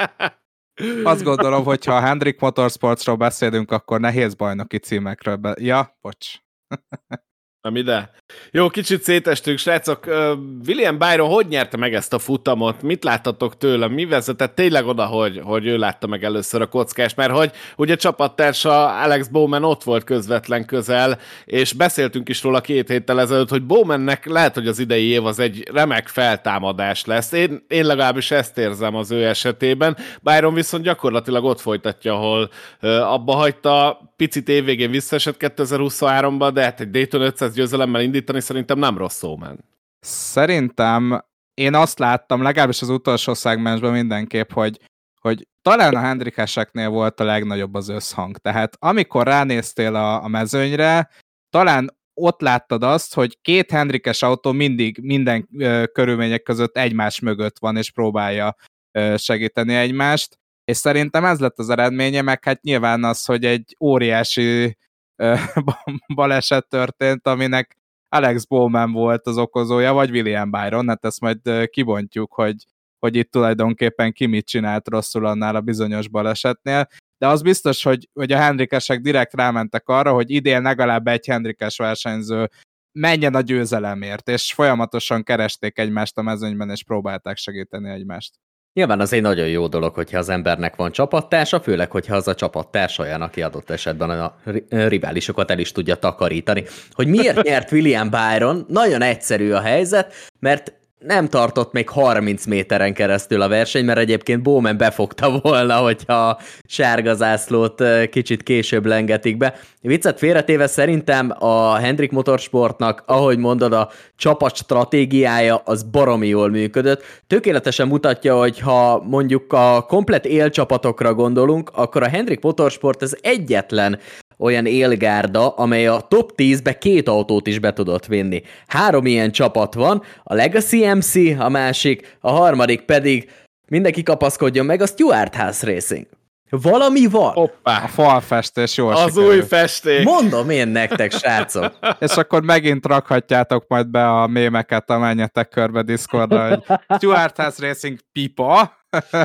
Azt gondolom, hogy ha a Hendrick Motorsportsról beszélünk, akkor nehéz bajnoki címekről Ja, bocs. Nem ide. Jó, kicsit szétestünk, srácok. William Byron hogy nyerte meg ezt a futamot? Mit láttatok tőle? Mi vezetett tényleg oda, hogy ő látta meg először a kockást? Mert hogy ugye csapattársa Alex Bowman ott volt közvetlen közel, és beszéltünk is róla 2 héttel ezelőtt, hogy Bowmannek lehet, hogy az idei év az egy remek feltámadás lesz. Én legalábbis ezt érzem az ő esetében. Byron viszont gyakorlatilag ott folytatja, ahol abba hagyta. Picit évvégén visszaesett 2023-ba, de hát egy Daytona 500 győzelemmel indítani szerintem nem rossz szómen. Szerintem én azt láttam, legalábbis az utolsó szegmensben mindenképp, hogy talán a Hendrickeseknél volt a legnagyobb az összhang. Tehát amikor ránéztél a mezőnyre, talán ott láttad azt, hogy 2 Hendrickes autó mindig minden körülmények között egymás mögött van, és próbálja segíteni egymást. És szerintem ez lett az eredménye, meg hát nyilván az, hogy egy óriási baleset történt, aminek Alex Bowman volt az okozója, vagy William Byron, hát ezt majd kibontjuk, hogy itt tulajdonképpen ki mit csinált rosszul annál a bizonyos balesetnél, de az biztos, hogy a Hendrickesek direkt rámentek arra, hogy idén legalább egy Hendrickes versenyző menjen a győzelemért, és folyamatosan keresték egymást a mezőnyben, és próbálták segíteni egymást. Nyilván az egy nagyon jó dolog, hogyha az embernek van csapattársa, főleg, hogyha az a csapattárs olyan, aki adott esetben a riválisokat el is tudja takarítani. Hogy miért nyert William Byron? Nagyon egyszerű a helyzet, mert nem tartott még 30 méteren keresztül a verseny, mert egyébként Bowman befogta volna, hogyha a sárga zászlót kicsit később lengetik be. Viccet félretéve szerintem a Hendrick Motorsportnak, ahogy mondod, a csapat stratégiája az baromi jól működött. Tökéletesen mutatja, hogy ha mondjuk a komplett élcsapatokra gondolunk, akkor a Hendrick Motorsport az egyetlen olyan élgárda, amely a top 10-be 2 autót is be tudott vinni. 3 ilyen csapat van, a Legacy MC, a másik, a harmadik pedig, mindenki kapaszkodjon meg, a Stewart House Racing. Valami van. Hoppá. A falfestés jól az sikerül. Új festék. Mondom én nektek, srácok. És akkor megint rakhatjátok majd be a mémeket, a menjetek körbe Discordra, hogy Stewart House Racing pipa.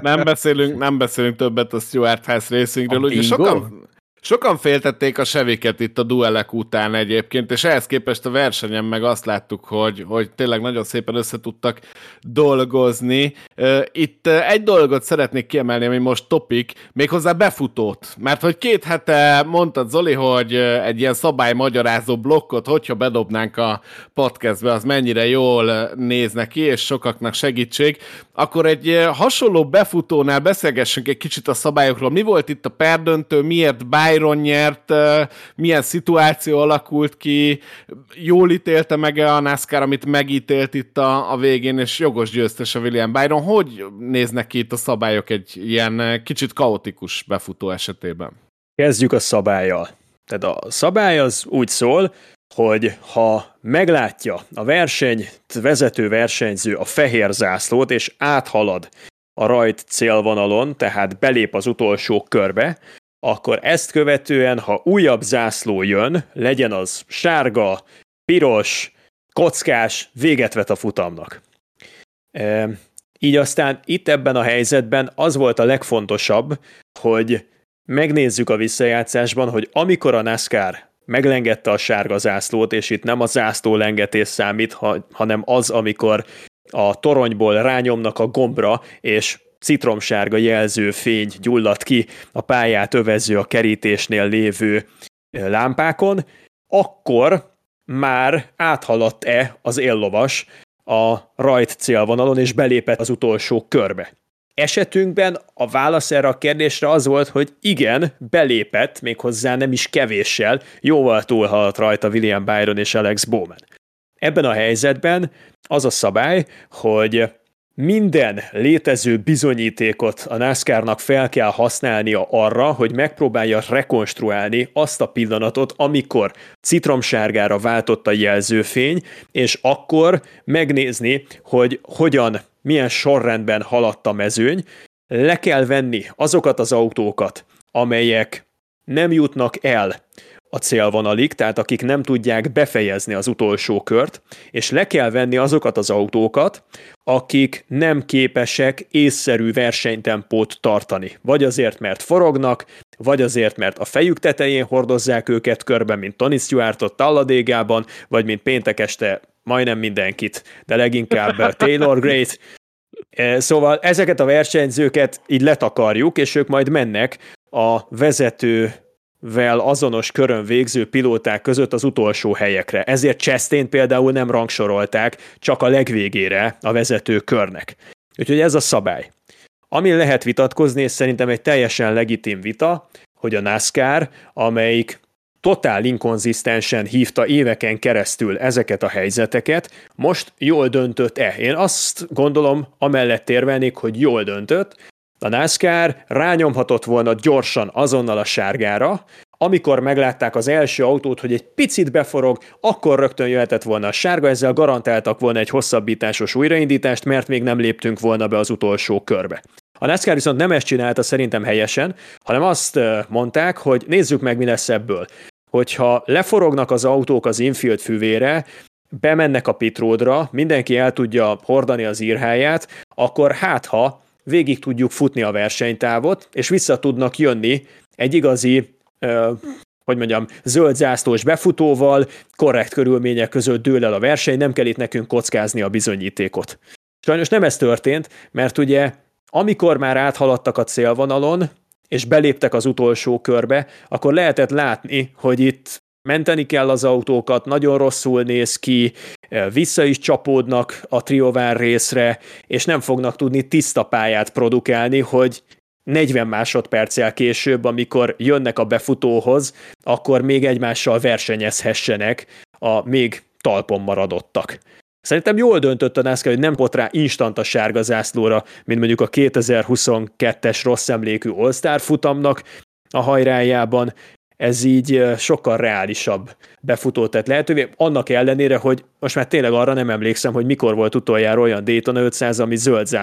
Nem beszélünk többet a Stewart House Racingről, ugye sokan féltették a Chevyket itt a duellek után egyébként, és ehhez képest a versenyen meg azt láttuk, hogy tényleg nagyon szépen összetudtak dolgozni. Itt egy dolgot szeretnék kiemelni, ami most topik, méghozzá befutót. Mert hogy 2 hete mondtad, Zoli, hogy egy ilyen szabálymagyarázó blokkot, hogyha bedobnánk a podcastbe, az mennyire jól néz neki, és sokaknak segítség, akkor egy hasonló befutónál beszélgessünk egy kicsit a szabályokról. Mi volt itt a perdöntő, miért Byron nyert, milyen szituáció alakult ki, jól ítélte meg a NASCAR, amit megítélt itt a végén, és jogos győztes a William Byron. Hogy néznek ki itt a szabályok egy ilyen kicsit kaotikus befutó esetében? Kezdjük a szabállyal. Tehát a szabály az úgy szól, hogy ha meglátja a vezető versenyző a fehér zászlót, és áthalad a rajt célvonalon, tehát belép az utolsó körbe, akkor ezt követően, ha újabb zászló jön, legyen az sárga, piros, kockás, véget vet a futamnak. Így aztán itt ebben a helyzetben az volt a legfontosabb, hogy megnézzük a visszajátszásban, hogy amikor a NASCAR meglengette a sárga zászlót, és itt nem a zászló lengetés számít, hanem az, amikor a toronyból rányomnak a gombra, és citromsárga jelzőfény gyulladt ki a pályát övező a kerítésnél lévő lámpákon, akkor már áthaladt-e az éllovas a rajt célvonalon, és belépett az utolsó körbe. Esetünkben a válasz erre a kérdésre az volt, hogy igen, belépett, méghozzá nem is kevéssel, jóval túlhaladt rajta William Byron és Alex Bowman. Ebben a helyzetben az a szabály, hogy minden létező bizonyítékot a NASCAR-nak fel kell használnia arra, hogy megpróbálja rekonstruálni azt a pillanatot, amikor citromsárgára váltott a jelzőfény, és akkor megnézni, hogy milyen sorrendben haladt a mezőny. Le kell venni azokat az autókat, amelyek nem jutnak el a célvonalig, tehát akik nem tudják befejezni az utolsó kört, és le kell venni azokat az autókat, akik nem képesek észszerű versenytempót tartani. Vagy azért, mert forognak, vagy azért, mert a fejük tetején hordozzák őket körbe, mint Tony Stewartot Talladégában, vagy mint péntek este majdnem mindenkit, de leginkább Taylor Gray-t. Szóval ezeket a versenyzőket így letakarjuk, és ők majd mennek a vezetővel azonos körön végző pilóták között az utolsó helyekre. Ezért Chastain például nem rangsorolták, csak a legvégére a vezető körnek. Úgyhogy ez a szabály. Amin lehet vitatkozni, és szerintem egy teljesen legitim vita, hogy a NASCAR, amelyik totál inkonzisztensen hívta éveken keresztül ezeket a helyzeteket, most jól döntött-e? Én azt gondolom, amellett érvelnék, hogy jól döntött. A NASCAR rányomhatott volna gyorsan azonnal a sárgára, amikor meglátták az első autót, hogy egy picit beforog, akkor rögtön jöhetett volna a sárga, ezzel garantáltak volna egy hosszabbításos újraindítást, mert még nem léptünk volna be az utolsó körbe. A NASCAR viszont nem ezt csinálta szerintem helyesen, hanem azt mondták, hogy nézzük meg, mi lesz ebből. Hogyha leforognak az autók az infield füvére, bemennek a pitródra, mindenki el tudja hordani az írháját, akkor ha végig tudjuk futni a versenytávot, és vissza tudnak jönni egy igazi, zöld zászlós befutóval, korrekt körülmények között dől el a verseny, nem kell itt nekünk kockázni a bizonyítékot. Sajnos nem ez történt, mert ugye amikor már áthaladtak a célvonalon, és beléptek az utolsó körbe, akkor lehetett látni, hogy itt menteni kell az autókat, nagyon rosszul néz ki, vissza is csapódnak a triovár részre, és nem fognak tudni tiszta pályát produkálni, hogy 40 másodperccel később, amikor jönnek a befutóhoz, akkor még egymással versenyezhessenek a még talpon maradottak. Szerintem jól döntött a NASCAR, hogy nem pot rá instant a sárga zászlóra, mint mondjuk a 2022-es rossz emlékű All-Star futamnak a hajrájában. Ez így sokkal reálisabb befutót tett lehetővé, annak ellenére, hogy most már tényleg arra nem emlékszem, hogy mikor volt utoljára olyan Daytona 500, ami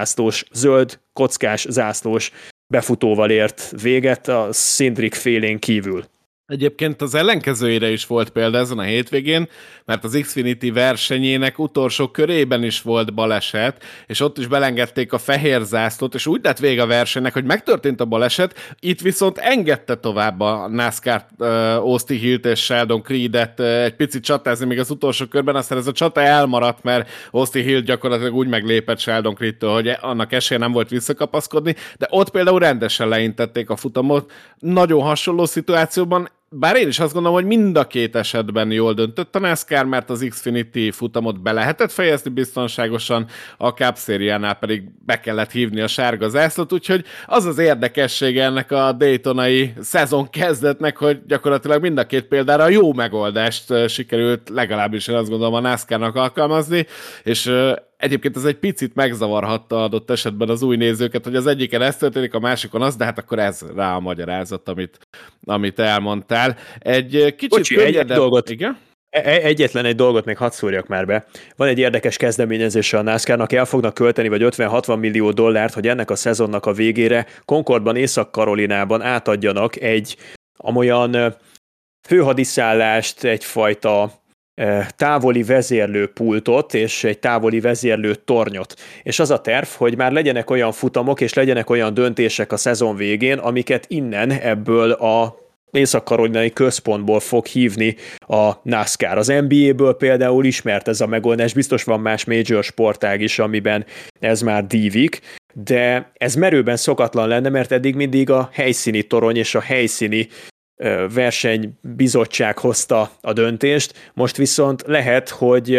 zöld kockás zászlós befutóval ért véget a Cindric félén kívül. Egyébként az ellenkezőjére is volt példa ezen a hétvégén, mert az Xfinity versenyének utolsó körében is volt baleset, és ott is belengedték a fehér zászlót, és úgy lett vége a versenynek, hogy megtörtént a baleset, itt viszont engedte tovább a NASCAR Austin Hill-t és Sheldon Creed-et egy picit csatázni még az utolsó körben, aztán ez a csata elmaradt, mert Austin Hill gyakorlatilag úgy meglépett Sheldon Creed-től, hogy annak esélye nem volt visszakapaszkodni, de ott például rendesen leintették a futamot. Nagyon hasonló szituációban, bár én is azt gondolom, hogy mind a két esetben jól döntött a NASCAR, mert az Xfinity futamot be lehetett fejezni biztonságosan, a Cup szériánál pedig be kellett hívni a sárga zászlót, úgyhogy az az érdekessége ennek a daytonai szezon kezdetnek, hogy gyakorlatilag mind a két példára jó megoldást sikerült legalábbis én azt gondolom a NASCAR-nak alkalmazni, és egyébként ez egy picit megzavarhatta adott esetben az új nézőket, hogy az egyiken ez történik, a másikon az, de hát akkor ez rá a magyarázat, amit elmondtál. Egy kicsit könnyedebb... Igen? Egyetlen egy dolgot még hadd szúrjak már be. Van egy érdekes kezdeményezése a NASCAR-nak, el fognak költeni vagy 50-60 millió dollárt, hogy ennek a szezonnak a végére Concordban, Észak-Karolinában átadjanak egy amolyan főhadiszállást, egyfajta távoli vezérlőpultot és egy távoli vezérlőtornyot. És az a terv, hogy már legyenek olyan futamok és legyenek olyan döntések a szezon végén, amiket innen ebből a észak-karolinai központból fog hívni a NASCAR. Az NBA-ből például ismert ez a megoldás, biztos van más major sportág is, amiben ez már dívik, de ez merőben szokatlan lenne, mert eddig mindig a helyszíni torony és a helyszíni versenybizottság hozta a döntést, most viszont lehet,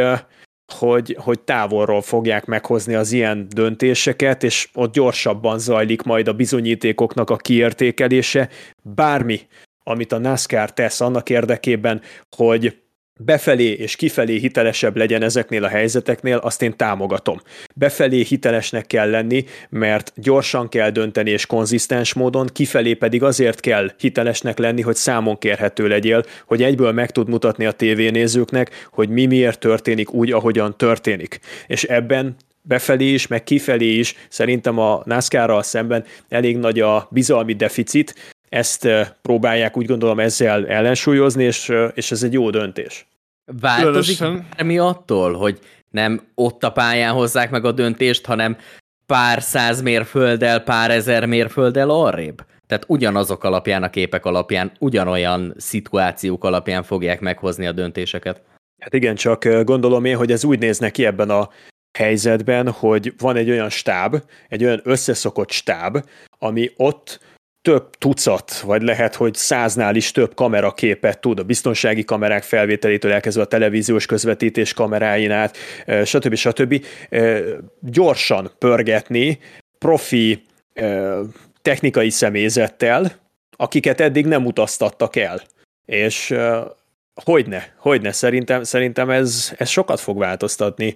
hogy távolról fogják meghozni az ilyen döntéseket, és ott gyorsabban zajlik majd a bizonyítékoknak a kiértékelése. Bármi, amit a NASCAR tesz annak érdekében, hogy befelé és kifelé hitelesebb legyen ezeknél a helyzeteknél, azt én támogatom. Befelé hitelesnek kell lenni, mert gyorsan kell dönteni és konzisztens módon, kifelé pedig azért kell hitelesnek lenni, hogy számon kérhető legyél, hogy egyből meg tud mutatni a tévénézőknek, hogy mi miért történik úgy, ahogyan történik. És ebben befelé is, meg kifelé is szerintem a NASCAR-ral szemben elég nagy a bizalmi deficit, ezt próbálják úgy gondolom ezzel ellensúlyozni, és ez egy jó döntés. Változik mi attól, hogy nem ott a pályán hozzák meg a döntést, hanem pár száz mérfölddel, pár ezer mérfölddel arrébb? Tehát ugyanazok alapján, a képek alapján, ugyanolyan szituációk alapján fogják meghozni a döntéseket. Hát igen, csak gondolom én, hogy ez úgy néz neki ebben a helyzetben, hogy van egy olyan stáb, egy olyan összeszokott stáb, ami ott több tucat, vagy lehet, hogy 100-nál is több kameraképet tud, a biztonsági kamerák felvételétől elkezdve a televíziós közvetítés kameráin át, stb. Gyorsan pörgetni profi technikai személyzettel, akiket eddig nem utaztattak el. És hogyne, szerintem ez sokat fog változtatni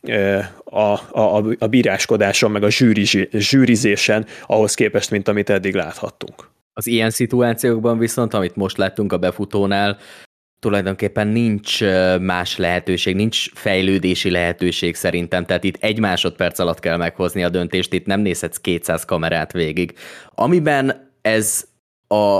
a bíráskodáson, meg a zsűrizésen ahhoz képest, mint amit eddig láthattunk. Az ilyen szituációkban viszont, amit most láttunk a befutónál, tulajdonképpen nincs más lehetőség, nincs fejlődési lehetőség szerintem, tehát itt 1 másodperc alatt kell meghozni a döntést, itt nem nézhetsz 200 kamerát végig. Amiben ez a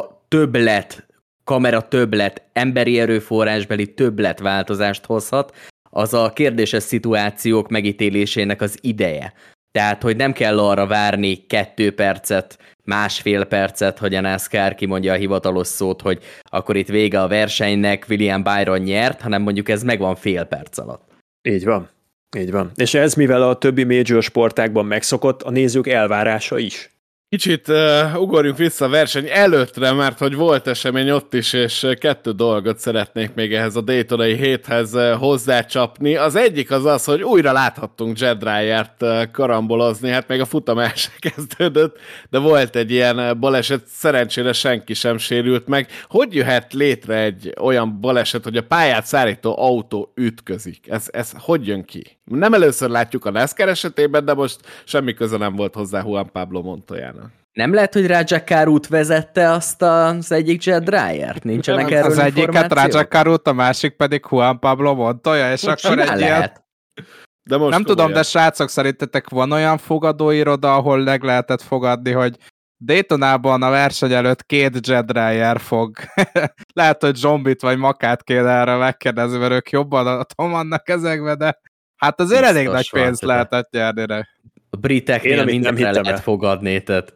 kamera többlet, emberi erőforrásbeli többlet változást hozhat, az a kérdéses szituációk megítélésének az ideje. Tehát, hogy nem kell arra várni 2 percet, 1,5 percet, hogy a NASCAR kimondja a hivatalos szót, hogy akkor itt vége a versenynek, William Byron nyert, hanem mondjuk ez megvan fél perc alatt. Így van. És ez, mivel a többi major sportákban megszokott, a nézők elvárása is. Kicsit ugorjunk vissza a verseny előttre, mert hogy volt esemény ott is, és 2 dolgot szeretnék még ehhez a Daytonai héthez hozzácsapni. Az egyik az, hogy újra láthattunk Jed Dryert karambolozni, hát még a futam el sem kezdődött, de volt egy ilyen baleset, szerencsére senki sem sérült meg. Hogy jöhet létre egy olyan baleset, hogy a pályát szállító autó ütközik? Ez hogy jön ki? Nem először látjuk a NASCAR esetében, de most semmi köze nem volt hozzá Juan Pablo Montoyának. Nem lehet, hogy Rajah út vezette azt az egyik Jed Dryert? Nincsenek erről az egyiket Rajah út, a másik pedig Juan Pablo Montoya, és akkor egy ilyet... De most nem tudom, de srácok, szerintetek van olyan fogadóiroda, ahol meg lehetett fogadni, hogy Daytonában a verseny előtt 2 Jed Dryer fog. Lehet, hogy Zsombit vagy Makát kéne erre megkérdezni, mert ők jobban vannak ezekben, de hát azért elég nagy pénzt lehetett nyerni. A briteknél mindenre lehet fogadni, tehát.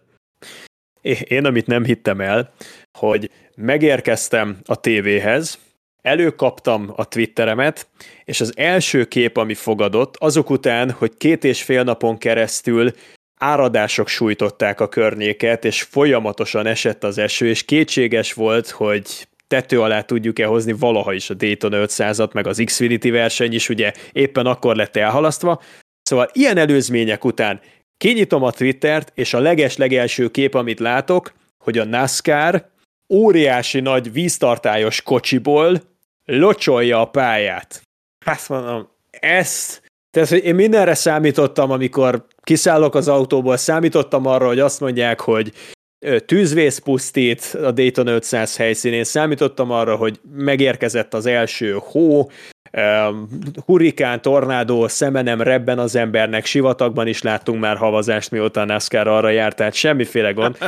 Én, amit nem hittem el, hogy megérkeztem a tévéhez, előkaptam a Twitteremet, és az első kép, ami fogadott, azok után, hogy 2,5 napon keresztül áradások sújtották a környéket, és folyamatosan esett az eső, és kétséges volt, hogy tető alá tudjuk-e hozni valaha is a Daytona 500-at, meg az Xfinity verseny is, ugye éppen akkor lett elhalasztva. Szóval ilyen előzmények után kinyitom a Twittert, és a leges-legelső kép, amit látok, hogy a NASCAR óriási nagy víztartályos kocsiból locsolja a pályát. Azt mondom, tehát, hogy én mindenre számítottam, amikor kiszállok az autóból, számítottam arra, hogy azt mondják, hogy tűzvész pusztít a Daytona 500 helyszínén, számítottam arra, hogy megérkezett az első hó, hurrikán, tornádó, szeme nem rebben az embernek, sivatagban is láttunk már havazást, mióta a NASCAR arra járt, tehát semmiféle gond,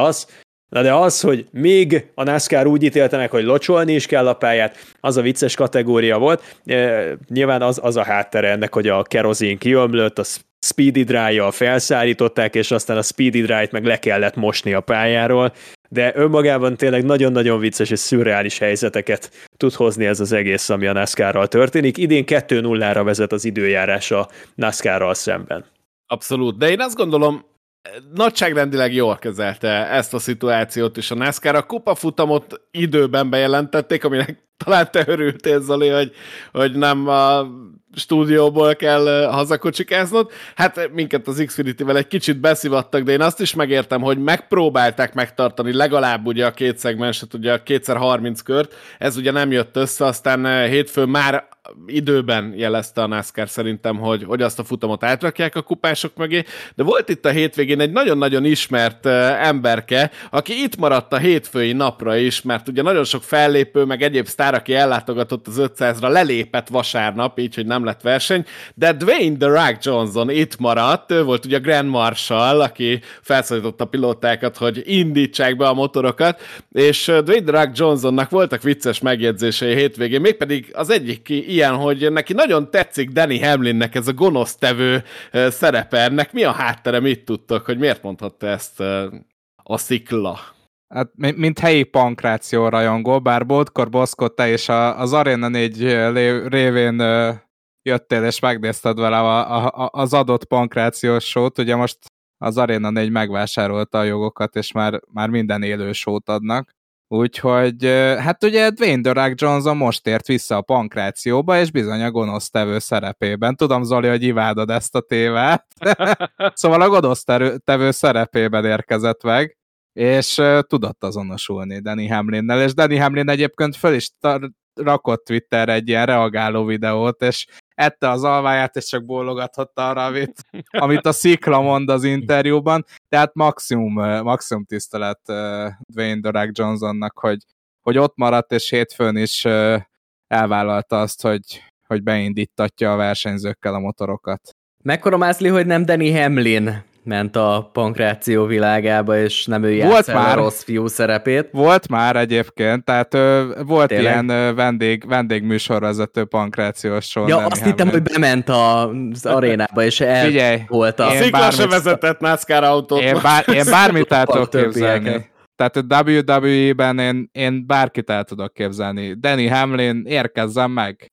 de az, hogy még a NASCAR úgy ítélte meg, hogy locsolni is kell a pályát, az a vicces kategória volt. Nyilván az a háttere ennek, hogy a kerozin kiömlött, a Speedy Dry-jal felszállították, és aztán a Speedy Dry-t meg le kellett mosni a pályáról, de önmagában tényleg nagyon-nagyon vicces és szürreális helyzeteket tud hozni ez az egész, ami a NASCAR-ral történik. Idén 2-0-ra vezet az időjárás a NASCAR-ral szemben. Abszolút, de én azt gondolom, nagyságrendileg jól kezelte ezt a szituációt is a NASCAR. A kupafutamot időben bejelentették, aminek Talán te örültél, Zoli, hogy nem a stúdióból kell hazakocsikáznod. Hát minket az Xfinity-vel egy kicsit beszivattak, de én azt is megértem, hogy megpróbálták megtartani legalább ugye a két szegmenset, ugye a 2x30 kört, ez ugye nem jött össze, aztán hétfőn már időben jelezte a NASCAR szerintem, hogy azt a futamot átrakják a kupások mögé, de volt itt a hétvégén egy nagyon-nagyon ismert emberke, aki itt maradt a hétfői napra is, mert ugye nagyon sok fellépő, meg egyéb sztár, aki ellátogatott az 500-ra, lelépett vasárnap, így, hogy nem lett verseny, de Dwayne The Rock Johnson itt maradt, ő volt ugye a Grand Marshal, aki felszólította a pilótákat, hogy indítsák be a motorokat, és Dwayne The Rock Johnsonnak voltak vicces megjegyzései hétvégén, mégpedig az egyik ilyen, hogy neki nagyon tetszik Denny Hamlinnek ez a gonosztevő szerepe. Ennek mi a háttere, mit tudtok, hogy miért mondhatta ezt a szikla? Hát, mint helyi pankráció rajongó, bár Boldkor Boszkot, te is az Arena 4 révén jöttél és megnézted vele az adott pankrációs show-t, ugye most az Arena 4 megvásárolta a jogokat, és már minden élő show-t adnak. Úgyhogy, hát ugye Dwayne The Rock Johnson most ért vissza a pankrációba, és bizony a gonosztevő szerepében. Tudom, Zoli, hogy imádod ezt a tévát. Szóval a gonosztevő szerepében érkezett meg, és tudott azonosulni Denny Hamlinnel, és Denny Hamlin egyébként föl is rakott Twitterre egy ilyen reagáló videót, és ette az alváját, és csak bólogathatta arra, amit a szikla mond az interjúban, tehát maximum tisztelet Dwayne The Rock Johnsonnak, hogy ott maradt, és hétfőn is elvállalta azt, hogy beindítatja a versenyzőkkel a motorokat. Mekkora mászli, hogy nem Denny Hamlin ment a pankráció világába, és nem ő játsza a rossz fiú szerepét. Volt már egyébként, tehát volt tényleg? Ilyen vendégműsorvezető pankrációs show. Ja, azt hittem, hogy bement az arénába, és volt a... Szikla se vezetett NASCAR autót. Én bármit el tudok képzelni. Tehát a WWE-ben én bárkit el tudok képzelni. Denny Hamlin, érkezzen meg!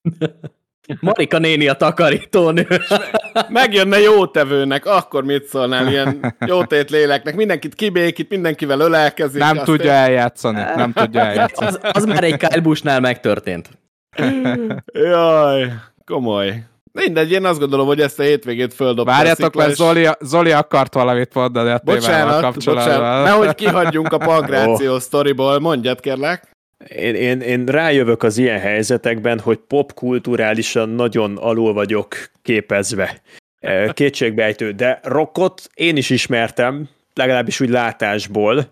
Marika néni a takarítónő. Megjönne jótevőnek, akkor mit szólnál ilyen jótét léleknek? Mindenkit kibékít, mindenkivel ölelkezik. Nem tudja eljátszani. Az már egy Kyle Busch-nál megtörtént. Jaj, komoly. Mindegy, én azt gondolom, hogy ezt a hétvégét földobta. Várjátok, mert Zoli akart valamit mondani a témával kapcsolatban. Bocsánat, nehogy kihagyjunk a pankráció sztoriból. Mondjad, kérlek. Én rájövök az ilyen helyzetekben, hogy popkulturálisan nagyon alul vagyok képezve. Kétségbeejtő, de Rockot én is ismertem, legalábbis úgy látásból,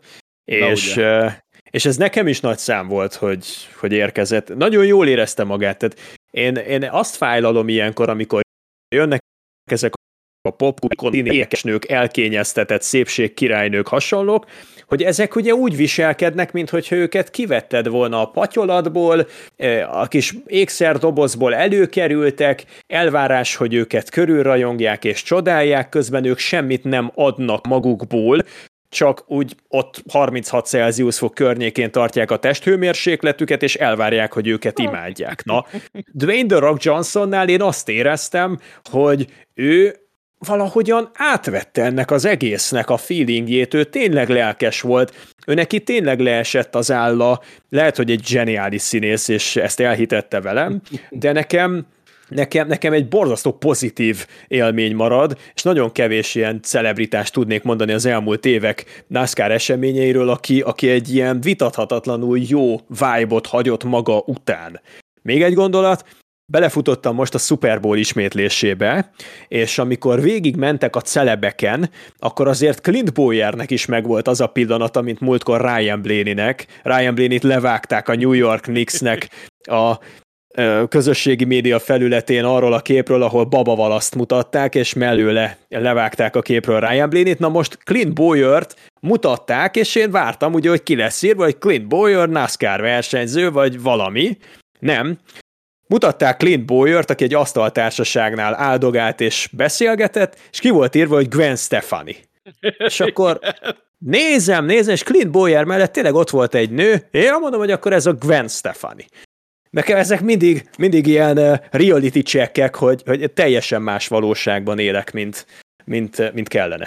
és ez nekem is nagy szám volt, hogy érkezett. Nagyon jól érezte magát. Tehát én azt fájlalom ilyenkor, amikor jönnek ezek a popkultúra ékesnők, elkényeztetett szépségkirálynők, hasonlók, hogy ezek ugye úgy viselkednek, minthogyha őket kivetted volna a patyolatból, a kis ékszerdobozból előkerültek, elvárás, hogy őket körülrajongják és csodálják, közben ők semmit nem adnak magukból, csak úgy ott 36 Celsius fok környékén tartják a testhőmérsékletüket, és elvárják, hogy őket imádják. Na, Dwayne The Rock Johnsonnál én azt éreztem, hogy ő valahogyan átvette ennek az egésznek a feelingjét, ő tényleg lelkes volt, ő neki tényleg leesett az álla, lehet, hogy egy zseniális színész, és ezt elhitette velem, de nekem egy borzasztó pozitív élmény marad, és nagyon kevés ilyen celebritást tudnék mondani az elmúlt évek NASCAR eseményeiről, aki egy ilyen vitathatatlanul jó vibe-ot hagyott maga után. Még egy gondolat, belefutottam most a Super Bowl ismétlésébe, és amikor végig mentek a celebeken, akkor azért Clint Bowyernek is megvolt az a pillanat, mint múltkor Ryan Blaney-nek. Ryan Blaney-t levágták a New York Knicksnek a közösségi média felületén arról a képről, ahol Baba Valaszt mutatták, és mellőle levágták a képről Ryan Blaney-t. Na most Clint Bowyert mutatták, és én vártam ugye, hogy ki lesz írva, hogy Clint Bowyer NASCAR versenyző, vagy valami. Nem. Mutatták Clint Bowyert, aki egy asztaltársaságnál áldogált és beszélgetett, és ki volt írva, hogy Gwen Stefani. És akkor nézem, és Clint Bowyer mellett tényleg ott volt egy nő, én mondom, hogy akkor ez a Gwen Stefani. Nekem ezek mindig ilyen reality checkek, hogy teljesen más valóságban élek, mint kellene.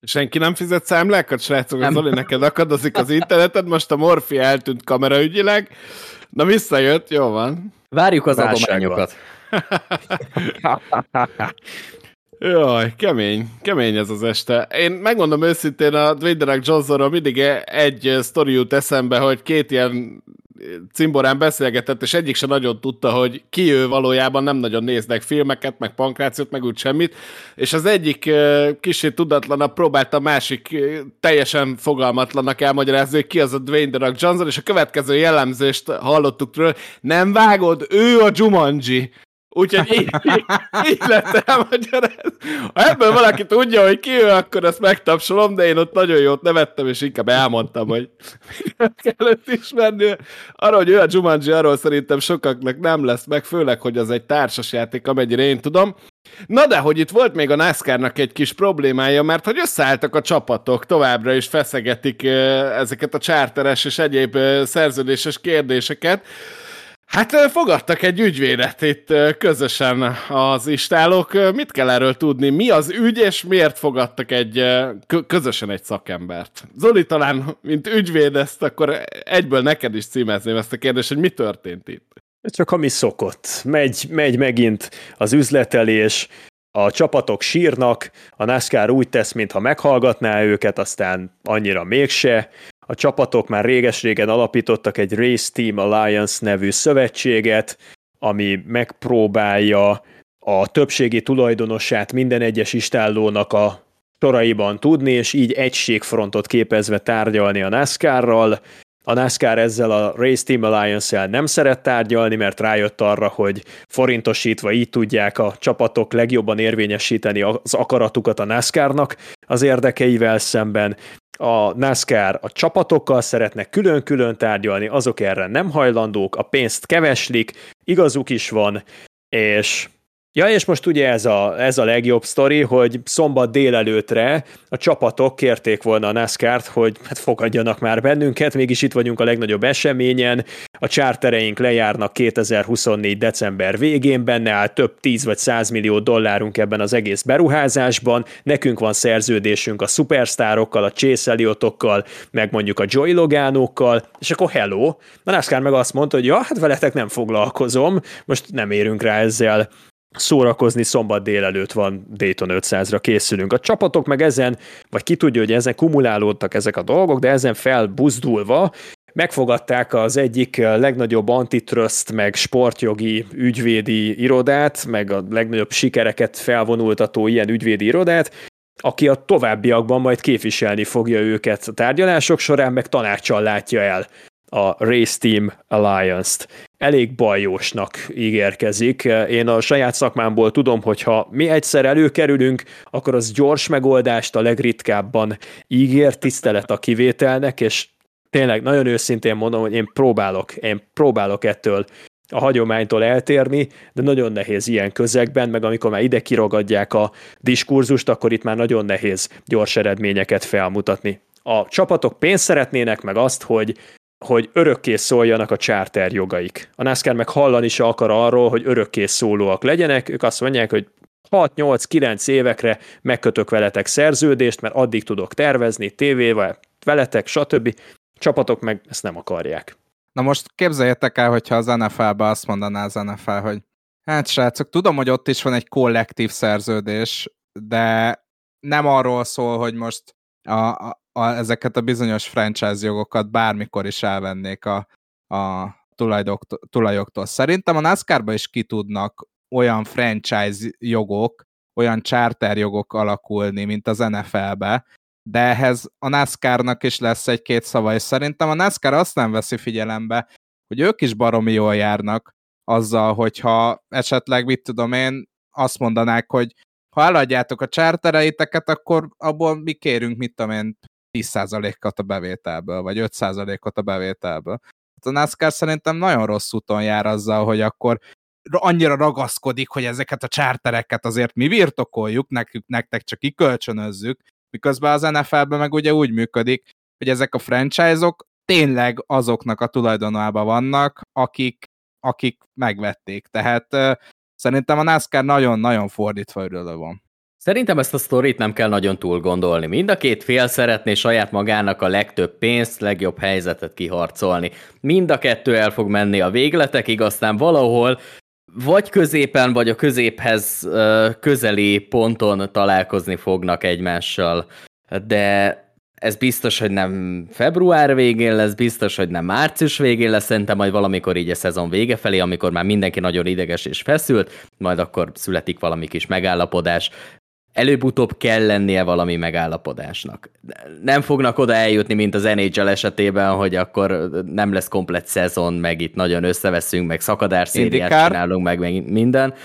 Senki nem fizet számlákat, srácok? Az Zoli, neked akadozik az interneted, most a Morfi eltűnt kameraügyileg. Na, visszajött, jó van. Várjuk az adományokat. Jaj, kemény ez az este. Én megmondom őszintén, a Dwayne The Rock Johnsonról mindig egy sztori jut eszembe, hogy két ilyen cimborán beszélgetett, és egyik sem nagyon tudta, hogy ki ő valójában, nem nagyon néznek filmeket, meg pankrációt, meg úgy semmit, és az egyik kicsit tudatlanabb próbálta a másik teljesen fogalmatlannak elmagyarázni, hogy ki az a Dwayne The Rock Johnson, és a következő jellemzést hallottuk tőle, nem vágod, ő a Jumanji. Úgyhogy így lett elmagyarázni. Ha ebből valaki tudja, hogy ki ő, akkor ezt megtapsolom, de én ott nagyon jót nevettem, és inkább elmondtam, hogy kellett ismerni. Arra, hogy ő a Jumanji, arról szerintem sokaknak nem lesz meg, főleg, hogy az egy társasjáték, amennyire én tudom. Na de, hogy itt volt még a NASCAR-nak egy kis problémája, mert hogy összeálltak a csapatok, továbbra is feszegetik ezeket a charteres és egyéb szerződéses kérdéseket. Hát fogadtak egy ügyvédet itt közösen az istálók. Mit kell erről tudni? Mi az ügy, és miért fogadtak közösen egy szakembert? Zoli, talán, mint ügyvéd ezt, akkor egyből neked is címezném ezt a kérdést, hogy mi történt itt? Csak ami szokott. Megy megint az üzletelés, a csapatok sírnak, a NASCAR úgy tesz, mintha meghallgatná őket, aztán annyira mégse. A csapatok már réges-régen alapítottak egy Race Team Alliance nevű szövetséget, ami megpróbálja a többségi tulajdonosát minden egyes istállónak a soraiban tudni, és így egységfrontot képezve tárgyalni a NASCAR-ral. A NASCAR ezzel a Race Team Alliance-el nem szeret tárgyalni, mert rájött arra, hogy forintosítva így tudják a csapatok legjobban érvényesíteni az akaratukat a NASCAR-nak az érdekeivel szemben. A NASCAR a csapatokkal szeretnek külön-külön tárgyalni, azok erre nem hajlandók, a pénzt keveslik, igazuk is van, és most ugye ez a legjobb sztori, hogy szombat délelőttre a csapatok kérték volna a NASCAR-t, hogy hát fogadjanak már bennünket, mégis itt vagyunk a legnagyobb eseményen, a chartereink lejárnak 2024. december végén, benne áll több 10 vagy 100 millió dollárunk ebben az egész beruházásban, nekünk van szerződésünk a szupersztárokkal, a Chase Elliotokkal, meg mondjuk a Joey Loganokkal, és akkor hello, a NASCAR meg azt mondta, hogy ja, hát veletek nem foglalkozom, most nem érünk rá ezzel szórakozni, szombat délelőtt van, Dayton 500-ra készülünk. A csapatok meg ezen, vagy ki tudja, hogy ezen kumulálódtak ezek a dolgok, de ezen felbuzdulva megfogadták az egyik legnagyobb antitrust, meg sportjogi ügyvédi irodát, meg a legnagyobb sikereket felvonultató ilyen ügyvédi irodát, aki a továbbiakban majd képviselni fogja őket a tárgyalások során, meg tanáccsal látja el a Race Team Alliance-t. Elég bajósnak ígérkezik. Én a saját szakmámból tudom, hogy ha mi egyszer előkerülünk, akkor az gyors megoldást a legritkábban ígér, tisztelet a kivételnek, és tényleg nagyon őszintén mondom, hogy én próbálok ettől a hagyománytól eltérni, de nagyon nehéz ilyen közegben, meg amikor már ide kiragadják a diskurzust, akkor itt már nagyon nehéz gyors eredményeket felmutatni. A csapatok pénzt szeretnének, meg azt, hogy örökké szóljanak a charter jogaik. A NASCAR meg hallani se akar arról, hogy örökké szólóak legyenek, ők azt mondják, hogy 6-8-9 évekre megkötök veletek szerződést, mert addig tudok tervezni, tévével, veletek, stb. Csapatok meg ezt nem akarják. Na most képzeljétek el, hogyha az NFL-ben azt mondaná az NFL, hogy hát srácok, tudom, hogy ott is van egy kollektív szerződés, de nem arról szól, hogy most ezeket a bizonyos franchise jogokat bármikor is elvennék a tulajoktól. Szerintem a NASCAR-ban is ki tudnak olyan franchise jogok, olyan charter jogok alakulni, mint az NFL-be, de ehhez a NASCAR-nak is lesz egy-két szava, és szerintem a NASCAR azt nem veszi figyelembe, hogy ők is baromi jól járnak azzal, hogyha esetleg, mit tudom én, azt mondanák, hogy ha eladjátok a chartereiteket, akkor abból mi kérünk, mit tudom én, 10%-ot a bevételből, vagy 5%-ot a bevételből. A NASCAR szerintem nagyon rossz úton jár azzal, hogy akkor annyira ragaszkodik, hogy ezeket a chartereket azért mi birtokoljuk, nektek csak kikölcsönözzük, miközben az NFL-ben meg ugye úgy működik, hogy ezek a franchise-ok tényleg azoknak a tulajdonában vannak, akik megvették. Tehát szerintem a NASCAR nagyon-nagyon fordítva örülő van. Szerintem ezt a sztorit nem kell nagyon túl gondolni. Mind a két fél szeretné saját magának a legtöbb pénzt, legjobb helyzetet kiharcolni. Mind a kettő el fog menni a végletekig, aztán valahol vagy középen, vagy a középhez közeli ponton találkozni fognak egymással. De ez biztos, hogy nem február végén lesz, biztos, hogy nem március végén lesz, szerintem majd valamikor így a szezon vége felé, amikor már mindenki nagyon ideges és feszült, majd akkor születik valami kis megállapodás. Előbb-utóbb kell lennie valami megállapodásnak. Nem fognak oda eljutni, mint az NHL esetében, hogy akkor nem lesz komplett szezon, meg itt nagyon összeveszünk, meg szakadárszériát csinálunk, meg minden.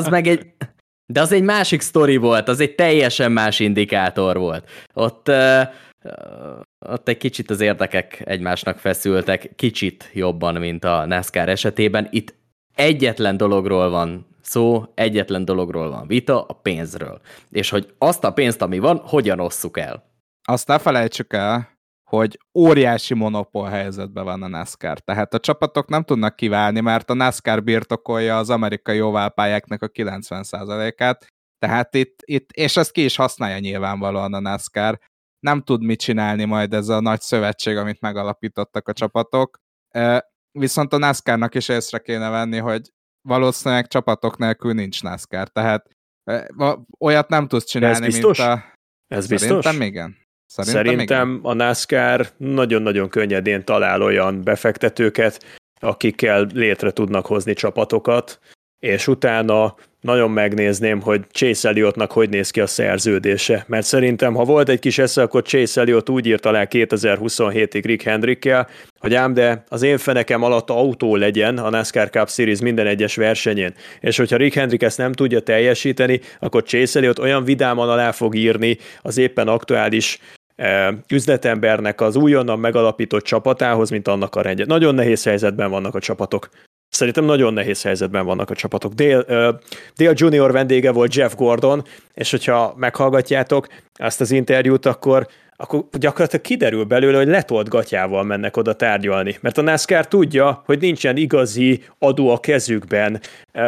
De az egy másik sztori volt, az egy teljesen más indikátor volt. Ott egy kicsit az érdekek egymásnak feszültek, kicsit jobban, mint a NASCAR esetében. Itt egyetlen dologról van szó, egyetlen dologról van vita, a pénzről. És hogy azt a pénzt, ami van, hogyan osszuk el. Azt ne felejtsük el, hogy óriási monopól helyzetben van a NASCAR. Tehát a csapatok nem tudnak kiválni, mert a NASCAR birtokolja az amerikai oválpályáknak a 90%-át. Tehát itt, és ezt ki is használja nyilvánvalóan a NASCAR. Nem tud mit csinálni majd ez a nagy szövetség, amit megalapítottak a csapatok. Viszont a NASCAR-nak is észre kéne venni, hogy valószínűleg csapatok nélkül nincs NASCAR. Tehát olyat nem tudsz csinálni, mint a... Ez biztos? Szerintem igen. Szerintem a NASCAR nagyon-nagyon könnyedén talál olyan befektetőket, akikkel létre tudnak hozni csapatokat, és utána nagyon megnézném, hogy Chase Elliottnak hogy néz ki a szerződése. Mert szerintem, ha volt egy kis esze, akkor Chase Elliott úgy írt alá 2027-ig Rick Hendrickkel, hogy ám de az én fenekem alatt autó legyen a NASCAR Cup Series minden egyes versenyén. És hogyha Rick Hendrick ezt nem tudja teljesíteni, akkor Chase Elliott olyan vidáman alá fog írni az éppen aktuális üzletembernek az újonnan megalapított csapatához, mint annak a rendje. Nagyon nehéz helyzetben vannak a csapatok. Szerintem nagyon nehéz helyzetben vannak a csapatok. Dale Junior vendége volt Jeff Gordon, és hogyha meghallgatjátok ezt az interjút, akkor gyakorlatilag kiderül belőle, hogy letolt gatyával mennek oda tárgyalni. Mert a NASCAR tudja, hogy nincsen igazi adó a kezükben.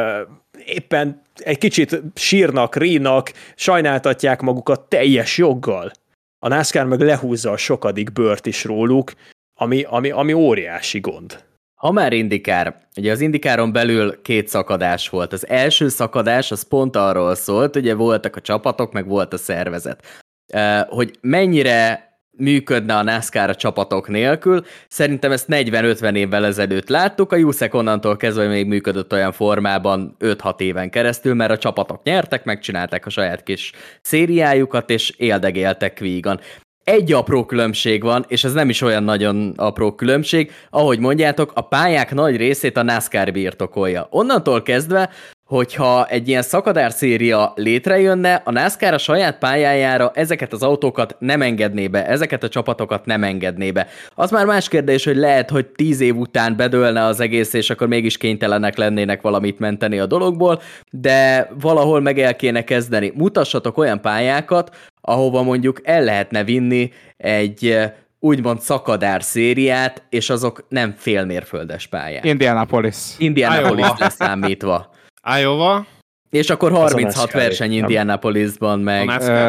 Éppen egy kicsit sírnak, rínak, sajnáltatják magukat teljes joggal. A NASCAR meg lehúzza a sokadik bőrt is róluk, ami óriási gond. Ha már indikár, ugye az indikáron belül 2 szakadás volt. Az első szakadás az pont arról szólt, ugye voltak a csapatok, meg volt a szervezet. Hogy mennyire működne a NASCAR a csapatok nélkül, szerintem ezt 40-50 évvel ezelőtt láttuk, a USAC onnantól kezdve még működött olyan formában 5-6 éven keresztül, mert a csapatok nyertek, megcsinálták a saját kis szériájukat, és éldegéltek vígan. Egy apró különbség van, és ez nem is olyan nagyon apró különbség, ahogy mondjátok, a pályák nagy részét a NASCAR birtokolja. Onnantól kezdve, hogyha egy ilyen szakadárszéria létrejönne, a NASCAR a saját pályájára ezeket az autókat nem engedné be, ezeket a csapatokat nem engedné be. Az már más kérdés, hogy lehet, hogy 10 év után bedőlne az egész, és akkor mégis kénytelenek lennének valamit menteni a dologból, de valahol meg el kéne kezdeni. Mutassatok olyan pályákat, ahova mondjuk el lehetne vinni egy úgymond szakadár szériát, és azok nem félmérföldes pályák. Indianapolis leszámítva. Iowa. És akkor 36 verseny Indianapolisban, meg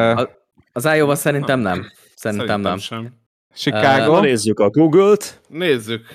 az Iowa szerintem nem. Szerintem nem. Sem. Chicago. Nézzük a Google-t. Nézzük.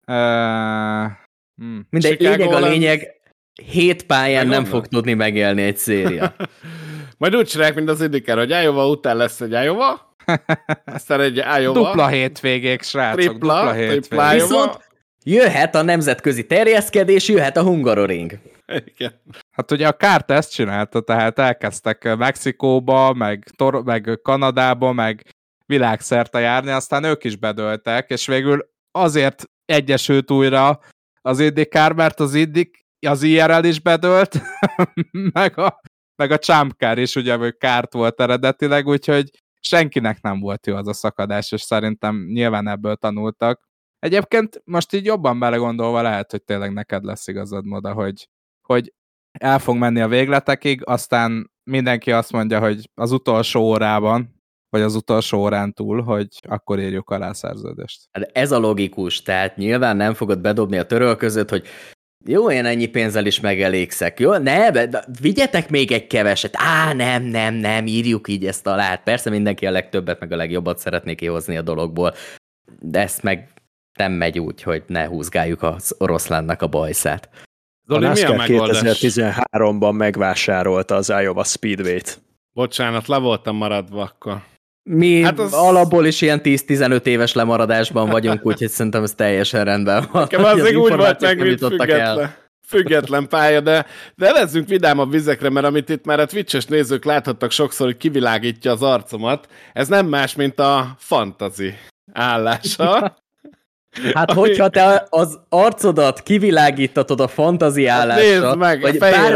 Mindegy, lényeg, 7 pályán nem fog tudni megélni egy széria. Majd úgy csinálják, mint az IndyCar, hogy Iowa után lesz egy Iowa, aztán egy Iowa. Dupla hétvégék, srácok. Tripla Viszont jöhet a nemzetközi terjeszkedés, jöhet a Hungaroring. Igen. Hát ugye a Kárt ezt csinálta, tehát elkezdtek Mexikóba, meg Kanadába, meg világszerte járni, aztán ők is bedöltek, és végül azért egyesült újra az IndyCar, mert az IRL is bedölt, meg a Champ Car is, ugye, hogy Kárt volt eredetileg, úgyhogy senkinek nem volt jó az a szakadás, és szerintem nyilván ebből tanultak. Egyébként most így jobban belegondolva lehet, hogy tényleg neked lesz igazad, Moda, hogy el fog menni a végletekig, aztán mindenki azt mondja, hogy az utolsó órában, vagy az utolsó órán túl, hogy akkor írjuk alá a szerződést. Ez a logikus, tehát nyilván nem fogod bedobni a törölközőt, hogy Jó, én ennyi pénzzel is megelégszek, jó? Ne, de vigyetek még egy keveset. Nem, írjuk így ezt alá. Hát persze mindenki a legtöbbet, meg a legjobbat szeretné kihozni a dologból, de ezt meg nem megy úgy, hogy ne húzgáljuk az oroszlánnak a bajszát. Zoli, mi a megoldás? 2013-ban megvásárolta az Iowa Speedway-t. Bocsánat, le voltam maradva akkor. Mi alapból is ilyen 10-15 éves lemaradásban vagyunk, úgyhogy szerintem ez teljesen rendben van. Nekem azért úgy volt meg, mint független pálya, de nevezzünk vidámabb vizekre, mert amit itt már a Twitch-es nézők láthattak sokszor, hogy kivilágítja az arcomat, ez nem más, mint a fantasy állása. Hát hogyha te az arcodat kivilágítatod a fantaziálásra, vagy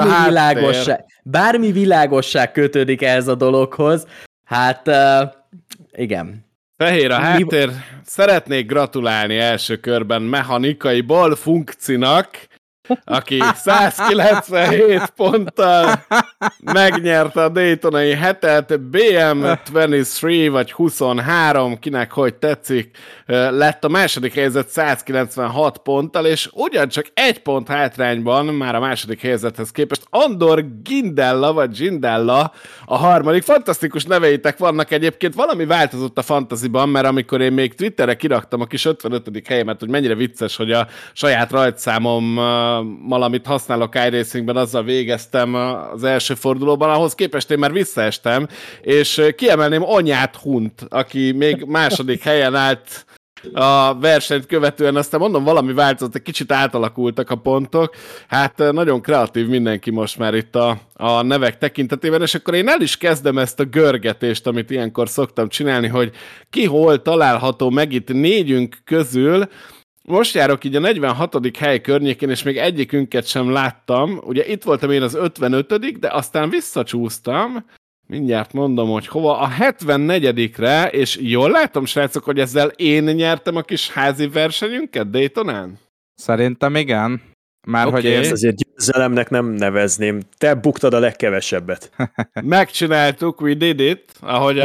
bármi világosság kötődik ehhez a dologhoz, hát igen. Fehér a háttér. Szeretnék gratulálni első körben mechanikai balfunkcinak, aki 197 ponttal megnyerte a Daytonai hetet, BM23 vagy 23, kinek hogy tetszik, lett a második helyzet 196 ponttal, és ugyancsak egy pont hátrányban már a második helyzethez képest Andor Gindella vagy Gindella a harmadik. Fantasztikus neveitek vannak egyébként, valami változott a fantasyban, mert amikor én még Twitterre kiraktam a kis 55. helyemet, hogy mennyire vicces, hogy a saját rajtszámom amit használok iRacingben, azzal végeztem az első fordulóban, ahhoz képest én már visszaestem, és kiemelném Onyát Hunt, aki még második helyen állt a versenyt követően, aztán mondom, valami változott, egy kicsit átalakultak a pontok, hát nagyon kreatív mindenki most már itt a nevek tekintetében, és akkor én el is kezdem ezt a görgetést, amit ilyenkor szoktam csinálni, hogy ki hol található meg itt négyünk közül. Most járok így a 46. hely környékén, és még egyikünket sem láttam. Ugye itt voltam én az 55., de aztán visszacsúsztam. Mindjárt mondom, hogy hova. A 74-re, és jól látom, srácok, hogy ezzel én nyertem a kis házi versenyünket Daytonán? Szerintem igen. Már hogy én... Ezt azért győzelemnek nem nevezném. Te buktad a legkevesebbet. Megcsináltuk, we did it, ahogy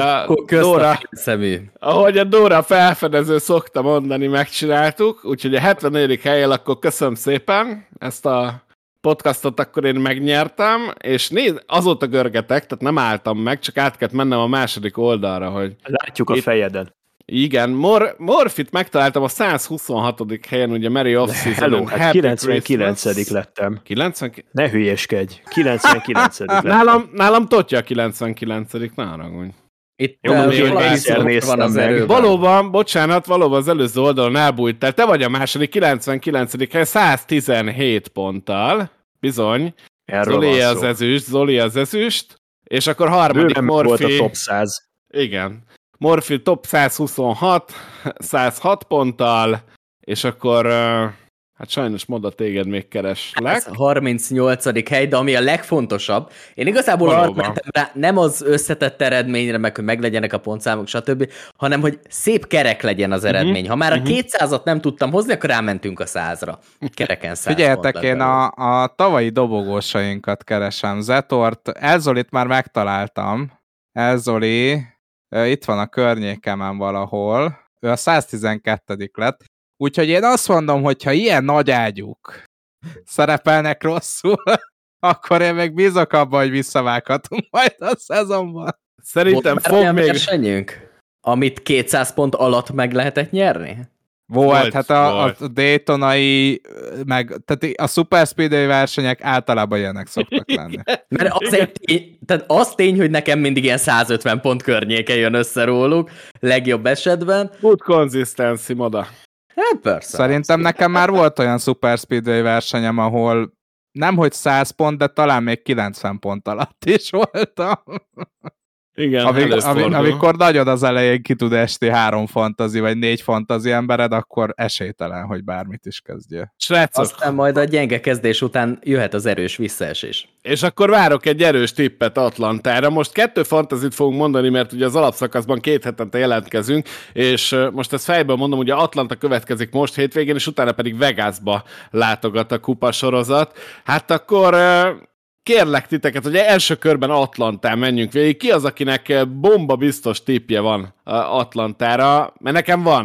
a Dóra felfedező szokta mondani, megcsináltuk, úgyhogy a 74. helyen akkor köszönöm szépen ezt a podcastot, akkor én megnyertem, és azóta görgetek, tehát nem álltam meg, csak át kellett mennem a második oldalra, hogy... Látjuk a fejeden. Igen, Morfit megtaláltam a 126. helyen, ugye Mary Off-Season. Hello, hát 99. lettem. 90? Ne hülyeskedj, 99. lettem. Nálam Totya a 99. Ne haragudj. Itt van az erőben. Valóban, bocsánat, valóban az előző oldalon elbújtál. Te vagy a második, 99. hely, 117 ponttal. Bizony. Zoli az ezüst. És akkor harmadik Morfi. Volt a top 100. Igen. Morfi top 126, 106 ponttal, és akkor hát sajnos Moda téged még kereslek. Ez a 38. hely, de ami a legfontosabb, én igazából arra mentem rá, nem az összetett eredményre, meg hogy meglegyenek a pontszámok, stb., hanem hogy szép kerek legyen az eredmény. Ha már a 200-at nem tudtam hozni, akkor rámentünk a 100-ra. Kereken 100. Figyeljetek, én a tavalyi dobogósainkat keresem. Zetort, Elzolit már megtaláltam. Elzoli... Itt van a környékemen valahol. Ő a 112. lett. Úgyhogy én azt mondom, hogy ha ilyen nagy ágyúk szerepelnek rosszul, akkor én meg bízok abban, hogy visszavághatunk majd a szezonban. Szerintem fog még... versenyünk, amit 200 pont alatt meg lehetett nyerni? Volt. Hát a Daytonai, meg tehát a Super Speedway versenyek általában ilyenek szoktak lenni. Mert tehát az tény, hogy nekem mindig ilyen 150 pont környéke jön össze róluk, legjobb esetben. Good consistency, Moda. Hát persze. Szerintem nekem már volt olyan Super Speedway versenyem, ahol nemhogy 100 pont, de talán még 90 pont alatt is voltam. Igen, amikor nagyon az elején ki tud esni 3 fantasy vagy 4 fantasy embered, akkor esélytelen, hogy bármit is kezdjél. Srácok. Aztán majd a gyenge kezdés után jöhet az erős visszaesés. És akkor várok egy erős tippet Atlantára. Most 2 fantasyt fogunk mondani, mert ugye az alapszakaszban 2 hetente jelentkezünk, és most ezt fejből mondom, ugye Atlanta következik most hétvégén, és utána pedig Vegasba látogat a kupasorozat. Hát akkor... kérlek titeket, hogy első körben Atlantán menjünk végig. Ki az, akinek bomba biztos tippje van Atlantára? Mert nekem van.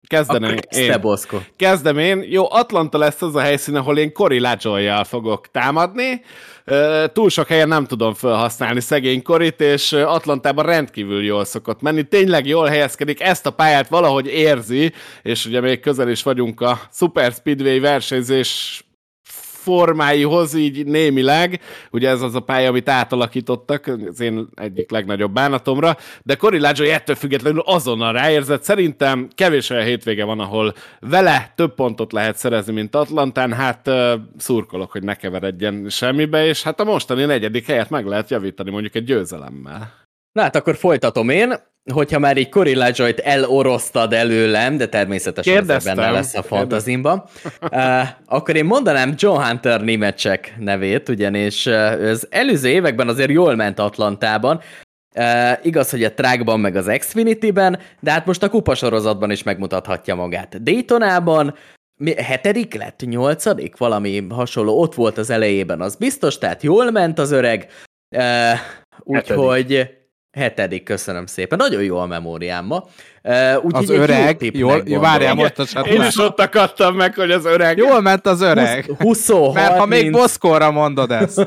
Kezdem én. Jó, Atlanta lesz az a helyszín, ahol én Cory Lajoie-jal fogok támadni. Túl sok helyen nem tudom felhasználni szegény Coryt, és Atlantában rendkívül jól szokott menni. Tényleg jól helyezkedik, ezt a pályát valahogy érzi, és ugye még közel is vagyunk a Super Speedway versenyzés formáihoz, így némileg, ugye ez az a pálya, amit átalakítottak, az én egyik legnagyobb bánatomra, de Cory Lajoie ettől függetlenül azonnal ráérzett. Szerintem kevés olyan hétvége van, ahol vele több pontot lehet szerezni, mint Atlantán, hát szurkolok, hogy ne keveredjen semmibe, és hát a mostani 4. helyet meg lehet javítani mondjuk egy győzelemmel. Na hát akkor folytatom én, hogyha már így Cory Lajoie-t elorosztad előlem, de természetesen ez benne lesz a fantazimban, akkor én mondanám John Hunter Nemechek nevét, ugyanis az előző években azért jól ment Atlantában, igaz, hogy a trackban meg az Xfinity-ben, de hát most a kupasorozatban is megmutathatja magát. Daytonában 7. lett, 8. valami hasonló, ott volt az elejében, az biztos, tehát jól ment az öreg, úgyhogy 7. köszönöm szépen. Nagyon jó a memóriám ma. Az öreg, jól, várjál, most én is ott akadtam meg, hogy az öreg. Jól ment az öreg. 26. Mert ha még Boszkóra mondod ezt.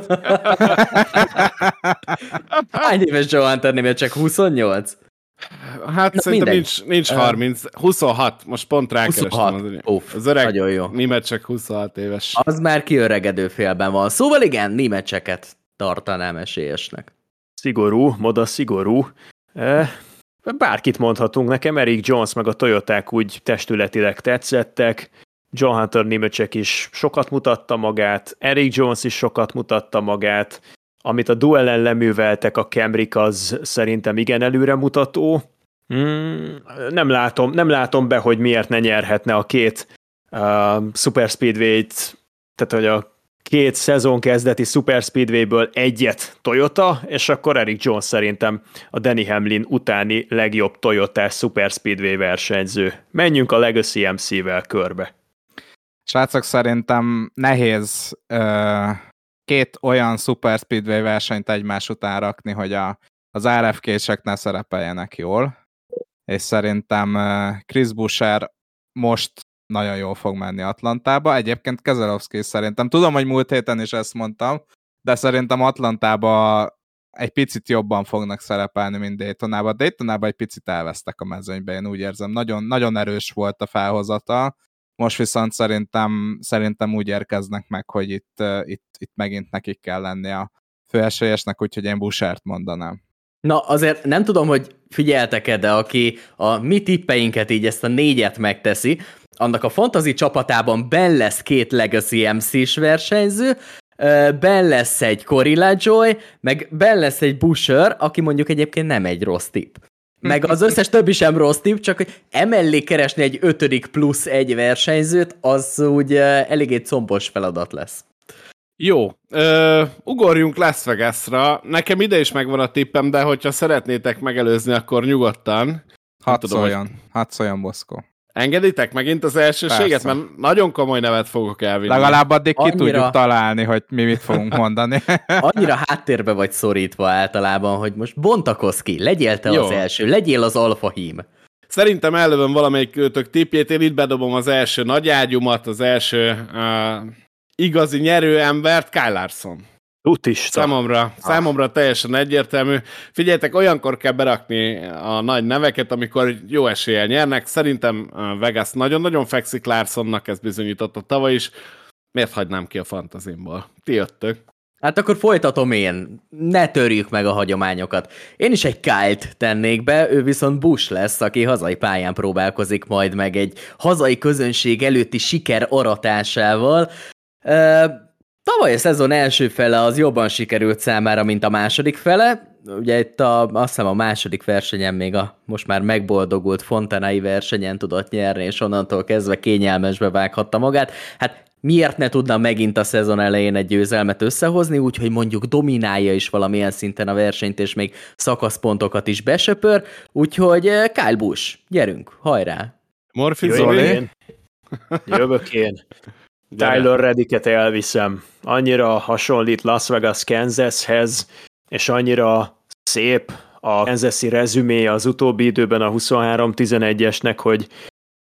Hány éves Joe Hunter néve, csak 28? Hát szerintem nincs 30. 26. Most pont rákerestem. Az öreg Nemechek 26 éves. Az már kiöregedő félben van. Szóval igen, Nemecheket tartanám esélyesnek. Szigorú, moda szigorú. Bárkit mondhatunk, nekem Eric Jones meg a Toyoták úgy testületileg tetszettek, John Hunter Nemechek is sokat mutatta magát, Eric Jones is sokat mutatta magát, amit a duellen leműveltek a Camryk, az szerintem igen előremutató. Nem látom be, hogy miért ne nyerhetne a két Super Speedway-t, tehát hogy a 2 szezon kezdeti Super Speedwayből egyet Toyota, és akkor Eric Jones szerintem a Denny Hamlin utáni legjobb Toyotás Super Speedway versenyző. Menjünk a Legacy MC-vel körbe. Srácok, szerintem nehéz 2 olyan Super Speedway versenyt egymás után rakni, hogy az RFK-sek ne szerepeljenek jól, és szerintem Chris Buescher most nagyon jól fog menni Atlantába. Egyébként Keselowski szerintem, tudom, hogy múlt héten is ezt mondtam, de szerintem Atlantába egy picit jobban fognak szerepelni, mint Daytonában. Daytonában egy picit elvesztek a mezőnybe, én úgy érzem. Nagyon, nagyon erős volt a felhozata. Most viszont szerintem úgy érkeznek meg, hogy itt megint nekik kell lenni a főesélyesnek, úgyhogy én Buschert mondanám. Na, azért nem tudom, hogy figyeltek-e, de aki a mi tippeinket így ezt a 4-et megteszi, annak a fantasy csapatában benn lesz 2 Legacy MC-s versenyző, benn lesz egy Cory Lajoie, meg benn lesz egy Buescher, aki mondjuk egyébként nem egy rossz tipp. Meg az összes többi sem rossz tipp, csak hogy emellé keresni egy 5. plusz 1 versenyzőt, az úgy eléggé combos feladat lesz. Jó, ugorjunk Las Vegasra. Nekem ide is megvan a tippem, de hogyha szeretnétek megelőzni, akkor nyugodtan. Hadd szóljon, Boszkó. Engeditek megint az elsőséget? Mert nagyon komoly nevet fogok elvinni. Legalább addig ki tudjuk találni, hogy mi mit fogunk mondani. Annyira háttérbe vagy szorítva általában, hogy most bontakozz ki, legyél te az első, legyél az alfa hím. Szerintem ellövöm valamelyik őtök tippjét, én itt bedobom az első nagyágyumat, az első igazi nyerőembert, Kyle Larson. Számomra teljesen egyértelmű. Figyeljetek, olyankor kell berakni a nagy neveket, amikor jó eséllyel nyernek. Szerintem Vegas nagyon-nagyon fekszik Larsonnak, ez bizonyította tavaly is. Miért hagynám ki a fantazimból? Ti jöttök. Hát akkor folytatom én. Ne törjük meg a hagyományokat. Én is egy Kyle-t tennék be, ő viszont Busch lesz, aki hazai pályán próbálkozik majd meg egy hazai közönség előtti siker aratásával. Tavaly a szezon első fele az jobban sikerült számára, mint a második fele. Ugye itt azt hiszem a második versenyen még a most már megboldogult Fontanai versenyen tudott nyerni, és onnantól kezdve kényelmesbe vághatta magát. Hát miért ne tudna megint a szezon elején egy győzelmet összehozni, úgyhogy mondjuk dominálja is valamilyen szinten a versenyt, és még szakaszpontokat is besöpör. Úgyhogy Kyle Busch, gyerünk, hajrá! Morfi Zoli? Jövök én. Tyler Reddicket elviszem. Annyira hasonlít Las Vegas Kansashez, és annyira szép a Kansas-i rezümé az utóbbi időben a 23-11-esnek, hogy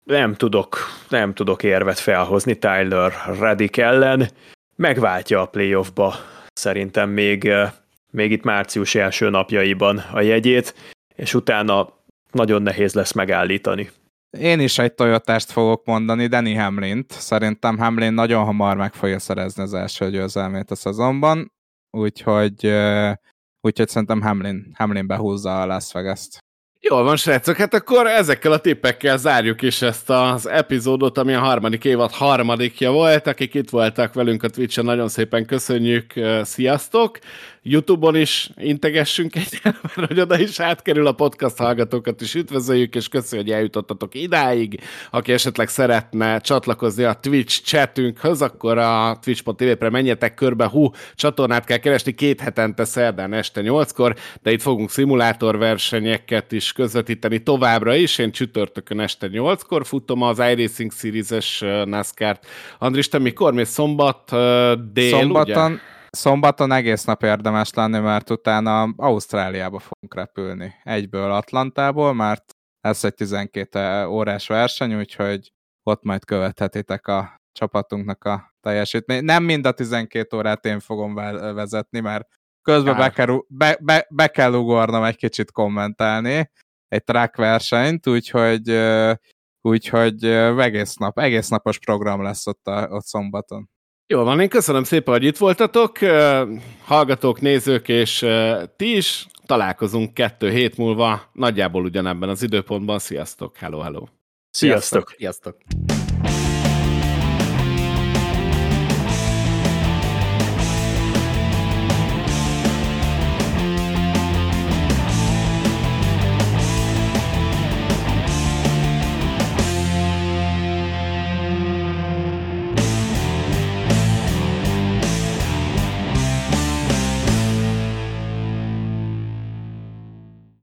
nem tudok érvet felhozni Tyler Reddick ellen. Megváltja a playoffba szerintem még itt március első napjaiban a jegyét, és utána nagyon nehéz lesz megállítani. Én is egy Toyotást fogok mondani, Denny Hamlint. Szerintem Hamlin nagyon hamar meg fogja szerezni az első győzelmét a szezonban, úgyhogy szerintem Hamlin behúzza a Las Vegas-t. Jól van, srácok, hát akkor ezekkel a tippekkel zárjuk is ezt az epizódot, ami a harmadik évad harmadikja volt. Akik itt voltak velünk a Twitch-en, nagyon szépen köszönjük, sziasztok! YouTube-on is integessünk egyet, mert hogy oda is átkerül a podcast hallgatókat is üdvözöljük, és köszönjük, hogy eljutottatok idáig. Aki esetleg szeretne csatlakozni a Twitch chatünkhöz, akkor a twitch.tv-re menjetek körbe, csatornát kell keresni 2 hetente szerdán este 8-kor, de itt fogunk szimulátorversenyeket is közvetíteni továbbra is. Én csütörtökön este 8-kor futom az iRacing Series-es NASCAR-t. Andris, te mikor mész? Szombat dél, Szombaton egész nap érdemes lenni, mert utána Ausztráliába fogunk repülni. Egyből Atlantából, mert ez egy 12 órás verseny, úgyhogy ott majd követhetitek a csapatunknak a teljesítményt. Nem mind a 12 órát én fogom vezetni, mert közben be kell ugornom egy kicsit kommentálni egy track versenyt, úgyhogy egész napos program lesz ott szombaton. Jól van, én köszönöm szépen, hogy itt voltatok, hallgatók, nézők, és ti is. Találkozunk 2 hét múlva, nagyjából ugyanebben az időpontban. Sziasztok, hello! Sziasztok! Sziasztok!